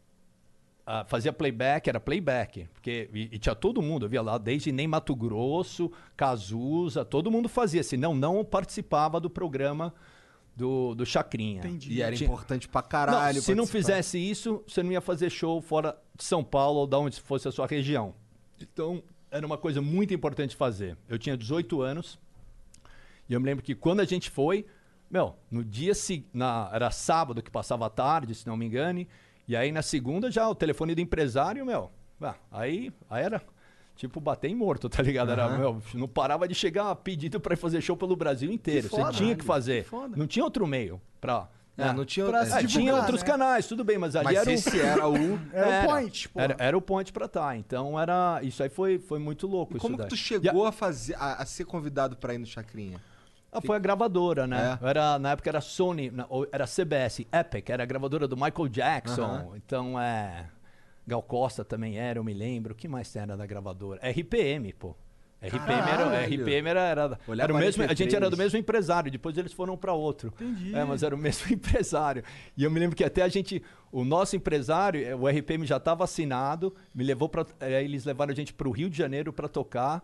Uh, fazia playback, era playback, porque, e, e tinha todo mundo, eu via lá, desde Nem Mato Grosso, Cazuza, todo mundo fazia, senão não participava do programa do, do Chacrinha. Entendi. E era tinha... importante pra caralho. Não, se não fizesse isso, você não ia fazer show fora de São Paulo ou de onde fosse a sua região. Então, era uma coisa muito importante fazer. Eu tinha dezoito anos, e eu me lembro que quando a gente foi, meu, no dia seguinte, era sábado que passava a tarde, se não me engane. E aí, na segunda, já o telefone do empresário, meu, ah, aí, aí era tipo bater em morto, tá ligado? Era, uhum. meu, não parava de chegar pedido pra ir fazer show pelo Brasil inteiro. Que foda, você tinha que fazer. Que não tinha outro meio pra... É, é, não tinha, pra é, tinha outros né? canais, tudo bem, mas ali mas era, esse o... era o... Era, era o point, pô. Era, era o point pra tá. Então, era... Isso aí foi, foi muito louco. E como isso que tu daí. chegou a... a fazer, a, a ser convidado pra ir no Chacrinha? Ah, foi a gravadora, né? É. Era, na época era Sony, era C B S, Epic, era a gravadora do Michael Jackson. Uhum. Então, é... Gal Costa também era, eu me lembro. O que mais era da gravadora? R P M, pô. R P M era, R P M era, era, era o mesmo, a gente era do mesmo empresário, depois eles foram para outro. Entendi. É, mas era o mesmo empresário. E eu me lembro que até a gente, o nosso empresário, o R P M já estava assinado, me levou para, eles levaram a gente para o Rio de Janeiro para tocar,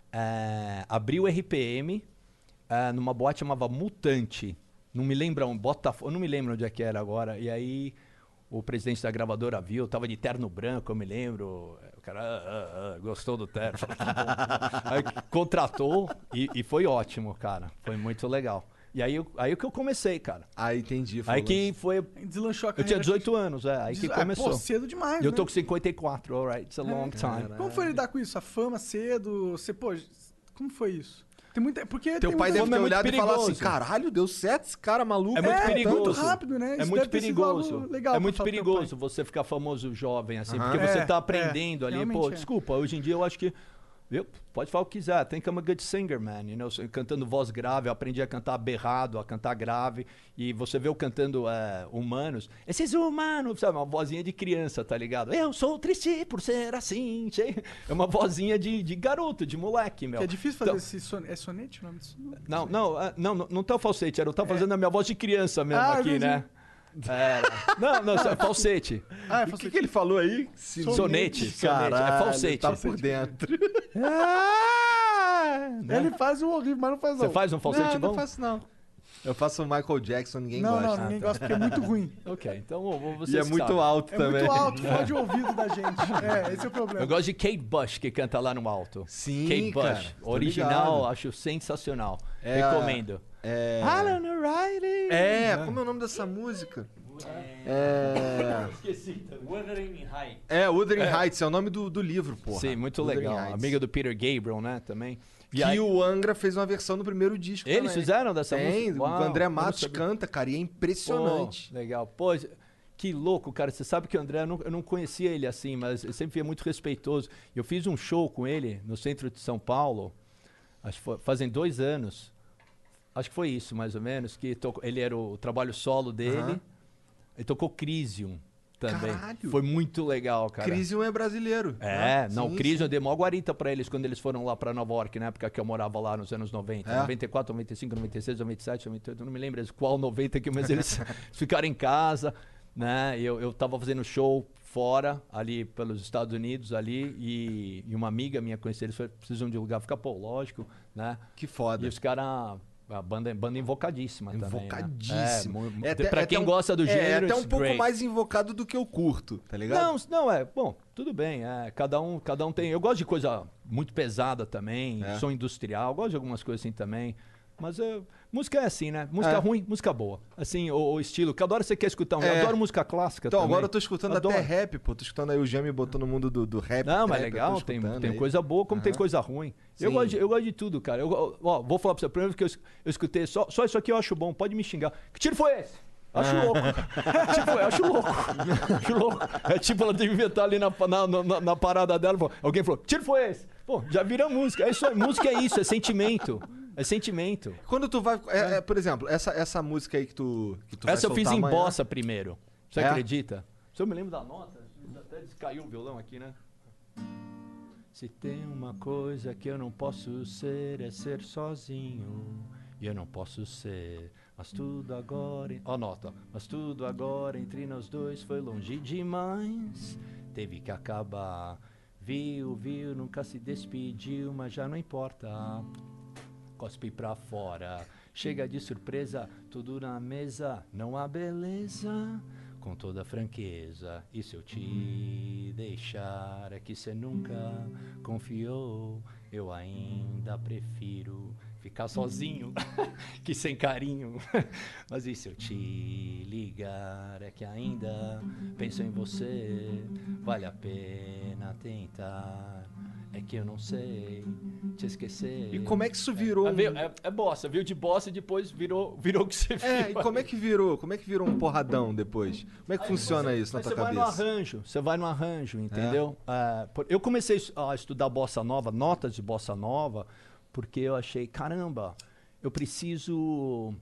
é, abriu o R P M é, numa boate chamava Mutante, não me lembro, um Botafogo, não me lembro onde é que era agora. E aí o presidente da gravadora viu, tava de terno branco, eu me lembro. O cara ah, ah, ah, gostou do terno. Aí contratou e, e foi ótimo, cara. Foi muito legal. E aí, aí que eu comecei, cara. Ah, entendi. Aí que foi... Deslanchou a eu tinha dezoito anos, é. Aí que ah, começou. Pô, cedo demais, Eu né? tô com cinquenta e quatro, alright. It's a long time. Como foi lidar com isso? A fama cedo? Você, pô, como foi isso? Tem muita, porque Teu tem pai muita... deve ter é olhado e perigoso. falado assim, caralho, deu certo esse cara maluco. É muito é, perigoso. muito rápido, né? É Isso muito deve ter sido perigoso. algo legal é pra muito falar pro teu perigoso você ficar famoso jovem, assim, Aham. porque você É, tá aprendendo é, ali. realmente Pô, é. desculpa, hoje em dia eu acho que Eu, pode falar o que quiser. I think I'm a good singer, man. You know, cantando voz grave, eu aprendi a cantar berrado, a cantar grave. E você vê eu cantando é, humanos. Esses humanos, sabe? Uma vozinha de criança, tá ligado? Eu sou triste por ser assim. É uma vozinha de, de garoto, de moleque, meu. Que é difícil fazer Então, esse son... É sonete o nome disso? não, não, é, não, não, não tá o falsete. Eu tava fazendo a minha voz de criança mesmo Ah, aqui, entendi. né? É, não, não, é falsete. Ah, é O que, que ele falou aí? Sonete. Sonete. É Caralho, falsete. tá por dentro. Ah, né? Ele faz o horrível, mas não faz Você não. faz um falsete não, bom? não faço não. Eu faço o Michael Jackson, ninguém Não, gosta. não, ninguém gosta porque é muito ruim. Ok, então vou- você E é que muito sabe. alto É também. muito alto, fode o ouvido da gente. É, esse é o problema. Eu gosto de Kate Bush, que canta lá no alto. Sim, Kate cara, Bush. tô Original, ligado. acho sensacional. É, Recomendo. É... Alan O'Reilly. É, como é o nome dessa música? É... Esqueci também. Wuthering Heights. É, Wuthering Heights, é o nome do, do livro, porra. Sim, muito Wuthering legal. Heights. Amiga do Peter Gabriel, né, também. E Que aí- o Angra fez uma versão no primeiro disco Eles também. fizeram dessa Tem, música? o Uau, André eu não Matos sabia. canta, cara, e é impressionante. Pô, legal. Pô, que louco, cara. Você sabe que o André, eu não, eu não conhecia ele assim, mas eu sempre fui muito respeitoso. Eu fiz um show com ele no centro de São Paulo, acho que foi, fazem dois anos. Acho que foi isso, mais ou menos, que tocou- ele era o, trabalho solo dele. Aham. Ele tocou Crisium também. Caralho. Foi muito legal, cara. Crisium é brasileiro. É, né? não, Sim, o Crisium sim. eu dei mó guarita pra eles quando eles foram lá pra Nova York, na época que eu morava lá nos anos noventa. É? noventa e quatro, noventa e cinco, noventa e seis, noventa e sete, noventa e oito, eu não me lembro qual noventa aqui, mas eles ficaram em casa, né? Eu, eu tava fazendo show fora, ali pelos Estados Unidos, ali, e, e uma amiga minha conheceu eles, falou, precisam de um lugar, fica, pô, lógico, né? Que foda. E os caras... A banda, banda invocadíssima também. Invocadíssimo. Né? É, É até- pra é quem até um- gosta do é, gênero, É até um it's pouco great. mais invocado do que eu curto, tá ligado? Não, não é. Bom, tudo bem. É, cada, um, cada um tem. Eu gosto de coisa muito pesada também, É. som industrial, eu gosto de algumas coisas assim também. Mas é, música é assim, né? Música É. ruim, música boa. Assim, o, o estilo. Cada hora você quer escutar um. Eu É. adoro música clássica Então, também. agora eu tô escutando Adoro. até rap, pô. Tô escutando aí o Jam me botou no mundo do, do rap. Não, mas trap, eu tô legal, tem, escutando tem aí. coisa boa como tem Aham. coisa ruim. Eu Sim. gosto, de, eu gosto de tudo, cara. Eu, ó, vou falar pra você, primeiro que eu, es- eu escutei, só, só isso aqui eu acho bom, pode me xingar. Que tiro foi esse? Acho Ah. louco. tipo, eu acho louco. Acho louco. É tipo, ela deve inventar ali na, na, na, na parada dela, falou- alguém falou, que tiro foi esse? Pô, já vira música. É isso aí, música é isso, é sentimento. É sentimento. Quando tu vai... é, é, por exemplo, essa, essa música aí que tu, que tu vai Essa eu fiz soltar em amanhã- bossa primeiro. Você É? acredita? Se eu me lembro da nota, até descaiu o violão aqui, né? Se tem uma coisa que eu não posso ser, é ser sozinho. E eu não posso ser, mas tudo agora. Ó, nota. Mas tudo agora entre nós dois foi longe demais. Teve que acabar. Viu, viu, nunca se despediu, mas já não importa. Cospe pra fora. Chega de surpresa, tudo na mesa, não há beleza. Com toda franqueza, e se eu te deixar, é que cê nunca confiou. Eu ainda prefiro ficar sozinho que sem carinho. Mas e se eu te ligar, é que ainda penso em você. Vale a pena tentar. É que eu não sei te esquecer. E como é que isso virou É, um- veio- é, é bossa, viu de bossa e depois virou, virou o que você É, viu. e como é que virou? Como é que virou um porradão depois? Como é que Aí funciona você- isso na aí tua você vai no cabeça? arranjo, você vai no arranjo, entendeu? É, por- eu comecei a estudar bossa nova, notas de bossa nova, porque eu achei, caramba, eu preciso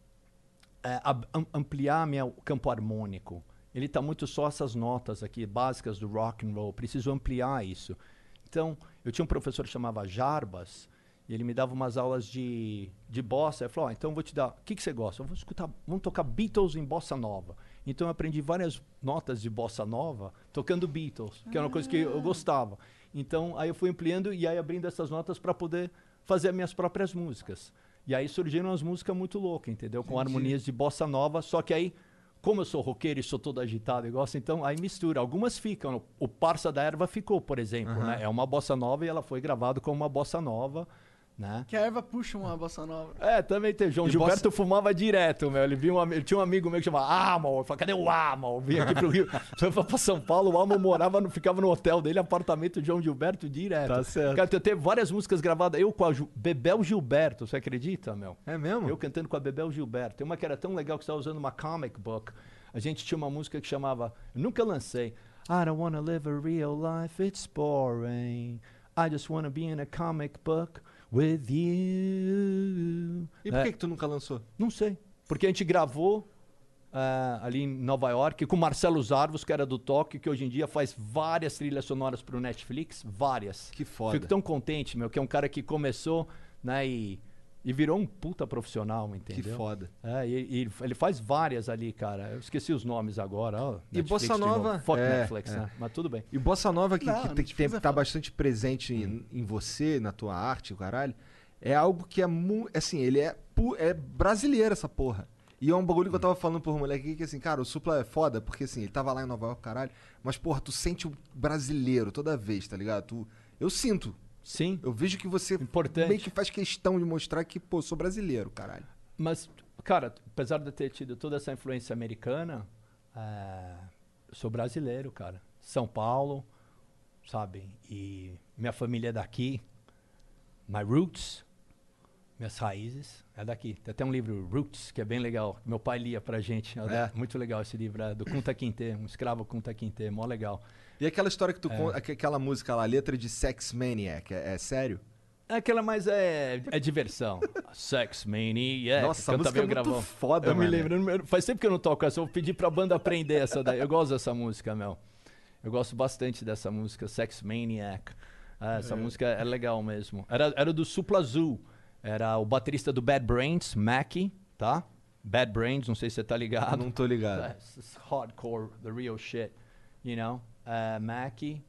é, ab- am- ampliar meu campo harmônico. Ele está muito só essas notas aqui básicas do rock and roll. Preciso ampliar isso. Então, eu tinha um professor que chamava Jarbas, e ele me dava umas aulas de, de bossa. Ele falou, ó, então eu vou te dar... O que, que você gosta? Eu vou escutar... Vamos tocar Beatles em bossa nova. Então, eu aprendi várias notas de bossa nova tocando Beatles, que era uma coisa que eu gostava. Então, aí eu fui ampliando e aí abrindo essas notas para poder fazer as minhas próprias músicas. E aí surgiram umas músicas muito loucas, entendeu? Com harmonias de bossa nova, só que aí... Como eu sou roqueiro e sou todo agitado e gosto, então aí mistura. Algumas ficam. O Parça da Erva ficou, por exemplo, Aham. né? É uma bossa nova e ela foi gravada como uma bossa nova, né? Que a erva puxa uma bossa nova. É, também tem. João E Gilberto fumava direto, meu. Ele, via um, ami- ele tinha um amigo meu que chamava Amon. Eu falei, cadê o Amon? Vinha aqui pro Rio. Foi pra São Paulo, o Amon morava, no, ficava no hotel dele, apartamento de João Gilberto direto. Tá certo. Cara, teve várias músicas gravadas. Eu com a Ju, Bebel Gilberto, você acredita, meu? É mesmo? Eu cantando com a Bebel Gilberto. Tem uma que era tão legal que você estava usando uma comic book. A gente tinha uma música que chamava... Eu nunca lancei. I don't wanna live a real life, it's boring. I just wanna be in a comic book with you. E por É, que, que tu nunca lançou? Não sei. Porque a gente gravou ah, ali em Nova York com Marcelo Zarvos, que era do Tóquio, que hoje em dia faz várias trilhas sonoras pro Netflix. Várias. Que foda. Fico tão contente, meu, que é um cara que começou, né, e, e virou um puta profissional, entendeu? Que foda. É, e, e ele faz várias ali, cara. Eu esqueci os nomes agora. ó, E Netflix Bossa de novo. Nova? Fuck É, Netflix, é. né? Mas tudo bem. E Bossa Nova, que, Não, que, tem, que Netflix tem- é tá foda. bastante presente em, em você, na tua arte, o caralho, é algo que é muito. Assim, ele é, pu- é brasileiro, essa porra. E é um bagulho que eu tava falando por moleque aqui, que assim, cara, o Supla é foda, porque assim, ele tava lá em Nova York, caralho, mas porra, tu sente o brasileiro toda vez, tá ligado? Tu, eu sinto. Sim. Eu vejo que você Importante. meio que faz questão de mostrar que, pô, sou brasileiro, caralho. Mas, cara, apesar de eu ter tido toda essa influência americana, é, eu sou brasileiro, cara. São Paulo, sabe? E minha família é daqui. My roots, minhas raízes, é daqui. Tem até um livro, Roots, que é bem legal. Meu pai lia pra gente. É. Muito legal esse livro, é do Kunta Kinte, um escravo Kunta Kinte, mó legal. E aquela história que tu É. conta, aqu- aquela música lá, a letra de Sex Maniac, é, é sério? É aquela, mas é, é diversão. Sex Maniac. Nossa, essa canta música bem é o muito gravão. foda, eu me mano. lembro, eu não- faz tempo que eu não toco essa, eu vou pedir pra banda aprender essa daí. Eu gosto dessa música, meu. Eu gosto bastante dessa música, Sex Maniac. Ah, essa música é legal mesmo. Era, era do Supla Azul. Era o baterista do Bad Brains, Mackie, tá? Bad Brains, não sei se você tá ligado. Não tô ligado. That's this hardcore, the real shit, you know? Uh, Mackie,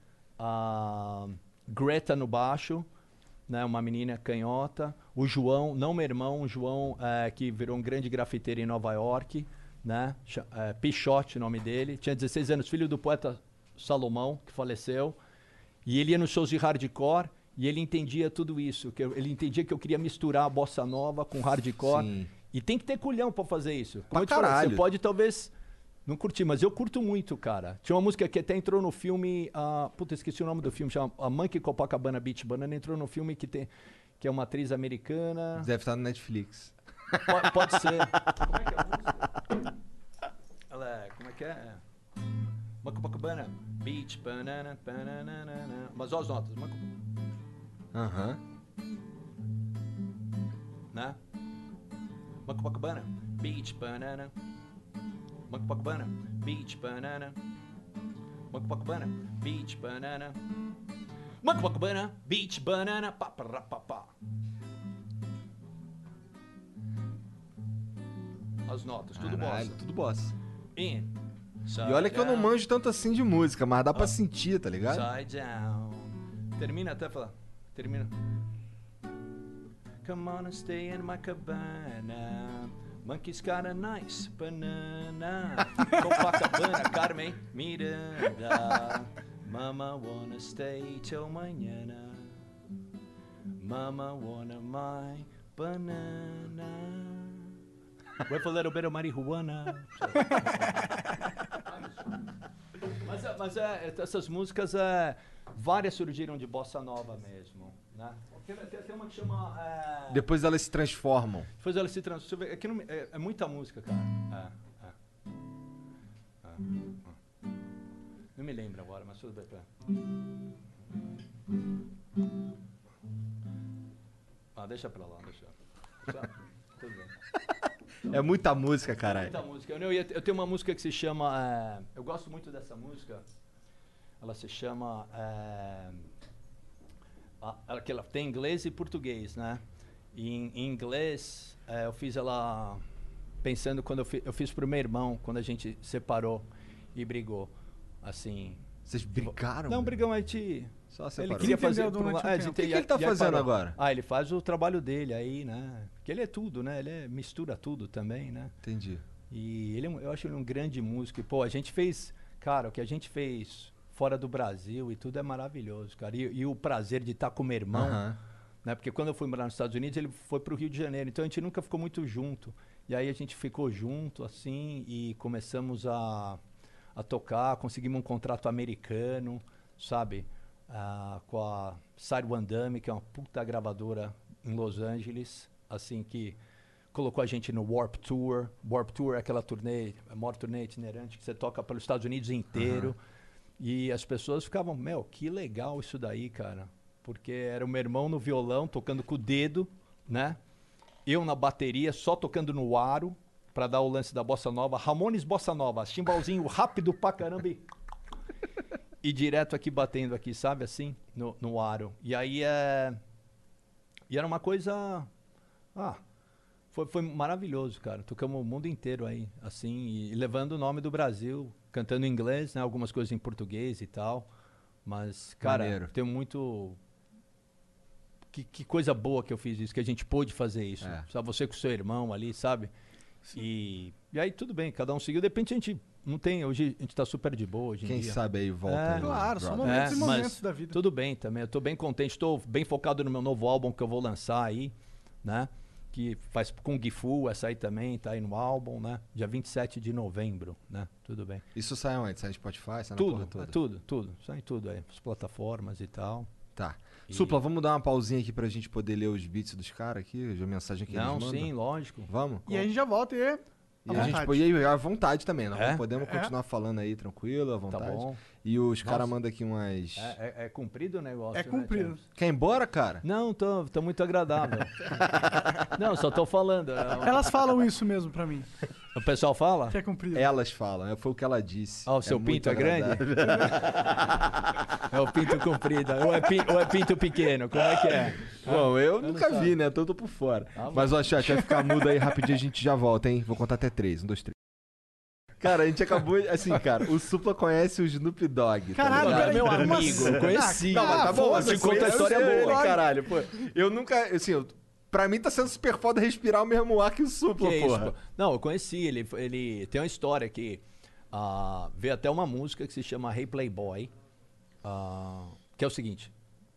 um, Greta no baixo, né? Uma menina canhota. O João, não meu irmão, o João, eh, que virou um grande grafiteiro em Nova York, né? Cha- eh, Pichote, o nome dele. Tinha dezesseis anos, filho do poeta Salomão, que faleceu. E ele ia nos shows de hardcore e ele entendia tudo isso. Que eu- ele entendia que eu queria misturar a bossa nova com hardcore. Sim. E tem que ter culhão pra fazer isso. Como Pra eu te falei, caralho. você pode talvez não curtir, mas eu curto muito, cara. Tinha uma música que até entrou no filme. Uh, puta, esqueci o nome do filme, chama A Monkey Copacabana Beach Banana. Entrou no filme que, tem, que é uma atriz americana. Deve estar no Netflix. Pode, pode ser. Como é que é a música? Ela é. Como é que é? Copacabana Beach Banana. Banana. Mas olha as notas. Monkey- Aham. né? Copacabana Beach Banana. Copacabana Beach Banana. Copacabana Beach Banana. Copacabana Beach Banana. Pá, pá, rá, pá, pá. As notas, tudo Caralho, bosta. tudo bossa. In. E olha que eu não manjo tanto assim de música, mas dá pra sentir, tá ligado? Side down. Termina até falar. Termina. Come on and stay in my cabana. Monkey's got a nice banana. Copacabana, Carmen Miranda. Mama wanna stay till manhã. Mama wanna my banana. With a little bit of marijuana. Mas, é- mas é, essas músicas, é, várias surgiram de bossa nova mesmo, né? Tem, tem- tem uma que chama... É, Depois elas se transformam. depois ela se transforma... É, que não me- é, é muita música, cara. É, é. É, é. Não me lembro agora, mas tudo bem. pera. Ah, deixa pra lá, deixa. Deixa- Tudo bem. É muita música, caralho. Muita música. Eu, ia- eu tenho uma música que se chama... é, eu gosto muito dessa música. Ela se chama... é, a- ela, que ela tem inglês e português, né? E em, em inglês, é, eu fiz ela pensando quando eu, fi, eu fiz pro meu irmão, quando a gente separou e brigou. Assim... Vocês brigaram? Não, brigamos, a gente... Só Ele separou. queria Entendeu fazer... durante por um um la- é, a tempo. gente- O que que e- ele tá e aí fazendo parou. agora? Ah, ele faz o trabalho dele aí, né? Porque ele é tudo, né? Ele é- mistura tudo também, né? Entendi. E ele é um- eu acho ele um grande músico. E, pô, a gente fez... Cara, o que a gente fez fora do Brasil e tudo é maravilhoso, cara. E, e o prazer de estar com o meu irmão, Aham. né? Porque quando eu fui morar nos Estados Unidos, ele foi pro Rio de Janeiro. Então a gente nunca ficou muito junto. E aí a gente ficou junto, assim, e começamos a, a tocar. Conseguimos um contrato americano, sabe? Ah, com a Side One Dummy, que é uma puta gravadora em Los Angeles, assim, que colocou a gente no Warp Tour. Warp Tour é aquela turnê, a maior turnê itinerante que você toca pelos Estados Unidos inteiro. E as pessoas ficavam, meu, que legal isso daí, cara. porque era o meu irmão no violão, tocando com o dedo, né? Eu na bateria, só tocando no aro, pra dar o lance da bossa nova. Ramones Bossa Nova, chimbalzinho rápido pra caramba e... e direto aqui batendo aqui, sabe, assim, no, no aro. E aí é... E era uma coisa... Ah, foi, foi maravilhoso, cara. Tocamos o mundo inteiro aí, assim, e, e levando o nome do Brasil, cantando em inglês, né, algumas coisas em português e tal. Mas, cara, Maneiro. tenho muito... Que, que coisa boa que eu fiz isso, que a gente pôde fazer isso. É. Sabe, você com seu irmão ali, sabe? E, e aí tudo bem, cada um seguiu. De repente a gente não tem, hoje a gente tá super de boa hoje em Quem dia. sabe aí volta É, aí, Claro, são brother. momentos É, e momentos mas da vida. Tudo bem também, eu tô bem contente, tô bem focado no meu novo álbum que eu vou lançar aí, né? Que faz com o Gifu, essa aí também, tá aí no álbum, né? Dia vinte e sete de novembro, né? Tudo bem. Isso sai onde? Sai no Spotify? Sai na Tudo, porra toda? é tudo, tudo. Sai tudo aí, as plataformas e tal. Tá. E- Supla, vamos dar uma pausinha aqui pra gente poder ler os beats dos caras aqui, a mensagem que Não, eles mandam? sim, lógico. Vamos? E aí a gente já volta e... E à a gente vontade. pode ir à vontade também, nós É? podemos É. continuar falando aí tranquilo, à vontade. Tá bom. E os caras Nossa. mandam aqui umas... É, é, é cumprido o negócio, É né, cumprido. Thiago? Quer ir embora, cara? Não, tô, tô muito agradável. Não, só tô falando. é, Elas falam isso mesmo pra mim, O pessoal fala? que é comprido. Elas falam, é, foi o que ela disse. Ah, o seu muito pinto é grande? agradável. É o pinto comprido. Ou é, pin- ou é pinto pequeno? Como é que é? Bom, eu, não nunca sabe. vi, né? Então eu tô por fora. Ah, bom. Mas, ó, chat, vai ficar mudo aí rapidinho, a gente já volta, hein? Vou contar até três. Um, dois, três. Cara, a gente acabou... Assim, cara, o Supla conhece o Snoop Dogg. Caralho, tá peraí, ligado? meu como amigo, assim? eu conheci. Não, mas tá bom, foda-se, você conta a eu história sei, boa, vai. caralho. Pô, eu nunca... Assim, eu, pra mim tá sendo super foda respirar o mesmo ar que o Supla, Que isso, porra. pô? Não, eu conheci ele. Ele tem uma história que ah, veio até uma música que se chama Hey Playboy, ah, que é o seguinte.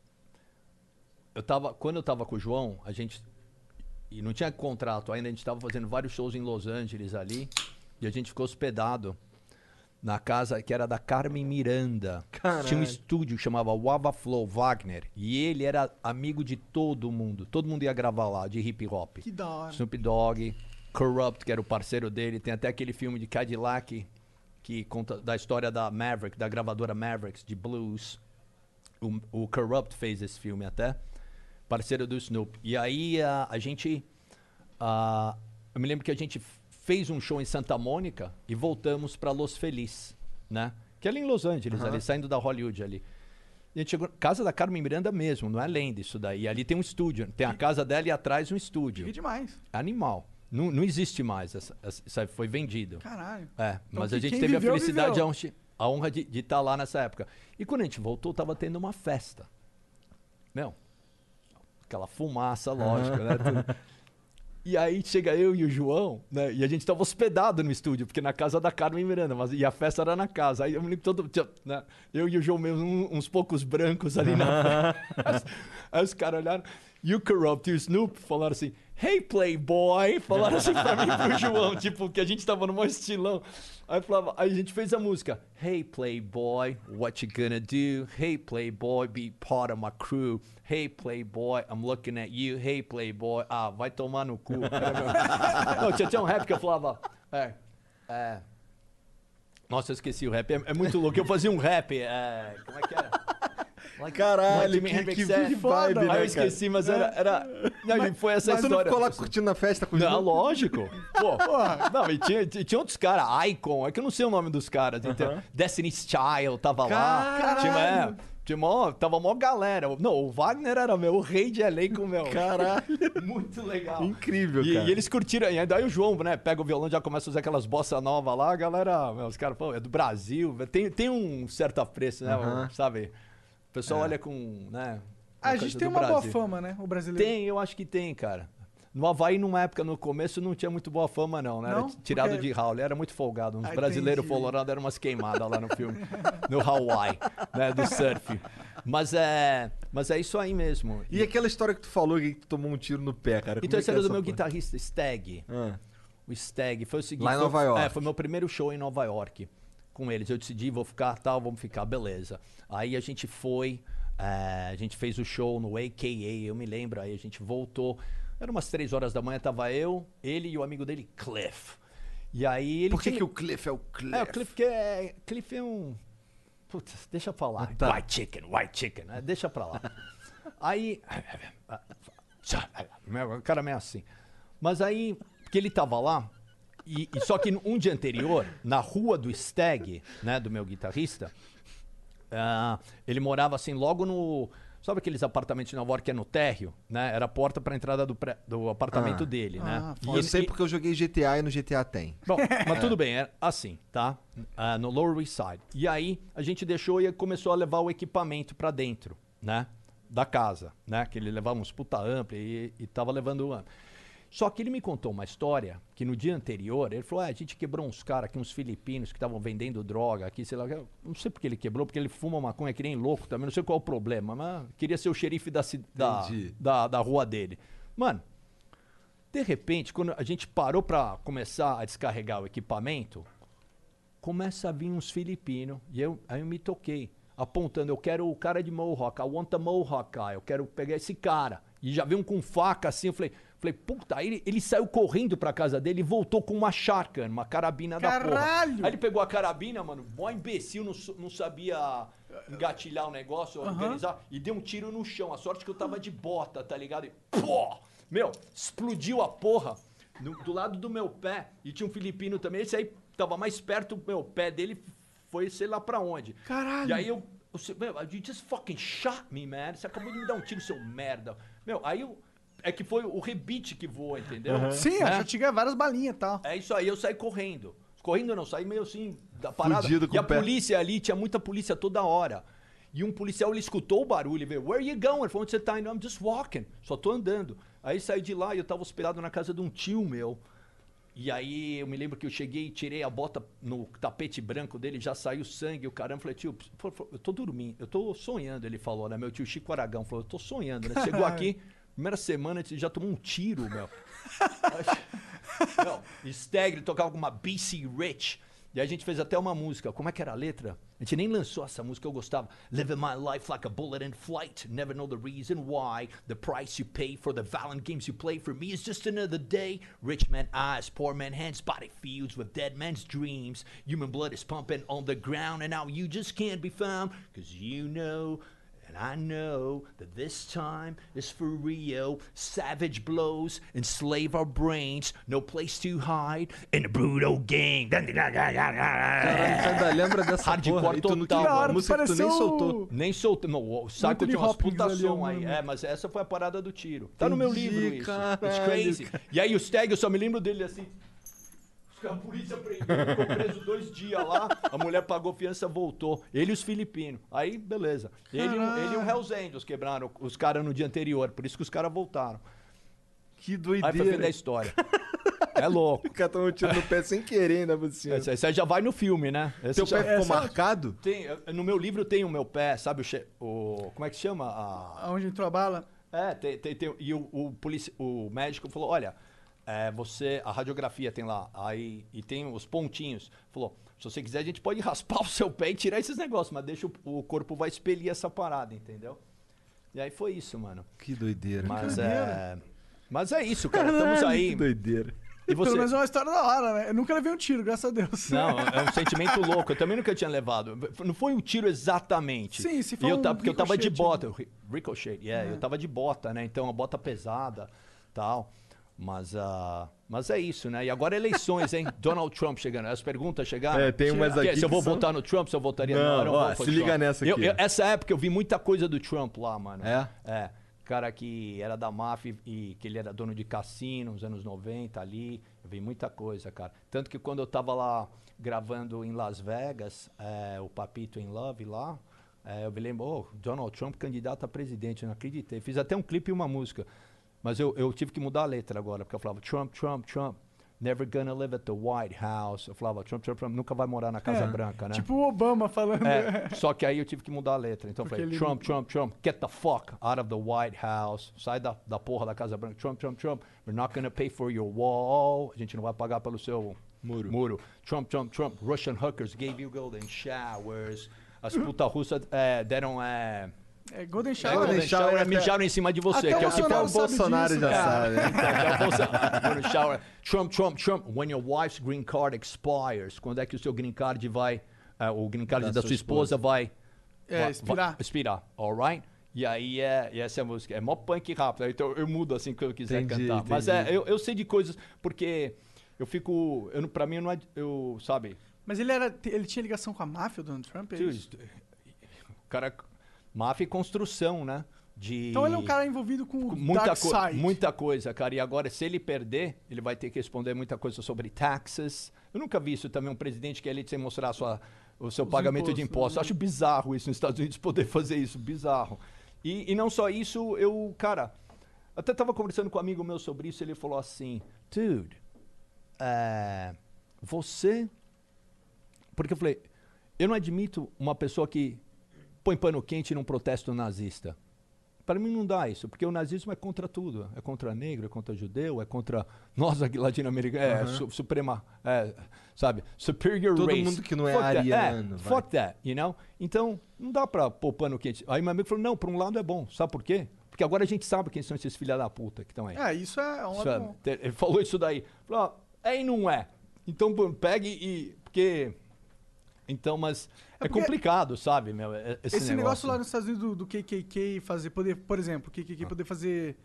Eu tava, quando eu tava com o João, a gente e não tinha contrato ainda, a gente tava fazendo vários shows em Los Angeles ali e a gente ficou hospedado na casa que era da Carmen Miranda. Caralho. Tinha um estúdio que chamava Wava Flow Wagner e ele era amigo de todo mundo. Todo mundo ia gravar lá de hip hop. Que da hora. Snoop Dogg, Corrupt, que era o parceiro dele. Tem até aquele filme de Cadillac, que conta da história da Maverick, da gravadora Mavericks, de blues. O, o Corrupt fez esse filme até, parceiro do Snoop. E aí a, a gente... a- eu me lembro que a gente fez um show em Santa Mônica e voltamos para Los Feliz, né? Que é ali em Los Angeles, ali, saindo da Hollywood ali. E a gente chegou... Casa da Carmen Miranda mesmo, não é lenda isso daí. E ali tem um estúdio. Tem a casa dela e atrás um estúdio. Que demais. Animal. Não, não existe mais. Essa, essa, isso aí foi vendido. Caralho. É, mas que a gente quem teve a viveu, felicidade, viveu. a honra- a honra de estar lá nessa época. E quando a gente voltou, tava tendo uma festa. Meu, aquela fumaça, lógico, né? tudo. E aí chega eu e o João, né? E a gente tava hospedado no estúdio, porque na casa da Carmen Miranda, mas, e a festa era na casa. Aí eu me lembro todo, tinha, né? Eu e o João mesmo, um- uns poucos brancos ali na festa. Aí os caras olharam. E o Corrupt e o Snoop falaram assim, hey Playboy, falaram assim pra mim e pro João, tipo, que a gente tava no maior estilão. Aí, falava, aí a gente fez a música, hey Playboy, what you gonna do? Hey Playboy, be part of my crew. Hey Playboy, I'm looking at you. Hey Playboy, ah, vai tomar no cu. Era meu- Não, tinha, tinha um rap que eu falava, é, é... Nossa, eu esqueci o rap, é, é muito louco. Eu fazia um rap, é... Como é que era? Like- Caralho, like Jimi que- Hendrix que said. vibe, Aí né, eu esqueci, mas era... era... Não, e foi essa Mas tu não história. ficou lá curtindo a festa com os Não, Snoop? lógico. Pô, não, e tinha, e tinha outros caras, Icon, é que eu não sei o nome dos caras. Então, Destiny's Child tava lá. Caralho. Tinha, é, tinha mó, tava mó galera. Não, o Wagner era meu, o rei de elenco, meu. Caralho. Muito legal. Incrível, E, cara. e eles curtiram, e daí o João, né, pega o violão, já começa a usar aquelas bossa nova lá, a galera, meu, os caras, pô, é do Brasil, tem, tem um certo apreço, né, Aham. sabe? O pessoal olha com, né... com A coisa gente tem do uma boa Brasil. fama, né? O brasileiro. Tem, eu acho que tem, cara. No Havaí, numa época, no começo, não tinha muito boa fama, não, né? Era Não? tirado Porque- de Raul, era muito folgado. Uns Ah, brasileiros entendi. colorados eram umas queimadas lá no filme, no Hawaii, né? Do surf. Mas é, mas é isso aí mesmo. E aquela história que tu falou que tu tomou um tiro no pé, cara? Então Como é esse que é era do essa meu porra? guitarrista, Stag. Ah. O Stag. Foi o seguinte... Lá em foi- Nova York. É, foi meu primeiro show em Nova York com eles. Eu decidi, vou ficar, tal, vamos ficar, beleza. Aí a gente foi, é, a gente fez o show no A K A, eu me lembro, aí a gente voltou. Era umas três horas da manhã, tava eu, ele e o amigo dele, Cliff. E aí ele Por que, tinha- que o Cliff é o Cliff? É, o Cliff que é... Cliff é um... Putz, deixa pra lá. tá. White chicken, white chicken. né? Deixa pra lá. Aí... O cara meio assim. Mas aí, porque ele tava lá, e, e só que um dia anterior, na rua do Stag, né, do meu guitarrista, uh, ele morava assim, logo no... Sabe aqueles apartamentos de Nova York que é no térreo, né? Era a porta pra entrada do, pré, do apartamento Ah. dele, né? Ah, E eu ele- sei e- porque eu joguei G T A e no G T A tem. Bom, mas tudo bem, é assim, tá? Ah, no Lower East Side. E aí, a gente deixou e começou a levar o equipamento pra dentro, né? Da casa, né? Que ele levava uns puta ampli e, e tava levando o ampli. Só que ele me contou uma história que no dia anterior, ele falou, ah, a gente quebrou uns caras aqui, uns filipinos que estavam vendendo droga aqui, sei lá. Eu não sei porque ele quebrou, porque ele fuma maconha que nem louco também, não sei qual é o problema, mas queria ser o xerife da, ci- da, Entendi. da, da rua dele. Mano, de repente, quando a gente parou pra começar a descarregar o equipamento, começa a vir uns filipinos, e eu, aí eu me toquei, apontando, eu quero o cara de Mohawk, I want the Mohawk guy, eu quero pegar esse cara. E já veio um com faca assim, eu falei, falei puta, aí ele, ele saiu correndo pra casa dele e voltou com uma shotgun, uma carabina da porra. Caralho! Aí ele pegou a carabina, mano, mó imbecil, não, so- não sabia engatilhar o negócio, organizar, e deu um tiro no chão. A sorte que eu tava de bota, tá ligado? E, pô, meu, explodiu a porra no- do lado do meu pé. E tinha um filipino também, esse aí tava mais perto, meu, o pé dele foi sei lá pra onde. Caralho! E aí eu, eu meu, you just fucking shot me, man. Você acabou de me dar um tiro, seu merda. Meu, aí eu, é que foi o rebite que voou, entendeu? Sim, Né? a shotgun é várias balinhas e tal. É isso aí, eu saí correndo. Correndo não, saí meio assim, da parada. Fudido com e a o pé. polícia ali, tinha muita polícia toda hora. E um policial, ele escutou o barulho e veio, where you going? Ele falou, onde você tá indo? I'm just walking, só tô andando. Aí saí de lá e eu tava hospedado na casa de um tio meu. E aí eu me lembro que eu cheguei e tirei a bota no tapete branco dele, já saiu sangue, o caramba. Falei, tio, por favor, eu tô dormindo, eu tô sonhando, ele falou, né? Meu tio Chico Aragão falou, eu tô sonhando, né? Chegou aqui, primeira semana, ele já tomou um tiro, meu. Não, Stag, ele tocava com uma B C Rich. E aí a gente fez até uma música. Como é que era a letra? A gente nem lançou essa música, eu gostava. Living my life like a bullet in flight. Never know the reason why. The price you pay for the violent games you play. For me is just another day. Rich man eyes, poor man hands, body fields with dead man's dreams. Human blood is pumping on the ground. And now you just can't be found. Cause you know... And I know that this time is for Rio. Savage blows enslave our brains. No place to hide in the brutal game. Caralho, você ainda lembra dessa Hardcore porra? E tu não total, queria- mano. música que tu nem Pareceu- soltou. Nem soltei. Não, o Psycho Anthony tinha umas Hopkins puta ali, som aí. mano. É, mas essa foi a parada do tiro. Tá no meu Entendi, livro isso. caralho, It's crazy. E aí o Stag, eu só me lembro dele assim. A polícia prendeu, ficou preso dois dias lá, a mulher pagou fiança, voltou. Ele e os filipinos. Aí, beleza. Ele, e um- ele e o Hells Angels quebraram os caras no dia anterior, por isso que os caras voltaram. Que Aí foi o fim doideira. da história. É louco. O cara tomou um tiro no pé sem querer ainda por cima. Esse, esse aí já vai no filme, né? Esse Teu já- pé ficou essa- marcado? Tem, eu- no meu livro tem o meu pé, sabe o, che- o como é que chama? A, Onde entrou a bala? é, tem, tem, tem- e o, o, polici, o médico falou, olha, é, você, a radiografia tem lá, aí, e tem os pontinhos. Falou, se você quiser a gente pode raspar o seu pé e tirar esses negócios, mas deixa o, o corpo vai expelir essa parada, entendeu? E aí foi isso, mano. Que doideira. Mas doideira. é, mas é isso, cara, estamos Caralho, aí. Que doideira. E você? Pelo menos é uma história da hora, né? Eu nunca levei um tiro, graças a Deus. Não, é um sentimento louco. Eu também nunca tinha levado. Não foi um tiro exatamente. Sim, se E for eu um ta- Porque eu tava de ricochete, bota. Ri- Ricochet, yeah, eu tava de bota, né? Então, a bota pesada, tal. Mas, ah, mas é isso, né? E agora eleições, hein? Donald Trump chegando. As perguntas chegaram. É, tem umas aqui Se eu vou que são- votar no Trump, se eu votaria Não, eu não ó, vou se no liga Trump. nessa Eu- aqui. eu- essa época eu vi muita coisa do Trump lá, mano. É? É. Cara que era da máfia e que ele era dono de cassino nos anos noventa ali. Eu vi muita coisa, cara. Tanto que quando eu tava lá gravando em Las Vegas, é, o Papito in Love lá, é, eu me lembro, oh, Donald Trump candidato a presidente, eu não acreditei. Fiz até um clipe e uma música. Mas eu, eu tive que mudar a letra agora, porque eu falava Trump, Trump, Trump, never gonna live at the White House. Eu falava Trump, Trump, Trump, nunca vai morar na Casa É, Branca, né? Tipo o Obama falando. É, só que aí eu tive que mudar a letra. Então eu Porque falei, ele- Trump, Trump, Trump, get the fuck out of the White House. Sai da, da porra da Casa Branca. Trump, Trump, Trump, we're not gonna pay for your wall. A gente não vai pagar pelo seu Muro. muro. Trump, Trump, Trump, Russian hookers gave you golden showers. As putas russas é, deram... É, É Golden é, Shower. golden Golden shower shower, é mijaram em cima de você. Até que é o o que Bolsonaro fala- O Bolsonaro disso, já cara. sabe. né? então, já é o Bolsonaro. Golden shower. Trump, Trump, Trump. When your wife's green card expires, quando é que o seu green card vai, eh, o green card Da da, sua sua esposa, vai, É, vai- expirar. vai expirar, alright? E aí é, e essa é a música. É mó punk rápido. Então eu mudo assim que eu quiser Entendi, cantar. Mas entendi. é, eu, eu sei de coisas, porque eu fico. Eu, não- pra mim, eu não é. Eu, sabe? Mas ele, era, ele tinha ligação com a máfia, o Donald Trump? É isso? O cara. Máfia e construção, né? De... Então ele é um cara envolvido com o muita, Dark co- Side. muita coisa, cara. E agora, se ele perder, ele vai ter que responder muita coisa sobre taxas. Eu nunca vi isso também, um presidente que é elite sem mostrar a sua, o seu Os pagamento de impostos, impostos. né? Acho bizarro isso nos Estados Unidos poder fazer isso, bizarro. E, e não só isso, eu, cara, até tava conversando com um amigo meu sobre isso, ele falou assim, dude, é, você... Porque eu falei, eu não admito uma pessoa que põe pano quente num protesto nazista. Para mim não dá isso, porque o nazismo é contra tudo. É contra negro, é contra judeu, é contra nós aqui latino-americanos, é Uhum. su- suprema, é, sabe, superior Todo race. mundo que não é Fuck that. ariano, É, vai. fuck that, you know? Então, não dá pra pôr pano quente. Aí meu amigo falou, não, por um lado é bom, sabe por quê? Porque agora a gente sabe quem são esses filha da puta que estão aí. É, isso é um Isso lado é- bom. te- Ele falou isso daí. Falou, ó, é e não é. Então pô, pegue e... Porque... Então, mas é, É porque- complicado, sabe, meu, é- esse, Esse, negócio. negócio lá nos Estados Unidos do, do K K K fazer, poder, por exemplo, o K K K poder fazer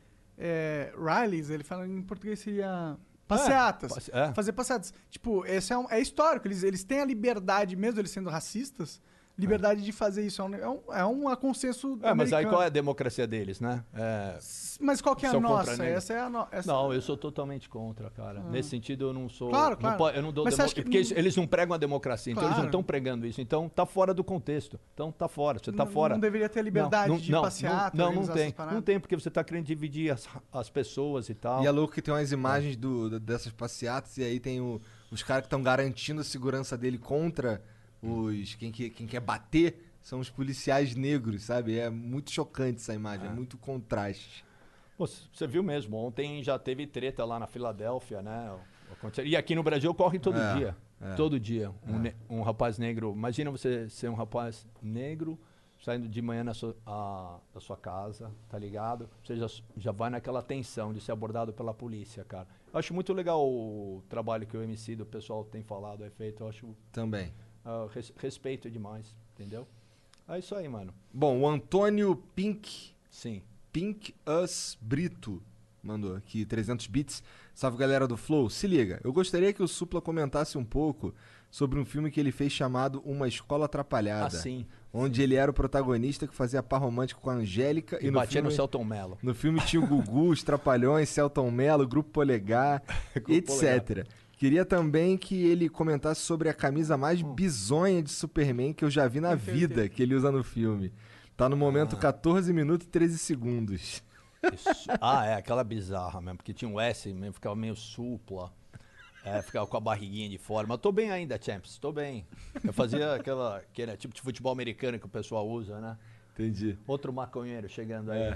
é, rallies, ele fala em português seria passeatas. passe- é. Fazer passeatas. Tipo, esse é, um- é histórico, eles, eles têm a liberdade, mesmo eles sendo racistas, liberdade de fazer isso. É um, é um, é um consenso É, mas aí americano. qual é a democracia deles, né? É, Mas qual que é a são contra nossa? negros. Essa é a nossa. Não, eu sou totalmente contra, cara. Nesse sentido, eu não sou. Claro, não claro. po- eu não dou Mas você demo- acha que porque não- eles- eles não pregam a democracia, então eles não Claro. estão pregando isso. Então tá fora do contexto. Então tá fora, você tá Não- fora. não deveria ter liberdade de não, passeata, Não, não, organizar tem. essas paradas? Não tem, porque você tá querendo dividir as, as pessoas e tal. E é louco que tem umas imagens do, da- dessas passeatas e aí tem o- os caras que estão garantindo a segurança dele contra os quem, que- quem quer bater são os policiais negros, sabe? É muito chocante essa imagem, é, muito contraste. Pô, c- você viu mesmo, ontem já teve treta lá na Filadélfia, né? Aconteceu- E aqui no Brasil ocorre todo É, dia. é. Todo dia. Um, ne- um rapaz negro. Imagina você ser um rapaz negro saindo de manhã na sua, a- da sua casa, tá ligado? Você já, s- já vai naquela tensão de ser abordado pela polícia, cara. Eu acho muito legal o trabalho que o M C do pessoal tem falado, é feito. Eu acho. Também. ah, res- respeito demais, entendeu? É isso aí, mano. Bom, o Antônio Pink, Sim. Pink Us Brito mandou aqui trezentos bits. Salve galera do Flow. Se liga, eu gostaria que o Supla comentasse um pouco sobre um filme que ele fez chamado Uma Escola Atrapalhada. Ah, sim. Onde ele era o protagonista que fazia par romântico com a Angélica. E, E, no batia filme, no Celton Mello. no filme tinha o Gugu, os Trapalhões, Celton Mello, Grupo Polegar, Grupo etcétera. Queria também que ele comentasse sobre a camisa mais bizonha de Superman que eu já vi na vida que ele usa no filme. Tá no momento quatorze minutos e treze segundos. Isso. Ah, é, aquela bizarra mesmo, porque tinha um S mesmo, ficava meio supla. É, ficava com a barriguinha de fora. Mas tô bem ainda, Champs, tô bem. Eu fazia aquela, aquele tipo de futebol americano que o pessoal usa, né? Entendi. Outro maconheiro chegando aí.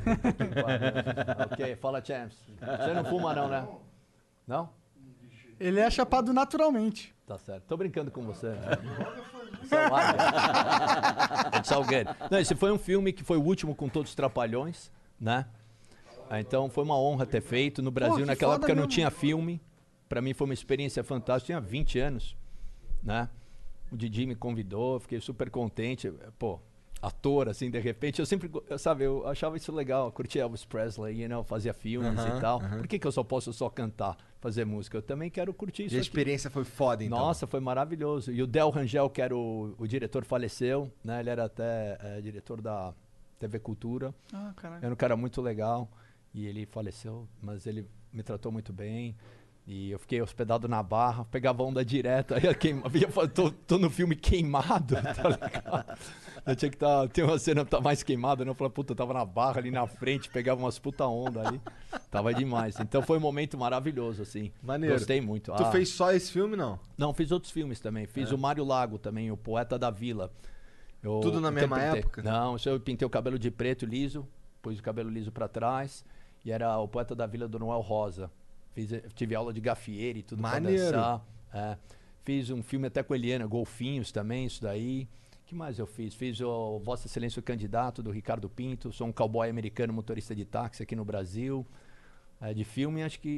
Ok, fala, Champs. Você não fuma não, né? Não? Ele é chapado naturalmente. Tá certo. Tô brincando com você. Né? Saudade. It's all good. Não, esse foi um filme que foi o último com todos os trapalhões, né? Ah, então foi uma honra ter feito. No Brasil, que naquela foda época, não mesmo. tinha filme. Pra mim foi uma experiência fantástica. Tinha vinte anos, né? O Didi me convidou, fiquei super contente. Pô, ator, assim, de repente, eu sempre, go- eu, sabe, eu achava isso legal, eu curtia Elvis Presley, you know, fazia filmes Aham, e tal. aham. Por que que eu só posso só cantar, fazer música? Eu também quero curtir isso E a aqui. experiência foi foda, então. Nossa, foi maravilhoso. E o Del Rangel, que era o, o diretor, faleceu, né? Ele era até é, diretor da T V Cultura. Ah, caralho. Era um cara muito legal. E ele faleceu, mas ele me tratou muito bem. E eu fiquei hospedado na Barra, pegava onda direta. Aí eu queima, ia falar, tô, tô no filme queimado, tá ligado? Eu tinha que estar. Tem uma cena que tá mais queimada, né? Eu falei, puta, eu tava na Barra ali na frente, pegava umas puta onda ali. Tava demais. Então foi um momento maravilhoso, assim. Maneiro. Gostei muito. Tu Ah, fez só esse filme, não? Não, fiz outros filmes também. Fiz o Mário Lago também, o Poeta da Vila. Eu Tudo na mesma interpretei. época? Não, isso eu pintei o cabelo de preto liso, pus o cabelo liso pra trás. E era o Poeta da Vila do Noel Rosa. Fiz, tive aula de gafieira e tudo Maneiro. pra dançar. É. Fiz um filme até com a Eliana, Golfinhos também, isso daí. O que mais eu fiz? Fiz o Vossa Excelência o Candidato, do Ricardo Pinto. Sou um cowboy americano, motorista de táxi aqui no Brasil. É, de filme, acho que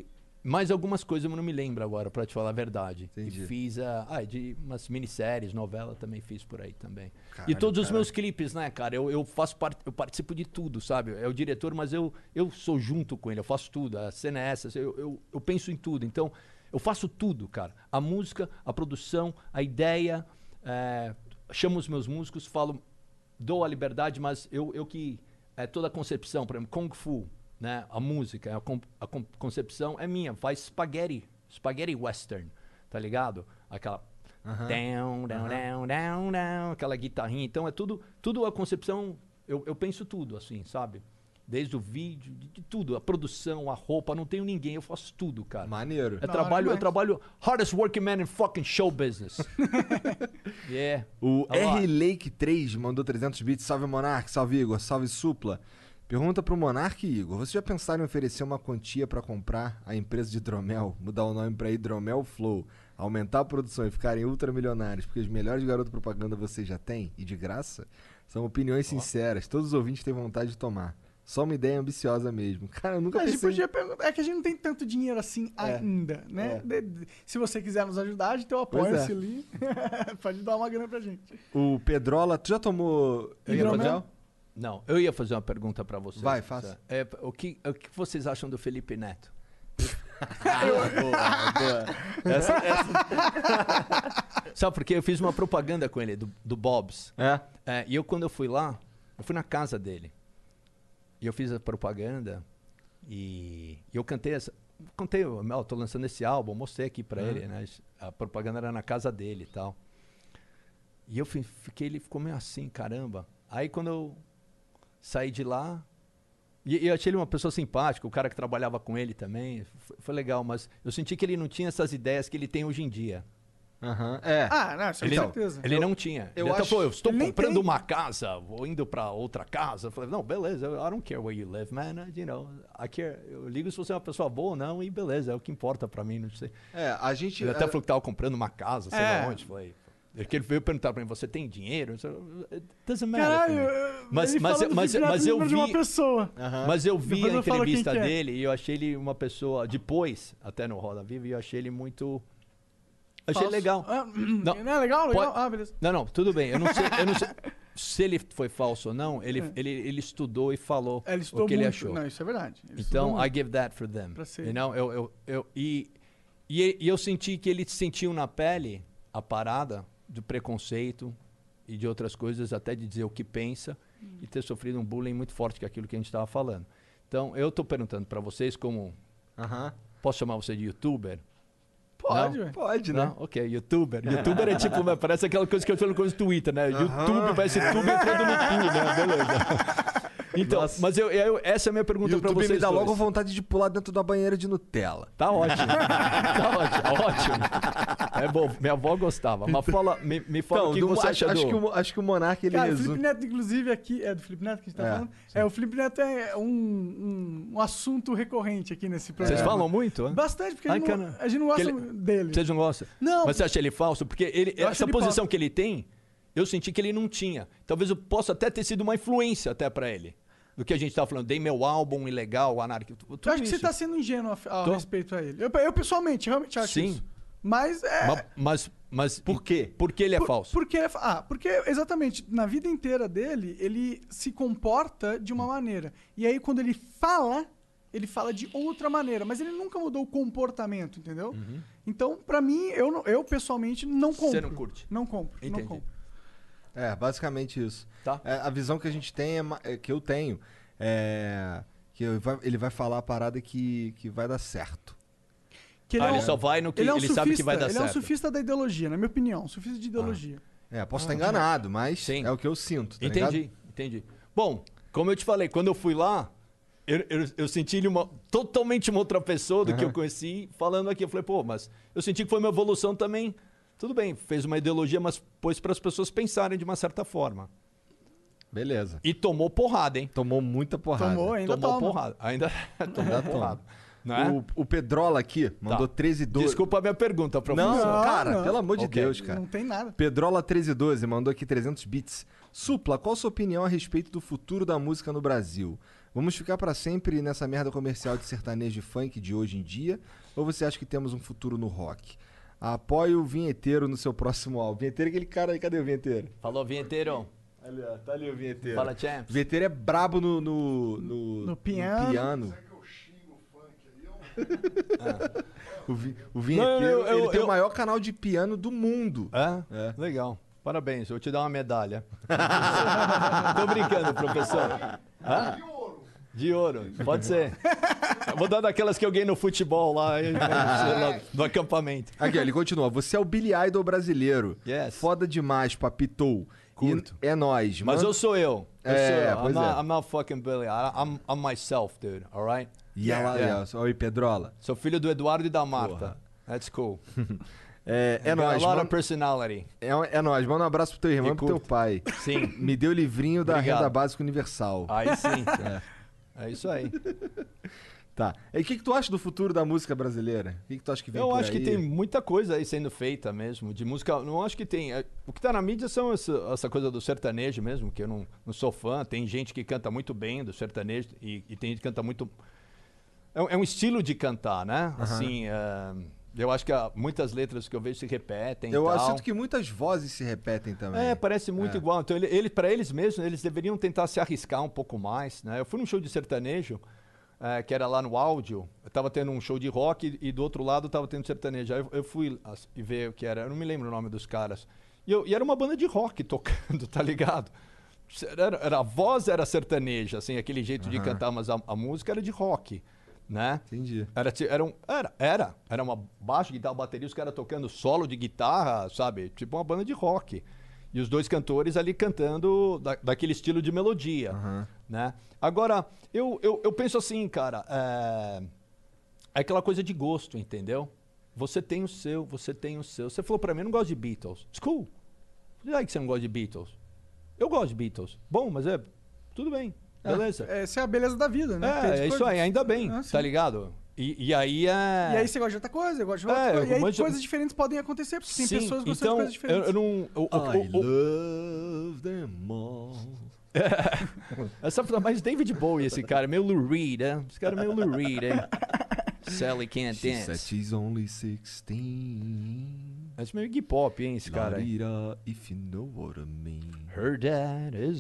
mais algumas coisas eu não me lembro agora, pra te falar a verdade. Entendi. E fiz a, ah, de umas minisséries, novela também fiz por aí também. Caralho, e todos os caralho. meus clipes, né, cara? Eu, eu faço parte, eu participo de tudo, sabe? É o diretor, mas eu, eu sou junto com ele, eu faço tudo. A cena é essa, eu, eu, eu penso em tudo. Então, eu faço tudo, cara. A música, a produção, a ideia, é, chamo os meus músicos, falo, dou a liberdade, mas eu, eu que... É toda a concepção, por exemplo, Kung Fu, né? A música, a, com, a com, concepção é minha. Faz spaghetti, spaghetti western, tá ligado? Aquela... Aham. Down, down, Aham. down, down, down, aquela guitarrinha. Então é tudo, tudo a concepção, eu, eu penso tudo, assim, sabe? Desde o vídeo, de, de tudo, a produção, a roupa, não tenho ninguém, eu faço tudo, cara. Maneiro. Eu Da hora trabalho, eu demais. trabalho hardest working man in fucking show business. Yeah. O Olha lá. R Lake três mandou trezentos bits. Salve Monark, salve Igor, salve Supla. Pergunta pro Monark e Igor: vocês já pensaram em oferecer uma quantia pra comprar a empresa de hidromel, mudar o nome pra Hidromel Flow, aumentar a produção e ficarem ultramilionários, porque os melhores garotos propaganda vocês já têm, e de graça? São opiniões sinceras, todos os ouvintes têm vontade de tomar. Só uma ideia ambiciosa mesmo. Cara, eu nunca A gente pensei... podia perguntar. É que a gente não tem tanto dinheiro assim É. ainda, né? É. De- de- se você quiser nos ajudar, a gente tem o Pois apoia-se é. ali. Pode dar uma grana pra gente. O Pedrola, tu já tomou Hidromel? hidrogel? Não, eu ia fazer uma pergunta pra vocês. Vai, faça. É, o, que, o que vocês acham do Felipe Neto? Boa, boa, boa. Essa, essa... Sabe por quê? Eu fiz uma propaganda com ele, do, do Bob's. É? É, e eu, quando eu fui lá, eu fui na casa dele. E eu fiz a propaganda e, e eu cantei essa... Contei, eu oh, tô lançando esse álbum, mostrei aqui pra Uhum. ele, né? A propaganda era na casa dele e tal. E eu fi- fiquei, ele ficou meio assim, caramba. Aí quando eu saí de lá... E e eu achei ele uma pessoa simpática, o cara que trabalhava com ele também, foi, foi legal, mas eu senti que ele não tinha essas ideias que ele tem hoje em dia. Aham, é. Ah, não, isso Ele, com não- certeza. ele não tinha. eu ele até acho- falou, eu estou Ele nem comprando tem. uma casa, vou indo pra outra casa. Eu falei, não, beleza, I don't care where you live, man. You know, I care. Eu ligo se você é uma pessoa boa ou não, e beleza, é o que importa pra mim, não sei. É, a gente... Ele até é, falou que tava comprando uma casa, sei É. lá onde. Falei, que ele veio perguntar pra mim, você tem dinheiro? Eu falei, It doesn't matter Caralho, for me. eu- Mas- ele mas- fala do mas- Felipe Neto, mas eu lembra de uma vi- pessoa. aham. Mas eu vi Depois a eu falo quem entrevista que é. dele e eu achei ele uma pessoa, depois, até no Roda Viva, e eu achei ele muito... Achei Falso. legal. Ah, Não. não é legal? Legal? Pode- Ah, beleza. Não, não, tudo bem. Eu não sei, eu não sei se ele foi falso ou não. Ele, É. ele, ele estudou e falou É, ele estudou o que muito. ele achou. Não, isso é verdade. Ele estudou Então, I muito. give that for them. Pra ser. You know, eu, eu, eu, e, e, e eu senti que ele sentiu na pele a parada do preconceito e de outras coisas, até de dizer o que pensa e ter sofrido um bullying muito forte, que é aquilo que a gente estava falando. Então, eu estou perguntando para vocês como... Aham. Posso chamar você de youtuber? Pode, Não? ué. Pode, né? Não? Ok, youtuber. Youtuber é tipo, né, parece aquela coisa que eu falo no coisa do Twitter, né? YouTube parece tudo entrando no Pi, né? Beleza. Então, Nossa. mas eu, eu- essa é a minha pergunta pra YouTube vocês me dá dois. logo vontade de pular dentro da banheira de Nutella. Tá ótimo. Tá ótimo, ótimo. É bom, minha avó gostava. Mas fala, me, me fala o que do- você acho, acha acho do... que o, acho que o Monark, ele Cara, o resume... Felipe Neto, inclusive, aqui... É do Felipe Neto que a gente tá É, falando? É, o Felipe Neto é um, um, um assunto recorrente aqui nesse programa. Vocês falam muito? hein? Bastante, porque a Ai, gente, não, cara. a gente não gosta Que ele- dele. Vocês não gostam? Não. Mas você acha ele falso? Porque ele, Eu acho essa ele posição falso. que ele tem, eu senti que ele não tinha. Talvez eu possa até ter sido uma influência até pra ele. Do que a gente tava falando. Dei meu álbum ilegal, anárquico. Tudo Eu acho que isso. você tá sendo ingênuo a, a Tô. respeito a ele. Eu, eu, pessoalmente, realmente acho Sim. isso. Mas é... Ma- Mas, mas Por quê? Por que ele é Por- falso? Porque, ele é fa- ah, porque, exatamente, na vida inteira dele, ele se comporta de uma maneira. E aí, quando ele fala, ele fala de outra maneira. Mas ele nunca mudou o comportamento, entendeu? Então, pra mim, eu, não- eu pessoalmente não compro. Você não curte? Não compro, Entendi. não compro. É, basicamente isso. Tá. É, a visão que a gente tem, é, ma- é, que eu tenho, é que eu vai- ele vai falar a parada que, que vai dar certo. Que Ah, é ele um- só vai no que ele, ele, é um sabe que sufista, vai dar ele certo. é um sufista da ideologia, na minha opinião. Um sufista de ideologia. É, posso estar enganado, mas Sim. é o que eu sinto, tá Entendi, ligado? entendi. Bom, como eu te falei, quando eu fui lá, eu, eu, eu senti ele uma, totalmente uma outra pessoa do que eu conheci falando aqui. Eu falei, pô, mas eu senti que foi uma evolução também. Tudo bem, fez uma ideologia, mas pôs para as pessoas pensarem de uma certa forma. Beleza. E tomou porrada, hein? Tomou muita porrada. Tomou, ainda tomou toma. porrada. Ainda tomou Ainda porrada. toma. Não é? O, o Pedrola aqui mandou Tá. treze e doze. Desculpa a minha pergunta, professor. Não, Não, cara, não. pelo amor de Ok. Deus, cara. Não tem nada. Pedrola treze e doze mandou aqui trezentos bits. Supla, qual a sua opinião a respeito do futuro da música no Brasil? Vamos ficar pra sempre nessa merda comercial de sertanejo e funk de hoje em dia? Ou você acha que temos um futuro no rock? Apoie o Vinheteiro no seu próximo álbum. Vinheteiro é aquele cara aí, cadê o Vinheteiro? Falou, Vinheteiro. Ali, ó, tá ali o Vinheteiro. Fala, Champs. O Vinheteiro é brabo no... No, no, No piano. No piano. Ah. O, vi, o Vinheteiro, Não, eu- eu- ele tem eu- o maior canal de piano do mundo. É? É. Legal. Parabéns, eu vou te dar uma medalha. Tô brincando, professor. Hã? De ouro, pode ser. Eu vou dar daquelas que eu ganhei no futebol lá, aí, lá do acampamento. Aqui, ó, ele continua. Você é o Billy Idol brasileiro. Yes. Foda demais, papitou. Curto. E é nóis. Mas Manda- eu sou eu. eu É, sou eu. pois I'm, é. not, I'm not fucking Billy. I- I'm, I'm myself, dude. Alright? E ela, Yeah. yeah. Oi, Pedrola. Sou filho do Eduardo e da Marta. Porra. That's cool. É, é Got nóis. A lot Manda, of personality. é, é nóis. Manda um abraço pro teu irmão E e pro teu curto. pai. Sim. Me deu o livrinho da Obrigado. Renda Básica Universal. Aí sim. É. isso aí. Tá. E o que, que tu acha do futuro da música brasileira? O que, que tu acha que vem Eu por acho aí? que tem muita coisa aí sendo feita mesmo, de música. Não acho que tem. é, O que tá na mídia são essa, essa coisa do sertanejo mesmo, que eu não, não sou fã. Tem gente que canta muito bem do sertanejo e, e tem gente que canta muito. É, um- é um estilo de cantar, né? Assim, é, eu acho que há muitas letras que eu vejo se repetem. Eu e tal. sinto que muitas vozes se repetem também. É, parece muito É. igual. Então, ele, ele, para eles mesmos, eles deveriam tentar se arriscar um pouco mais, né? Eu fui num show de sertanejo, eh, que era lá no áudio. Eu tava tendo um show de rock e, e do outro lado tava tendo sertanejo. Aí eu, eu fui as- e ver o que era. Eu não me lembro o nome dos caras. E, eu- e era uma banda de rock tocando, tá ligado? Era, era- a voz era sertaneja, assim, aquele jeito de cantar, mas a, a música era de rock, né? Entendi. Era, ti- era, um, era, era, era uma baixo, guitarra, bateria, os caras tocando solo de guitarra, sabe? Tipo uma banda de rock. E os dois cantores ali cantando da, daquele estilo de melodia, né? Agora, eu, eu, eu penso assim, cara, é, é aquela coisa de gosto, entendeu? Você tem o seu, você tem o seu. Você falou pra mim, eu não gosto de Beatles. It's cool. Por que você não gosta de Beatles? Eu gosto de Beatles. Bom, mas é, tudo bem, beleza. É, essa é a beleza da vida, né? Tem É, é de isso coisa- aí, ainda bem, Ah, sim. tá ligado? E, e aí é... E aí você gosta de outra coisa, eu gosto de outra É, coisa. E aí mas eu- coisas diferentes podem acontecer, porque tem Sim, pessoas gostando então, de coisas diferentes. Eu, eu não... o- o- I o- o- love them all. Essa, mas David Bowie, esse cara, meio Lou Reed, né? Esse cara é meio Lou Reed, hein? Sally Can't She said Dance. she's only sixteen. Esse meio hip hop, hein, esse cara aí. Larira, if you know what I mean. Her dad is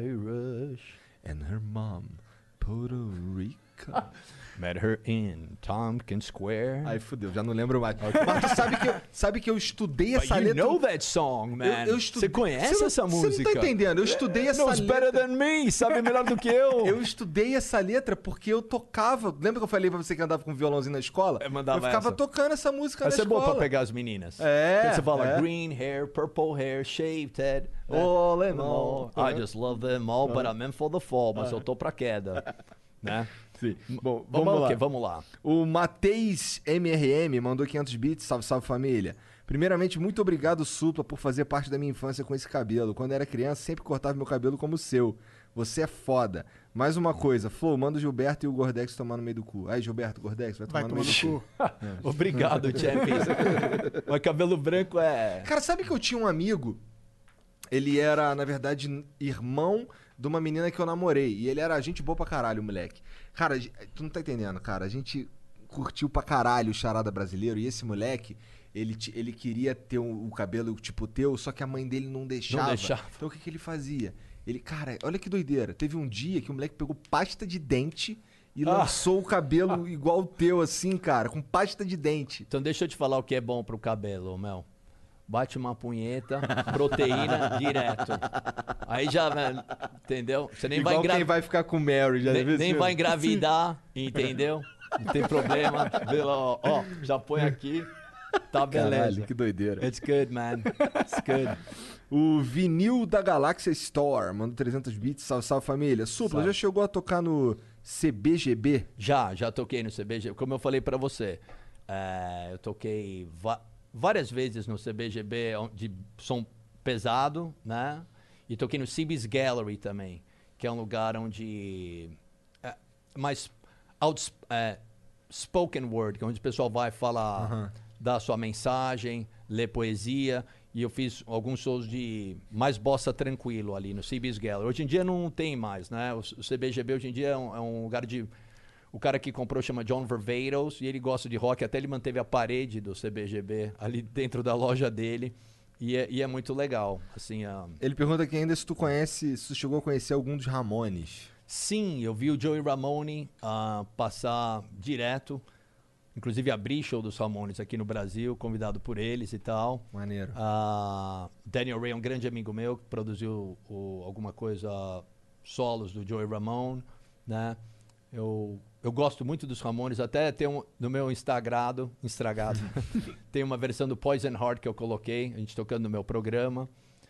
Irish. And her mom, Puerto Rico. Met her in Tompkins Square. Aí fudeu, já não lembro mais. Mas tu sabe que eu, sabe que eu estudei But essa you letra... know that song, man. Eu- eu estudei- Você conhece Você não- essa você não música? tá entendendo, eu estudei essa Knows better letra. than me, sabe melhor do que eu. Eu estudei essa letra porque eu tocava. Lembra que eu falei pra você que andava com violãozinho na escola? Eu mandava eu ficava essa. tocando essa música Essa na é boa escola. pra pegar as meninas. É, Porque você fala é. green hair, purple hair, shaved head. All né? in all. I just love them all, but I'm in for the fall. Mas eu tô pra queda. Né? Sim. Bom, Vamos, vamos lá. ok, vamos lá. O Mateis M R M mandou quinhentos bits. Salve, salve família. Primeiramente, muito obrigado, Supla, por fazer parte da minha infância com esse cabelo. Quando eu era criança, sempre cortava meu cabelo como o seu. Você é foda. Mais uma coisa, Flow, manda o Gilberto e o Gordex tomar no meio do cu. Aí, Gilberto, Gordex, vai tomar Vai no meio tomar do no cu. Obrigado, Champions. Mas cabelo branco é... Cara, sabe que eu tinha um amigo? Ele era, na verdade, irmão de uma menina que eu namorei. E ele era gente boa pra caralho, moleque. Cara, tu não tá entendendo, cara. A gente curtiu pra caralho o charada brasileiro. E esse moleque, ele, ti- ele queria ter o, o cabelo tipo teu, só que a mãe dele não deixava. deixava. Então o que, que ele fazia? Ele, cara, olha que doideira. Teve um dia que o moleque pegou pasta de dente e Ah. lançou o cabelo igual o teu, assim, cara, com pasta de dente. Então deixa eu te falar o que é bom pro cabelo, Mel. Bate uma punheta, proteína direto. Aí já, né, entendeu? Você nem igual vai quem engravidar. vai ficar com o Mary, já Nem, deve nem ser. vai engravidar, entendeu? Não tem problema. Vê lá, ó, ó, já põe aqui. Tá beleza. Caralho, que doideira. It's good, man. It's good. O Vinil da Galáxia Store mandou trezentos bits. Salve, salve família. Supla, Salve. já chegou a tocar no C B G B? Já, já toquei no C B G B. Como eu falei pra você, é, eu toquei va- várias vezes no C B G B on- de som pesado, né? E toquei no C B's Gallery também, que é um lugar onde é mais outs, é, spoken word, que é onde o pessoal vai falar, dar sua mensagem, ler poesia. E eu fiz alguns shows de mais bossa tranquilo ali no C B's Gallery. Hoje em dia não tem mais, né? O, o C B G B hoje em dia é um, é um lugar de... O cara que comprou chama John Vervatos e ele gosta de rock. Até ele manteve a parede do C B G B ali dentro da loja dele. E é, e é muito legal. Assim, uh... Ele pergunta aqui ainda se tu conhece, se tu chegou a conhecer algum dos Ramones. Sim, eu vi o Joey Ramone uh, passar direto. Inclusive abri show dos Ramones aqui no Brasil, convidado por eles e tal. Maneiro. Uh, Daniel Ray é um grande amigo meu que produziu o, alguma coisa, solos do Joey Ramone, né? Eu, eu gosto muito dos Ramones, até tem um, no meu Instagram, estragado, tem uma versão do Poison Heart que eu coloquei, a gente tocando no meu programa.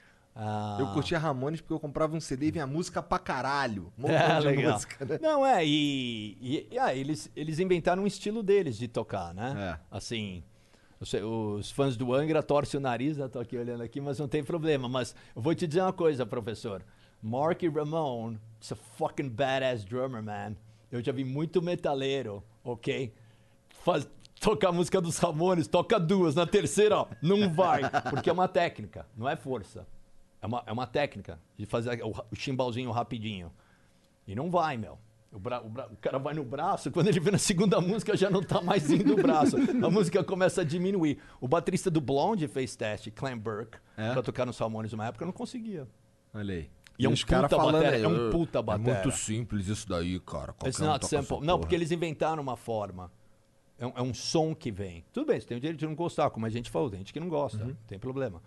Uh, eu curtia Ramones porque eu comprava um C D e vinha música pra caralho. Um montão é, de legal. música, né? Não, é, e, e, e ah, eles, eles inventaram um estilo deles de tocar, né? É. Assim, os, os fãs do Angra torcem o nariz, eu tô aqui olhando aqui, mas não tem problema. Mas eu vou te dizer uma coisa, professor. Marky Ramone is a fucking badass drummer, man. Eu já vi muito metaleiro, ok? Faz, tocar a música dos Ramones, toca duas, na terceira, ó, não vai. Porque é uma técnica, não é força. É uma, é uma técnica de fazer o, o chimbalzinho rapidinho. E não vai, meu. O, bra, o, bra, o cara vai no braço, quando ele vê na segunda música já não tá mais indo o braço. A música começa a diminuir. O baterista do Blonde fez teste, Clem Burke, é? pra tocar nos Ramones numa época, eu não conseguia. Olha aí. E, e é um puta batera, é um puta batera. É muito simples isso daí, cara. It's not simple. Não, porque eles inventaram uma forma. É um, é um som que vem. Tudo bem, você tem o direito de não gostar, como a gente falou, tem gente que não gosta, uhum. Não tem problema.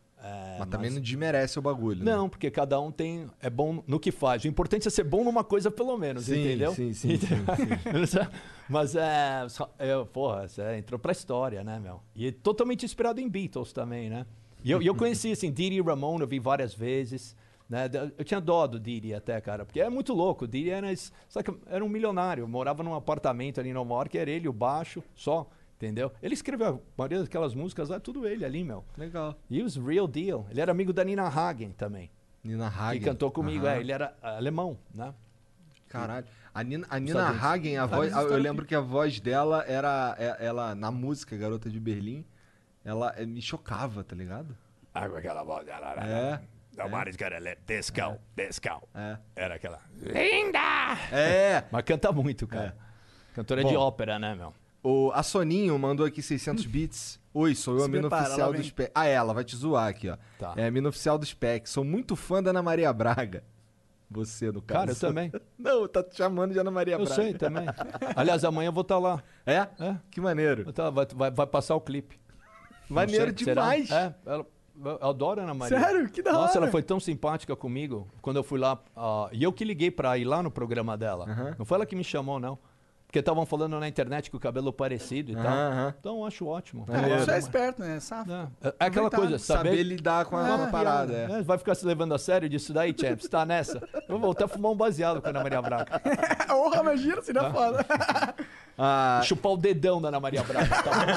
É, mas também mas... não desmerece o bagulho, Não, né? porque cada um tem é bom no que faz. O importante é ser bom numa coisa pelo menos, sim, entendeu? Sim, sim, sim, sim. Mas é, é porra, você entrou pra história, né, meu? E é totalmente inspirado em Beatles também, né? E eu, eu conheci, assim, Didi Ramone, eu vi várias vezes, né? Eu tinha dó do Didi até, cara, porque é muito louco. O Didi era, sabe, era um milionário, morava num apartamento ali em Nova York, era ele, o baixo, só. Entendeu? Ele escreveu a maioria daquelas músicas lá, tudo ele ali, meu. Legal. E os real deal. Ele era amigo da Nina Hagen também. Nina Hagen? Que cantou comigo, uhum. é. Ele era alemão, né? Caralho. A Nina, a Nina Hagen, a voz, eu lembro que a voz dela era, ela, na música Garota de Berlim, ela me chocava, tá ligado? Ah, com aquela voz dela. É. Nobody's gonna let this go, this go. É. Era aquela... Linda! É. Mas canta muito, cara. É. Cantora Bom, de ópera, né, meu? O, a Soninho mandou aqui seiscentos bits. Oi, sou eu, a mina oficial do Spec. Ah, ela vai te zoar aqui, ó. Tá. É a mina oficial do Spec. Sou muito fã da Ana Maria Braga. Você, no caso. Cara, eu também. Não, tá te chamando de Ana Maria eu Braga. Eu sei também. Aliás, amanhã eu vou estar lá. É? É. Que maneiro. Tá, vai, vai, vai passar o clipe. Maneiro demais. Será? É, ela... Eu adoro a Ana Maria. Sério? Que da hora. Nossa, ela foi tão simpática comigo quando eu fui lá. Uh, e eu que liguei pra ir lá no programa dela. Uhum. Não foi ela que me chamou, não. Porque estavam falando na internet que o cabelo é parecido e uhum, tal. Uhum. Então eu acho ótimo. É, você é esperto, né? Safo. É, é aquela coisa, saber... saber lidar com a é, parada. É. É, vai ficar se levando a sério disso daí, Champs? Tá nessa? Eu vou voltar a fumar um baseado com a Ana Maria Braga. Porra, imagina, seria ah. foda. Ah. Chupar o dedão da Ana Maria Braga.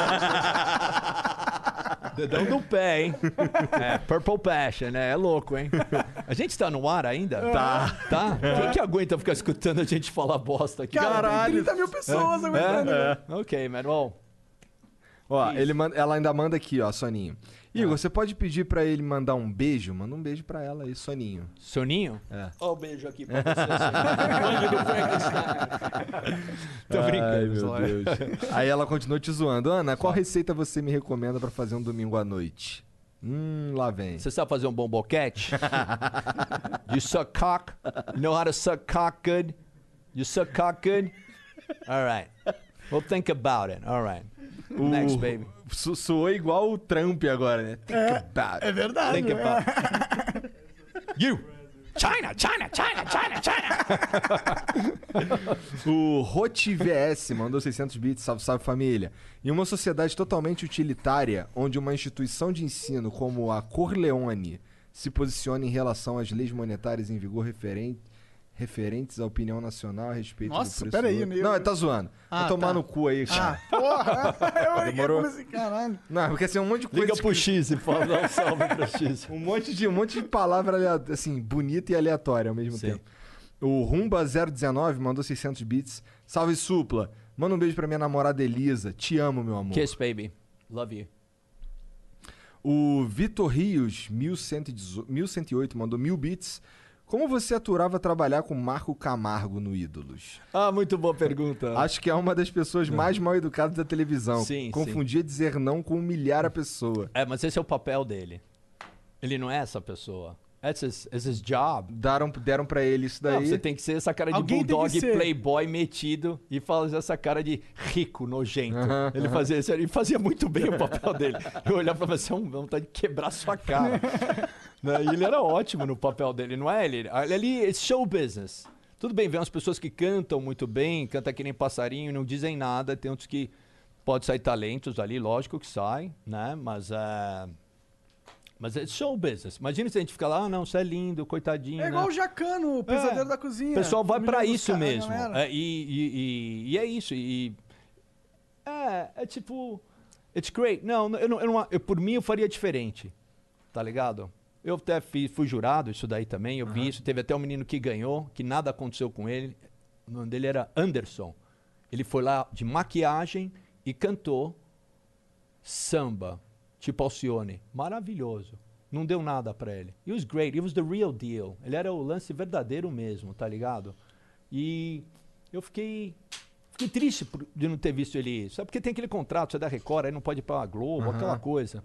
Tá? Dedão do pé, hein? É, Purple Passion, né? É louco, hein? A gente tá no ar ainda? Tá. Tá? Quem que aguenta ficar escutando a gente falar bosta aqui? Caralho, tem trinta mil pessoas é? aguentando. É? É. Ok, man. Well, ó, ele manda, ela ainda manda aqui, ó, Soninho. Igor, ah. você pode pedir pra ele mandar um beijo? Manda um beijo pra ela aí, Soninho. Soninho? É. Ó, o beijo aqui pra você, Soninho. Tô brincando. Ai, meu Deus. Aí ela continua te zoando. Ana, qual receita você me recomenda pra fazer um domingo à noite? Hum, lá vem. Você sabe fazer um bom boquete? You suck cock? You know how to suck cock good? You suck cock good? All right. We'll think about it. All right. O... Next, baby. Su soou igual o Trump agora, né? Think é, about it. É verdade. Think about it. You! China, China, China, China, China! O Roti V S mandou seiscentos bits, salve, salve família. Em uma sociedade totalmente utilitária, onde uma instituição de ensino como a Corleone se posiciona em relação às leis monetárias em vigor referente, referentes à opinião nacional a respeito Nossa, do preço... peraí, do... meu... Não, ele tá zoando. Ah, Vai tomar tá. no cu aí, cara. Ah, porra! Eu Demorou? esse caralho. Não, porque assim, um monte de coisa... Liga pro X e fala, dá um salve pro X. Um monte de, um monte de palavra assim, bonita e aleatória ao mesmo Sim. tempo. O Rumba zero dezenove mandou seiscentos bits. Salve, Supla. Manda um beijo pra minha namorada Elisa. Te amo, meu amor. Kiss, baby. Love you. O Vitor Rios, mil cento e oito, mandou mil bits. Como você aturava trabalhar com Marco Camargo no Ídolos? Ah, muito boa pergunta. Acho que é uma das pessoas mais mal educadas da televisão. Sim, Confundia sim. dizer não com humilhar a pessoa. É, mas esse é o papel dele. Ele não é essa pessoa. Esse is, it's his job. Daram, deram pra ele isso daí. Não, você tem que ser essa cara de Alguém tem que bulldog, ser. playboy metido e fazer essa cara de rico, nojento. Aham, ele, aham. fazia, isso, ele fazia muito bem o papel dele. Eu olhava pra você, é um vontade de quebrar sua cara. Né? E ele era ótimo no papel dele, não é? Ele, ali é show business. Tudo bem, vem umas pessoas que cantam muito bem, cantam que nem passarinho, não dizem nada. Tem outros que pode sair talentos ali, lógico que sai, né? Mas é... Mas é show business. Imagina se a gente ficar lá, ah, não, você é lindo, coitadinho. É igual né? o Jacano, o pesadelo É. da cozinha. O pessoal vai Humilhando pra os isso caras, mesmo. galera. É, e, e, e, e é isso. E, é, é tipo. It's great. Não, eu não, eu não- eu- por mim eu faria diferente. Tá ligado? Eu até fiz, fui jurado isso daí também. Eu vi isso. Teve até um menino que ganhou, que nada aconteceu com ele. O nome dele era Anderson. Ele foi lá de maquiagem e cantou samba, tipo Alcione. Maravilhoso. Não deu nada pra ele. He was great. He was the real deal. Ele era o lance verdadeiro mesmo, tá ligado? E eu fiquei, fiquei triste por- de não ter visto ele. Sabe porque tem aquele contrato, você é da Record, aí não pode ir pra Globo, Aham. aquela coisa.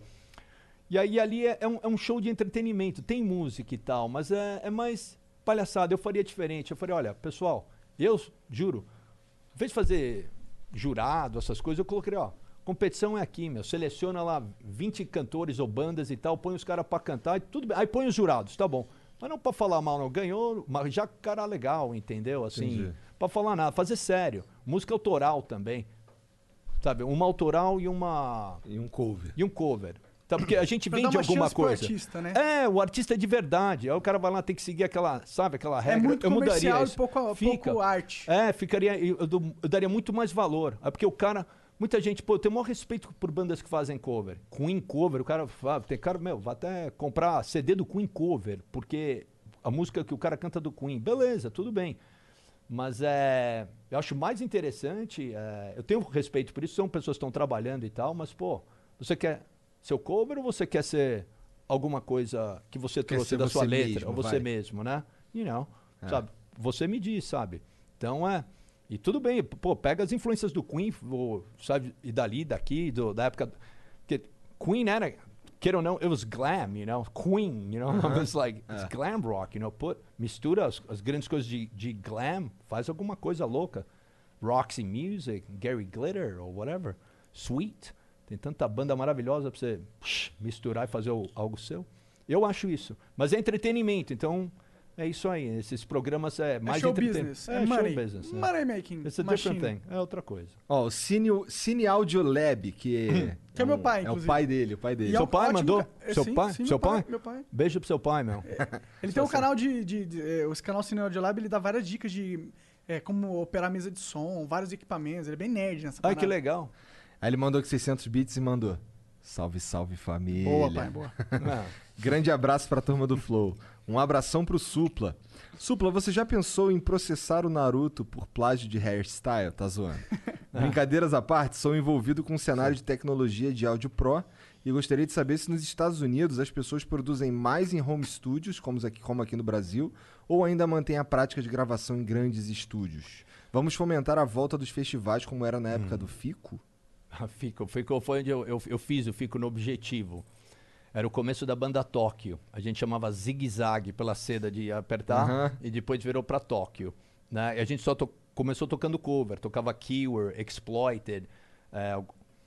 E aí ali é, é um, é um show de entretenimento, tem música e tal, mas é, é mais palhaçada. Eu faria diferente. Eu falei, olha, pessoal, eu juro, em vez de fazer jurado, essas coisas, eu coloquei, ó, competição é aqui, meu. Seleciona lá vinte cantores ou bandas e tal, põe os caras pra cantar e tudo bem. Aí põe os jurados, tá bom. Mas não pra falar mal, não. Ganhou, mas já cara legal, entendeu? Assim, Entendi. pra falar nada, fazer sério. Música autoral também. Sabe? Uma autoral e uma. E um cover. E um cover. Tá? Porque a gente Pra vende dar uma alguma chance pro coisa. artista, né? É, o artista é de verdade. Aí o cara vai lá, tem que seguir aquela, sabe, aquela É regra. muito eu comercial mudaria e isso. pouco, Fica. pouco arte. É, ficaria. Eu, eu dou- eu daria muito mais valor. É porque o cara. Muita gente, pô, eu tenho o maior respeito por bandas que fazem cover. Queen cover, o cara fala, tem cara, meu, vai até comprar C D do Queen cover, porque a música que o cara canta do Queen, beleza, tudo bem. Mas é, eu acho mais interessante, é, eu tenho respeito por isso, são pessoas que estão trabalhando e tal, mas, pô, você quer ser o cover ou você quer ser alguma coisa que você Quer trouxe ser da sua você letra, mesmo, ou você vai. mesmo, né? You know, É. sabe? Você me diz, sabe? Então é. E tudo bem, pô, pega as influências do Queen, ou, sabe? E dali, daqui, do, da época. Porque Queen era, queira ou não, it was glam, you know? Queen, you know? It was like, it's glam rock, you know? Put, mistura as, as grandes coisas de, de glam, faz alguma coisa louca. Roxy Music, Gary Glitter, ou whatever. Sweet. Tem tanta banda maravilhosa pra você psh, misturar e fazer o- algo seu. Eu acho isso. Mas é entretenimento, então é isso aí. Esses programas é mais é show entretenimento. business. É, É, money. show business. né? Money making. It's a machine. different thing. É outra coisa. Ó, o Cine, Cine Audio Lab, que, Que é meu um- pai, É o inclusive. pai dele, o pai dele. E é Seu um pai ótimo mandou? ca- é, Seu sim, pai? sim, Seu meu pai? pai? Meu pai. Beijo pro seu pai, meu. Ele tem um canal de... de, de eh, esse canal Cine Audio Lab, ele dá várias dicas de eh, como operar mesa de som, vários equipamentos. Ele é bem nerd nessa Ai, parada. que legal. Aí ele mandou aqui seiscentos bits e mandou. Salve, salve família. Boa, pai, boa. Ah, Grande abraço pra turma do Flow. Um abração pro Supla. Supla, você já pensou em processar o Naruto por plágio de hairstyle? Tá zoando. Brincadeiras à parte, sou envolvido com um cenário de tecnologia de áudio pro e gostaria de saber se nos Estados Unidos as pessoas produzem mais em home studios, como aqui, como aqui no Brasil, ou ainda mantêm a prática de gravação em grandes estúdios. Vamos fomentar a volta dos festivais como era na época do Fico? Fico, Fico foi onde eu, eu, eu fiz o Fico no Objetivo. Era o começo da banda Tóquio. A gente chamava Zig Zag pela seda de apertar Aham. e depois virou pra Tóquio. Né? E a gente só to- começou tocando cover, tocava Keyword, Exploited. é,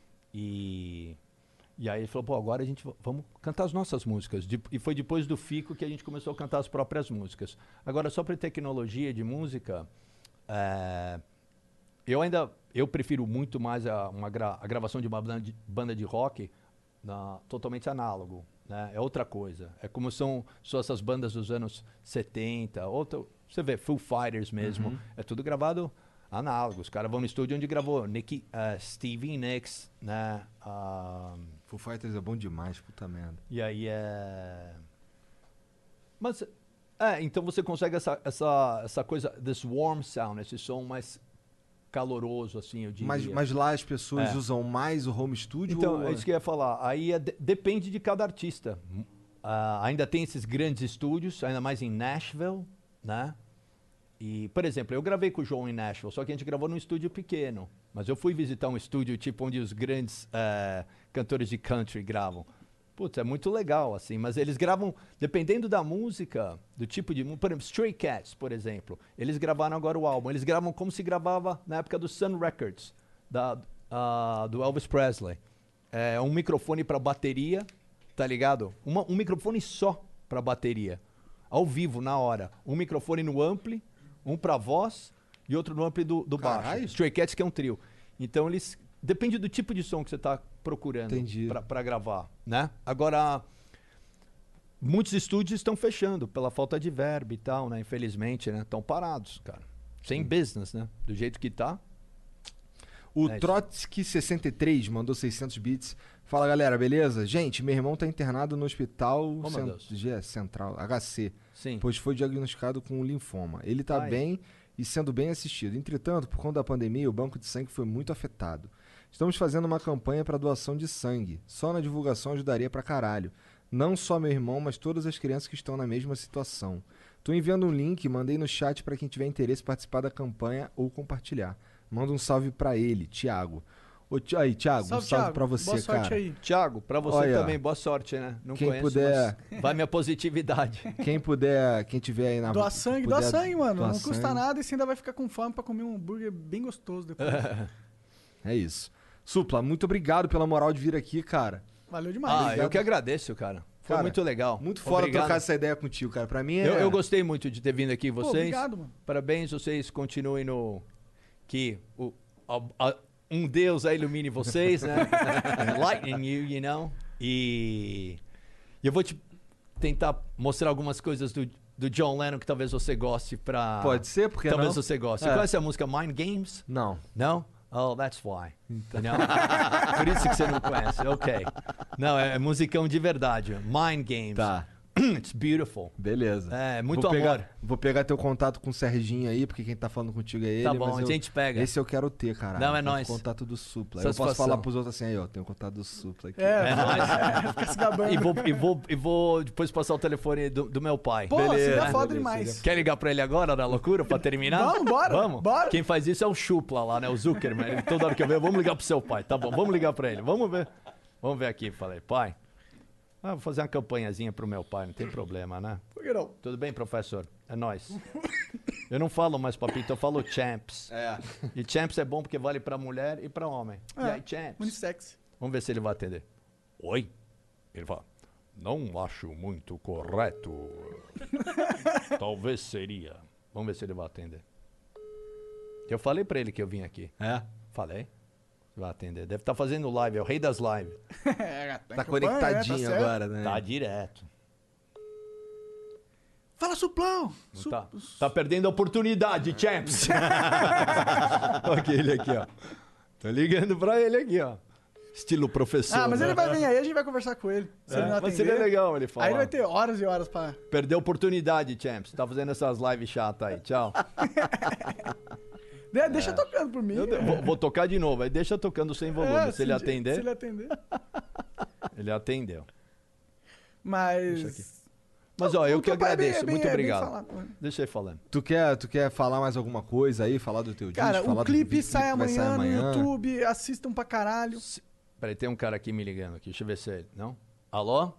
e, e aí ele falou, pô, agora a gente va- vamos cantar as nossas músicas. De- e foi depois do Fico que a gente começou a cantar as próprias músicas. Agora, só para tecnologia de música, é, eu ainda eu prefiro muito mais a, uma gra- a gravação de uma banda de, banda de rock na- totalmente análogo, né? É outra coisa. É como são, são essas bandas dos anos setenta, outra, você vê, Foo Fighters mesmo, é tudo gravado análogo. Os caras vão no estúdio onde gravou Nicky, uh, Stevie Nicks, né? Ah, Foo Fighters é bom demais, puta merda. e aí é... Mas, é, então você consegue essa, essa, essa coisa, this warm sound, esse som mais caloroso, assim, eu diria. Mas, mas lá as pessoas É. usam mais o home studio? Então, ou... é isso que eu ia falar. Aí é de- depende de cada artista. Ah, ainda tem esses grandes estúdios, ainda mais em Nashville, né? E, por exemplo, eu gravei com o João em Nashville, só que a gente gravou num estúdio pequeno. Mas eu fui visitar um estúdio tipo onde os grandes eh, cantores de country gravam. Putz, é muito legal, assim. Mas eles gravam, dependendo da música, do tipo de... Por exemplo, Stray Cats, por exemplo. Eles gravaram agora o álbum. Eles gravam como se gravava na época do Sun Records, da, ah, do Elvis Presley. É um microfone para bateria, tá ligado? Uma, um microfone só para bateria. Ao vivo, na hora. Um microfone no ampli, um para voz e outro no ampli do, do baixo. Caralho. Stray Cats, que é um trio. Então eles... Depende do tipo de som que você tá procurando Entendi. para gravar, né? Agora, muitos estúdios estão fechando pela falta de verba e tal, né? Infelizmente, né? Estão parados, cara. Sem business, né? Do jeito que tá. O É isso. Trotsky sessenta e três mandou seiscentos bits. Fala, galera, beleza? Gente, meu irmão tá internado no hospital meu cen- Deus. G- Central, H C, Sim. pois foi diagnosticado com linfoma. Ele tá Ai. bem e sendo bem assistido. Entretanto, por conta da pandemia, o banco de sangue foi muito afetado. Estamos fazendo uma campanha para doação de sangue. Só na divulgação ajudaria pra caralho. Não só meu irmão, mas todas as crianças que estão na mesma situação. Tô enviando um link, mandei no chat para quem tiver interesse em participar da campanha ou compartilhar. Manda um salve pra ele, Thiago. Ô, Ti- aí, Thiago, um salve Thiago. pra você, Boa sorte cara. aí. Thiago, pra você Olha, também, boa sorte, né? Não quem conheço, puder- mas vai minha positividade. Quem puder, quem tiver aí na Doar sangue, puder doa sangue, mano. doar Não custa sangue. nada e você ainda vai ficar com fome pra comer um hambúrguer bem gostoso depois. É isso. Supla, muito obrigado pela moral de vir aqui, cara. Valeu demais. Ah, Obrigado. eu que agradeço, cara. Foi Cara, muito legal. Muito foda Obrigado. trocar essa ideia contigo, cara. Pra mim é... Eu, eu gostei muito de ter vindo aqui Pô, vocês. obrigado, mano. Parabéns, vocês continuem no... Que o, a- a- um Deus aí ilumine vocês, né? Enlightening you, you know? E e eu vou te tentar mostrar algumas coisas do, do John Lennon que talvez você goste pra... Pode ser, porque Talvez não? você goste. É. Você conhece a música Mind Games? Não. Não? Oh, that's why. You know? Por isso que você não conhece. Ok. Não, é musicão de verdade. Mind Games. Tá. It's beautiful. Beleza. É, muito vou amor. pegar, Vou pegar teu contato com o Serginho aí, porque quem tá falando contigo é ele. Tá bom, mas a eu- gente pega. Esse eu quero ter, cara. Não, é O nóis. contato do Supla. Eu posso Satisfação. falar pros outros assim, aí, ó, tem o contato do Supla aqui. É, É nóis. fica se gabando. E vou, e, vou, e vou depois passar o telefone do, do meu pai. Pô, seria né? foda demais. Quer ligar pra ele agora, na loucura, pra terminar? Vamos, bora, Vamos? bora. Quem faz isso é o Chupla lá, né? O Zuckerman. Ele, toda hora que eu ver, vamos ligar pro seu pai. Tá bom, vamos ligar pra ele. Vamos ver. Vamos ver aqui. Falei, pai, ah, vou fazer uma campanhazinha pro meu pai, não tem problema, né? Por que não? Tudo bem, professor? É nóis. Eu não falo mais papito, eu falo champs. É. E champs é bom porque vale pra mulher e pra homem. E É, aí, champs? Unissex. Vamos ver se ele vai atender. Oi? Ele fala, não acho muito correto. Talvez seria. Vamos ver se ele vai atender. Eu falei pra ele que eu vim aqui. É? Falei. Vai atender. Deve estar fazendo live, é o rei das lives. É, Tá conectadinho certo. agora, né? Tá direto. Fala, Suplão. Não Su- tá, tá perdendo a oportunidade, champs. Olha ele aqui, ó. Tô ligando pra ele aqui, ó. Estilo professor. Ah, mas ele né? vai vir aí, a gente vai conversar com ele. Se É, ele não mas atender. seria legal ele falar. Aí ele vai ter horas e horas pra... Perdeu a oportunidade, champs. Tá fazendo essas lives chatas aí. Tchau. De- Deixa tocando por mim. Eu de- vou, vou tocar de novo, aí deixa tocando sem volume. É, se ele atender, Se ele atender. ele atendeu. Mas... Mas ó, eu O que teu pai é bem- agradeço, é bem- muito é bem obrigado. falado, né? Deixa ele falando. Tu quer, tu quer falar mais alguma coisa aí? Falar do teu Cara, disco? falar o do clipe vídeo sai que vai sair amanhã no YouTube, assistam pra caralho. Peraí, tem um cara aqui me ligando aqui, deixa eu ver se é ele. Não? Alô?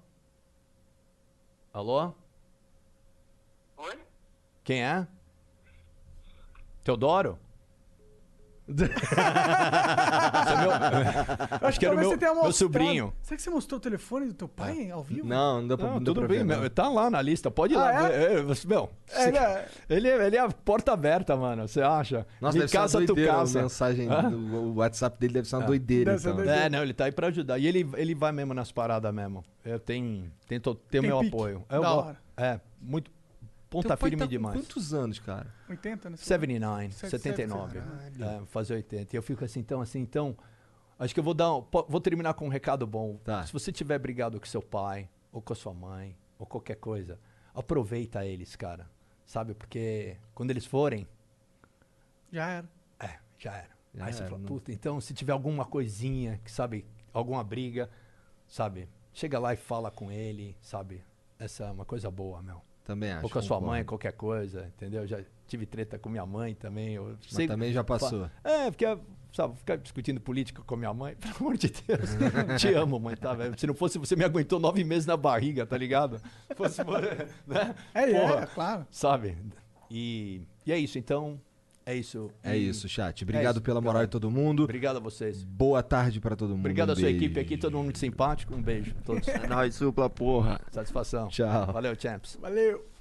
Alô? Oi? Quem é? Teodoro? Esse é meu... Acho que era o talvez meu, você tenha meu mostrado. sobrinho. Será que você mostrou o telefone do teu pai ao vivo? Não, não deu pra, Não, não deu tudo pra bem, ver, meu, não. tá lá na lista, pode ir Ah, lá. é? É, é, você- meu, É, né? ele, é- ele é a porta aberta, mano, você acha? Nossa, Me deve ser uma caça, tu doideira, caça. a mensagem, Hã? do, o WhatsApp dele deve ser uma É. doideira, Deve ser então. doideira. É, não, ele tá aí pra ajudar. E ele, ele vai mesmo nas paradas mesmo. Eu tenho, tenho, tenho Tem meu pique. apoio. Eu Da go- hora. É, muito Teu ponta pai firme tá com demais. quantos anos, cara? oitenta, né? setenta e nove, Sete- setenta e nove. Caralho. É, fazer oitenta. E eu fico assim, então, assim, então. Acho que eu vou dar. um- po- Vou terminar com um recado bom. Tá. Se você tiver brigado com seu pai, ou com a sua mãe, ou qualquer coisa, aproveita eles, cara. Sabe? Porque quando eles forem, Já era. é, já era. Já Aí você era, fala, não- puta, então se tiver alguma coisinha, que sabe, alguma briga, sabe, chega lá e fala com ele, sabe? Essa é uma coisa boa, meu. Também acho. Ou com a sua concordo. mãe, qualquer coisa, entendeu? Já tive treta com minha mãe também. Eu Mas sei- também já passou. É, porque, sabe, ficar discutindo política com a minha mãe, pelo amor de Deus. Te amo, mãe, tá, velho? Se não fosse você me aguentou nove meses na barriga, tá ligado? Se fosse, né? É, Porra, é, claro. Sabe? E, e é isso, então, é isso. É E- isso, chat. Obrigado isso, pela moral galera. de todo mundo. Obrigado a vocês. Boa tarde pra todo mundo. Obrigado Um à sua beijo. equipe aqui, todo mundo muito simpático. Um beijo a todos. É nóis, supla, porra. Satisfação. Tchau. Valeu, champs. Valeu.